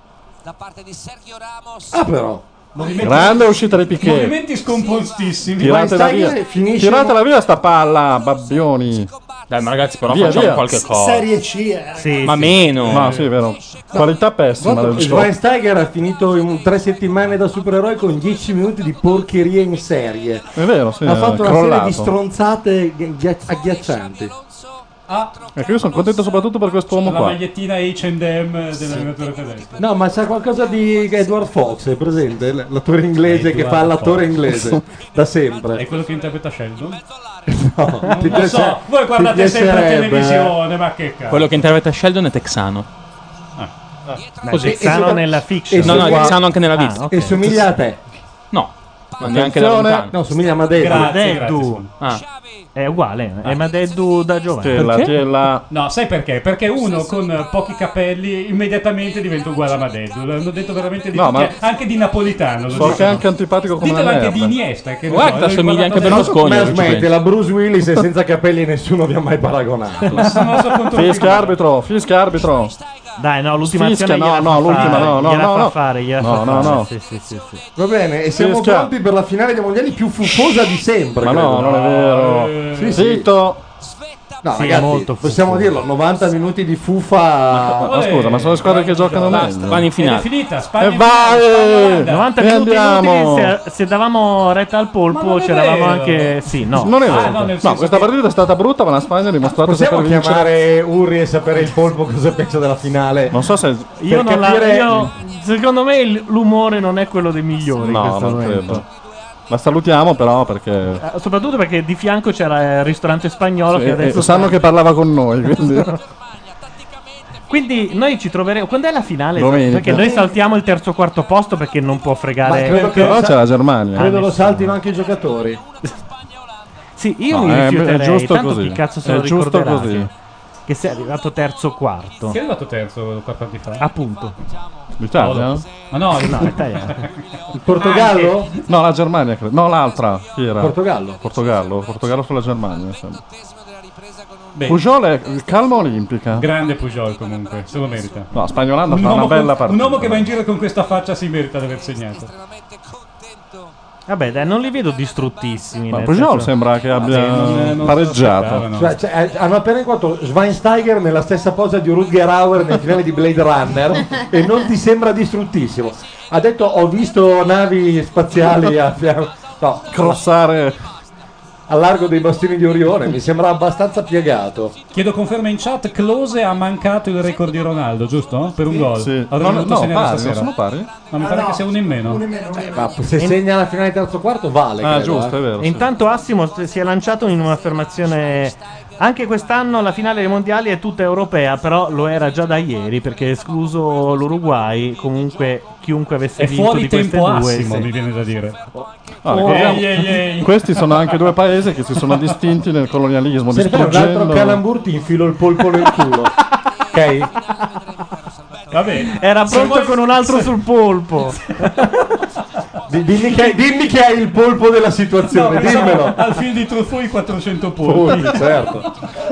Ah, però. Grande uscita di Piquet. Movimenti scompostissimi. Tiratela via. Tiratela via sta palla, babbioni. Dai, ma ragazzi, però Via, facciamo via. qualche cosa. Serie C, Sì, Ma sì. meno. No, sì, è vero. Qualità pessima del gioco. Schweinsteiger ha finito in 3 settimane da supereroe con 10 minuti di porcherie in serie. È vero, sì, Ha è fatto una crollato. serie di stronzate agghiaccianti. Ecco, io sono contento soprattutto per quest'uomo La qua. magliettina H&M dell'allenatore tedesco. No, ma c'è qualcosa di Edward Fox, è presente? L'attore inglese che fa l'attore inglese da sempre. È quello che interpreta Sheldon? No, Non ti lo piace- so, voi ti guardate sempre la piacerebbe. televisione, ma che cazzo. Quello che interpreta Sheldon è texano. Così, Texano nella fiction. No, no, è texano anche nella vita. ok. E somiglia a te. No, ma neanche da Attenzione. lontano. No, somiglia a Madeddu. Madeddu. Ah. È uguale, è Madeddu da giovane. Tiella. No, sai perché? Perché uno con pochi capelli immediatamente diventa uguale a Madeddu. L'hanno detto veramente di No, tutti, ma- anche di Napolitano. So che è anche antipatico come Ditelo una anche di merda. Iniesta. Che ne Guarda, so, assomiglia anche a l'ho guardato Berlusconi. Ma se ci pensi. smetti, la Bruce Willis è senza capelli nessuno vi ha mai paragonato. adesso. Non so quanto Fischia arbitro. Dai, no, l'ultima Fischia, azione gliela no, fa no, l'ultima fare, no, no, gliela no, fa no. fare, gliela No, fa no, fare. no. Sì, sì, sì, sì. Va bene, e siamo Fischia. pronti per la finale dei mondiali più fufosa di sempre. Ma credo. no, non è vero. Sì, sì. Zitto. No, Sì, ragazzi, molto possiamo fufu. dirlo, 90 minuti di fufa. Ma scusa, ma sono le squadre che giocano meglio. Vanno in finale. È finita, Spagna E in finale, vai! Spagna-Olanda. 90 E minuti andiamo. inutili, se davamo retta al Ma polpo non è c'eravamo vero. anche... Sì, no. Non è Ah, vero. no, nel No, senso questa che- partita è stata brutta, ma la Spagna ha dimostrato di Possiamo saper vincere. chiamare Urri e sapere il polpo cosa pensa della finale? Non so se. Io per non la- capire- io- secondo me l'umore non è quello dei migliori in No, questo non momento. credo. La salutiamo però perché. Soprattutto perché di fianco c'era il ristorante spagnolo Sì, che adesso e sanno che parlava con noi, quindi. Quindi noi ci troveremo. Quando è la finale? Domenica. Perché noi saltiamo il terzo quarto posto perché non può Ma fregare. credo che Però c'è la Germania. Credo lo saltino anche i giocatori. Sì, io No, mi è rifiuterei. giusto Tanto così. chi cazzo se È lo giusto ricorderà così. che sei arrivato terzo o quarto. Chi è arrivato terzo 4 anni fa? Appunto. L'Italia? Ma no, No, italiano. Il Portogallo? No, la Germania credo. No, l'altra. Chi era? Portogallo. Portogallo sulla Germania. sembra. Beh, Pujol è il calma olimpica. grande Pujol comunque, se lo merita. No, Spagna-Olanda Un fa una uomo, bella un partita. uomo che va in giro con questa faccia si merita di aver segnato. Vabbè, dai, non li vedo distruttissimi. Ma nel Pujol senso- sembra che abbia non pareggiato. no. Cioè, hanno appena inquadrato Schweinsteiger nella stessa posa di Rutger Hauer nel finale di Blade Runner e non ti sembra distruttissimo. Ha detto ho visto navi spaziali a fianco. No, Crossare. al largo dei bastoni di Orione, mi sembra abbastanza piegato. Chiedo conferma in chat, Klose ha mancato il record di Ronaldo, giusto? Per un gol. Sì. Avrebbe No, dovuto no, segnare pari, non stasera. sono pari? No, mi pare che sia uno in meno. Ma se segna la finale terzo quarto vale. Ah, credo, giusto, è vero. E sì. intanto Assimo si è lanciato in un'affermazione. Anche quest'anno la finale dei mondiali è tutta europea, però lo era già da ieri perché escluso l'Uruguay, comunque chiunque avesse È vinto fuori di queste tempo due. Assimo, sì. mi viene da dire. No, Oh, ricordiamo- ehi. Questi sono anche due paesi che si sono distinti nel colonialismo, Se ne fai un altro distruggendo. calambur ti infilo il polpo nel culo. Ok? Vabbè. Era Se pronto vuoi- con un altro sul polpo. Dimmi che hai il polpo della situazione, No, pensavo dimmelo. al film di Truffaut i 400 polpi. Certo.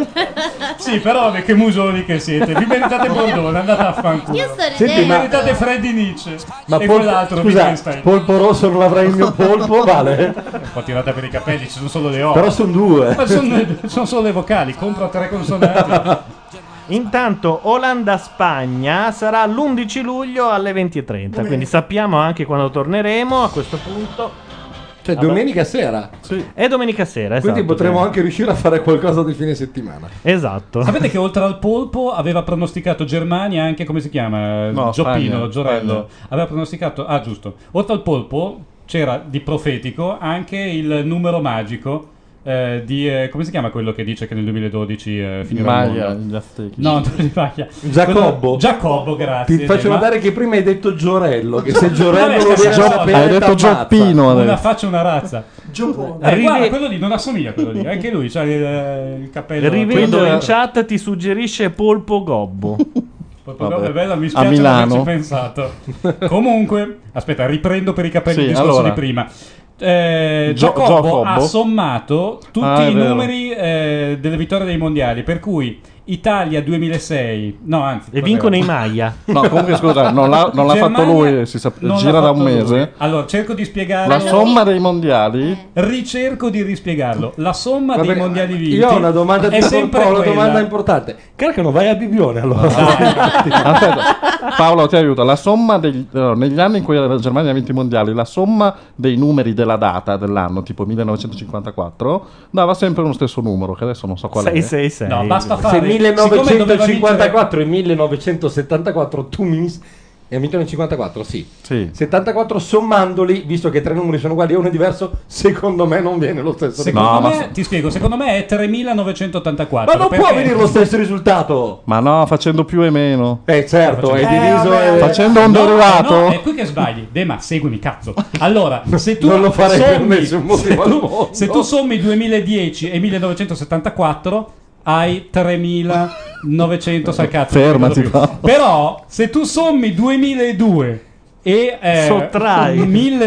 Sì, però che musoni che siete. Vi meritate Bordone, andate a fanculo. Io sto Senti, ridendo. Vi meritate Freddy Nietzsche. Ma e polpo, quell'altro scusa, Wittgenstein. polpo rosso non avrai il mio polpo, vale? Un po' tirata per i capelli, ci sono solo le O. Però sono due. Ma sono solo le vocali, compra 3 consonanti. Intanto Olanda-Spagna sarà l'11 luglio alle 20:30, quindi sappiamo anche quando torneremo a questo punto. Cioè domenica sera. È domenica sera, esatto. Quindi potremo sì. anche riuscire a fare qualcosa di fine settimana. Esatto. Sapete che oltre al polpo aveva pronosticato Germania anche, come si chiama? No, Gioppino, Spagna, Giorello. Spagna. Aveva pronosticato, ah giusto, oltre al polpo c'era di profetico anche il numero magico di, come si chiama quello che dice che nel 2012 finirà il Maglia, mondo? gli aztechi. No, non di Maglia. Giacobbo. Quello- Giacobbo, grazie. Ti faccio Ma- notare che prima hai detto Giorello, che se Giorello Vabbè, lo viene a Gio- sapere hai detto t'ammazza. Gioppino Una adesso. faccia, una razza. Giocone. Guarda, quello lì non assomiglia a quello lì, anche lui c'ha il cappello. Rivedo Quindi- in chat, ti suggerisce Polpo Gobbo. Vabbè, bella, mi A spiace non Milano. averci pensato. Comunque, aspetta, riprendo per i capelli Sì, il discorso allora. di prima. Giacobbo Giacobbo. ha sommato tutti Ah, è i vero. numeri delle vittorie dei mondiali, per cui Italia 2006, no anzi, E cos'era? vincono i Maglia. No, comunque scusa, non l'ha fatto Germania lui, non gira l'ha da un fatto lui. mese. Allora, cerco di spiegarlo. La somma dei mondiali. Ricerco di rispiegarlo. La somma Vabbè, dei mondiali vinti io ho una domanda, è sempre ho una quella. domanda importante. Carcano, vai a Bibione allora. Aspetta, Paolo ti aiuto. La somma negli anni in cui la Germania ha vinto i mondiali, la somma dei numeri della data dell'anno, tipo 1954, dava sempre lo stesso numero, che adesso non so qual è. 666. No, basta Se fare. siccome doveva 1954 e 1974 tu mi... È 1954, sì. 74 sommandoli, visto che tre numeri sono uguali e uno è diverso, secondo me non viene lo stesso Secondo risultato. me, ti spiego, secondo me è 3984. Ma non può perché- venire lo stesso risultato! Ma no, facendo più e meno. Certo, è diviso e... Facendo un derivato. No, è qui che sbagli. Dema, seguimi, cazzo. Allora, se tu Non lo farei per sommi, nessun motivo al mondo. se tu sommi 2010 e 1974 hai 3900 sal cazzo. Fermati, non ricordo più. Paolo. Però se tu sommi 2002 e Sottrai.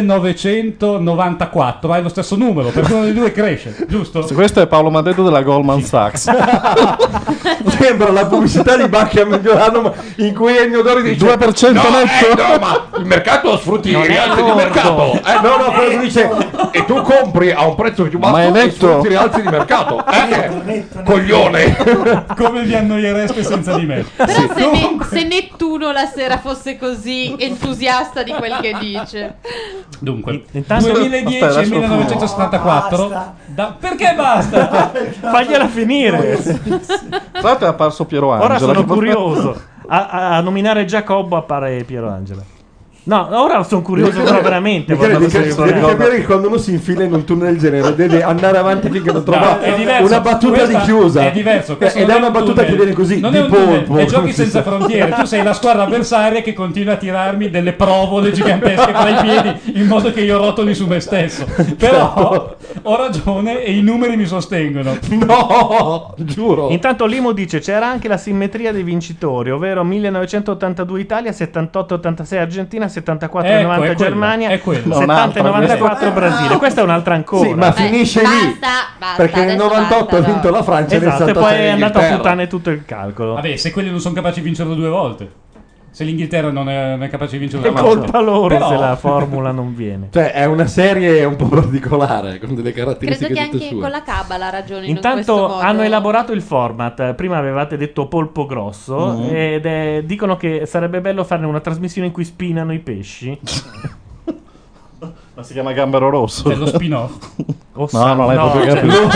1994 hai lo stesso numero perché uno dei due cresce, giusto? Se questo è Paolo Madeddu della Goldman Sachs. Sembra la pubblicità di Bacca Mediolanum in cui Ennio Dori dice 2% no, netto. no, ma il mercato sfrutti Non i è rialzi di lordo. mercato. No, quello che dice e tu compri a un prezzo più Ma basso è e netto. sfrutti i rialzi di mercato. Coglione. Come vi annoiereste senza di me? Però se Nettuno la sera fosse così entusiasta di quel che dice. Dunque, Intanto- 2010 Aspetta, e adesso 1974 perché basta? Fagliela finire. Tra l'altro è apparso Piero Angela. Ora sono che- curioso. A nominare Giacobbo appare Piero Angela. No, ora sono curioso però veramente. Michele, guardando devi se devi ricordo. capire che quando uno si infila in un tunnel del genere deve andare avanti finché non trova No, è diverso. una battuta Questa di chiusa. è diverso. Questo Ed non è una un battuta tunnel. che viene così non di è un tunnel, polpo. è giochi senza frontiere. Tu sei la squadra avversaria che continua a tirarmi delle provole gigantesche tra i piedi in modo che io rotoli su me stesso. Però ho ragione e i numeri mi sostengono. No, giuro. Intanto Limo dice c'era anche la simmetria dei vincitori, ovvero 1982 Italia, 78-86 Argentina, 74-90 Ecco, è quella, Germania, è quella. 70-94 Brasile. Questa è un'altra ancora. Sì, ma finisce lì. Perché nel 98 ha vinto la Francia e nel Esatto, e 76 poi è andato a l'Inghilterra. puttane tutto il calcolo. Vabbè, se quelli non sono capaci di vincerlo due volte. Se l'Inghilterra non è capace di vincerlo È due volte. colpa loro Però- se la formula non viene. Cioè, è una serie un po' particolare, con delle Credo caratteristiche che tutte anche sue. con la Cabala ragioni in questo Intanto modo. hanno elaborato il format. Prima avevate detto polpo grosso. Mhm. Ed dicono che sarebbe bello farne una trasmissione in cui spinano i pesci. Ma si chiama Gambero Rosso. È lo spin-off. No, non è proprio capito.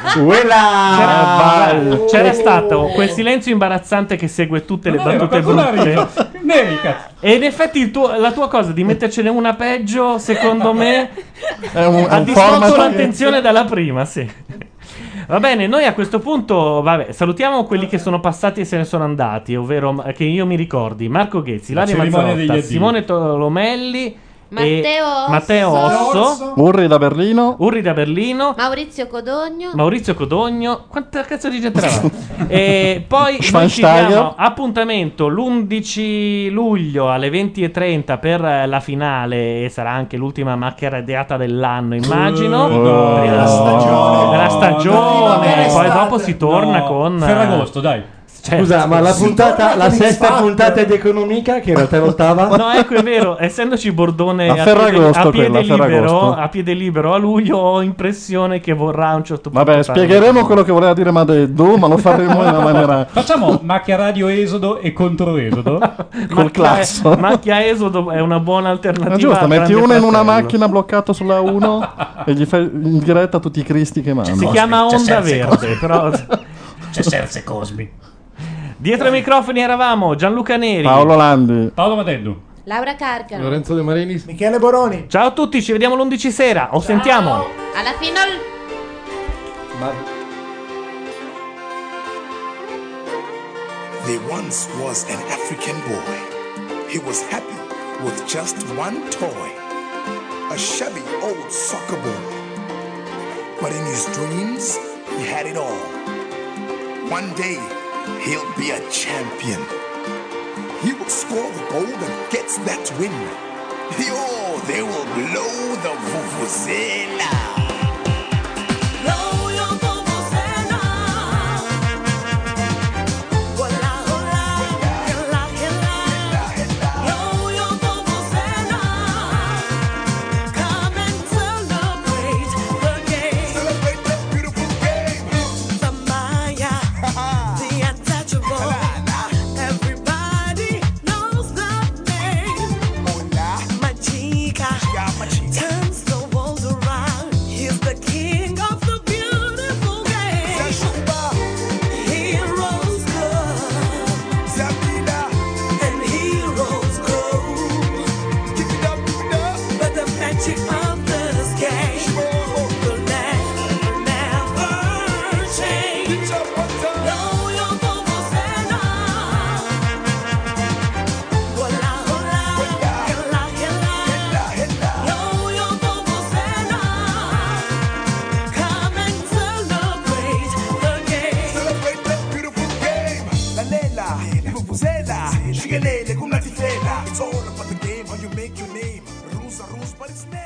C'era stato quel silenzio imbarazzante che segue tutte le Non era, battute qualcuno ha brutte. riso. Neri, cazzo. E in effetti la tua cosa di mettercene una peggio, secondo me, È un ha distolto format- l'attenzione dalla prima, sì. Va bene, noi a questo punto, vabbè, salutiamo quelli che sono passati e se ne sono andati, ovvero che io mi ricordi, Marco Ghezzi, La Ilaria cerimonia degli Mazzarotta, addio. Simone Tolomelli, Matteo Matteo Osso. Osso, Urri da Berlino. Maurizio Codogno. Maurizio Codogno, quanta cazzo di gente eravamo? E poi noi ci Schweinsteiger. diamo appuntamento l'11 luglio alle 20:30 per la finale e sarà anche l'ultima macchiaredeata dell'anno, immagino. No. Prima della stagione, poi dopo si torna con Ferragosto, dai. Scusa, ma la puntata, la sesta puntata è di Economica, che in realtà è l'ottava? No, ecco, è vero, essendoci Bordone A Ferragosto a piede quella, Ferragosto. a piede libero a luglio, ho impressione che vorrà a un certo punto Vabbè, fare- spiegheremo quello che voleva dire Madeddu, ma lo faremo in una maniera Facciamo macchia radio esodo e contro esodo. col classo. Macchia Esodo è una buona alternativa. Ma giusto, al metti Grande uno in una Fratello. macchina bloccato sulla 1 e gli fai in diretta tutti i cristi che mandano. Si chiama Onda Verde, però C'è Serse Cosmi. dietro ai microfoni eravamo Gianluca Neri, Paolo Landi, Paolo Madeddu, Laura Carcano. Lorenzo De Marinis, Michele Boroni. ciao a tutti, ci vediamo l'11 sera, o sentiamo. Alla final. There once was an African boy. He was happy with just one toy, a shabby old soccer ball. But in his dreams, he had it all. One day, he'll be a champion. He will score the goal that gets that win. Oh, they will blow the vuvuzela. Turns the walls around. He's the king of the beautiful game. Heroes come, and heroes grow. But the magic of this game will never change. Know your vuvuzela. Hola, hola, hela, hela. Know your vuvuzela. Come and celebrate the game. Celebrate the beautiful game. La lela, vuvuzela, shigelele kumnatifela. It's all about the game, how you make your but it's never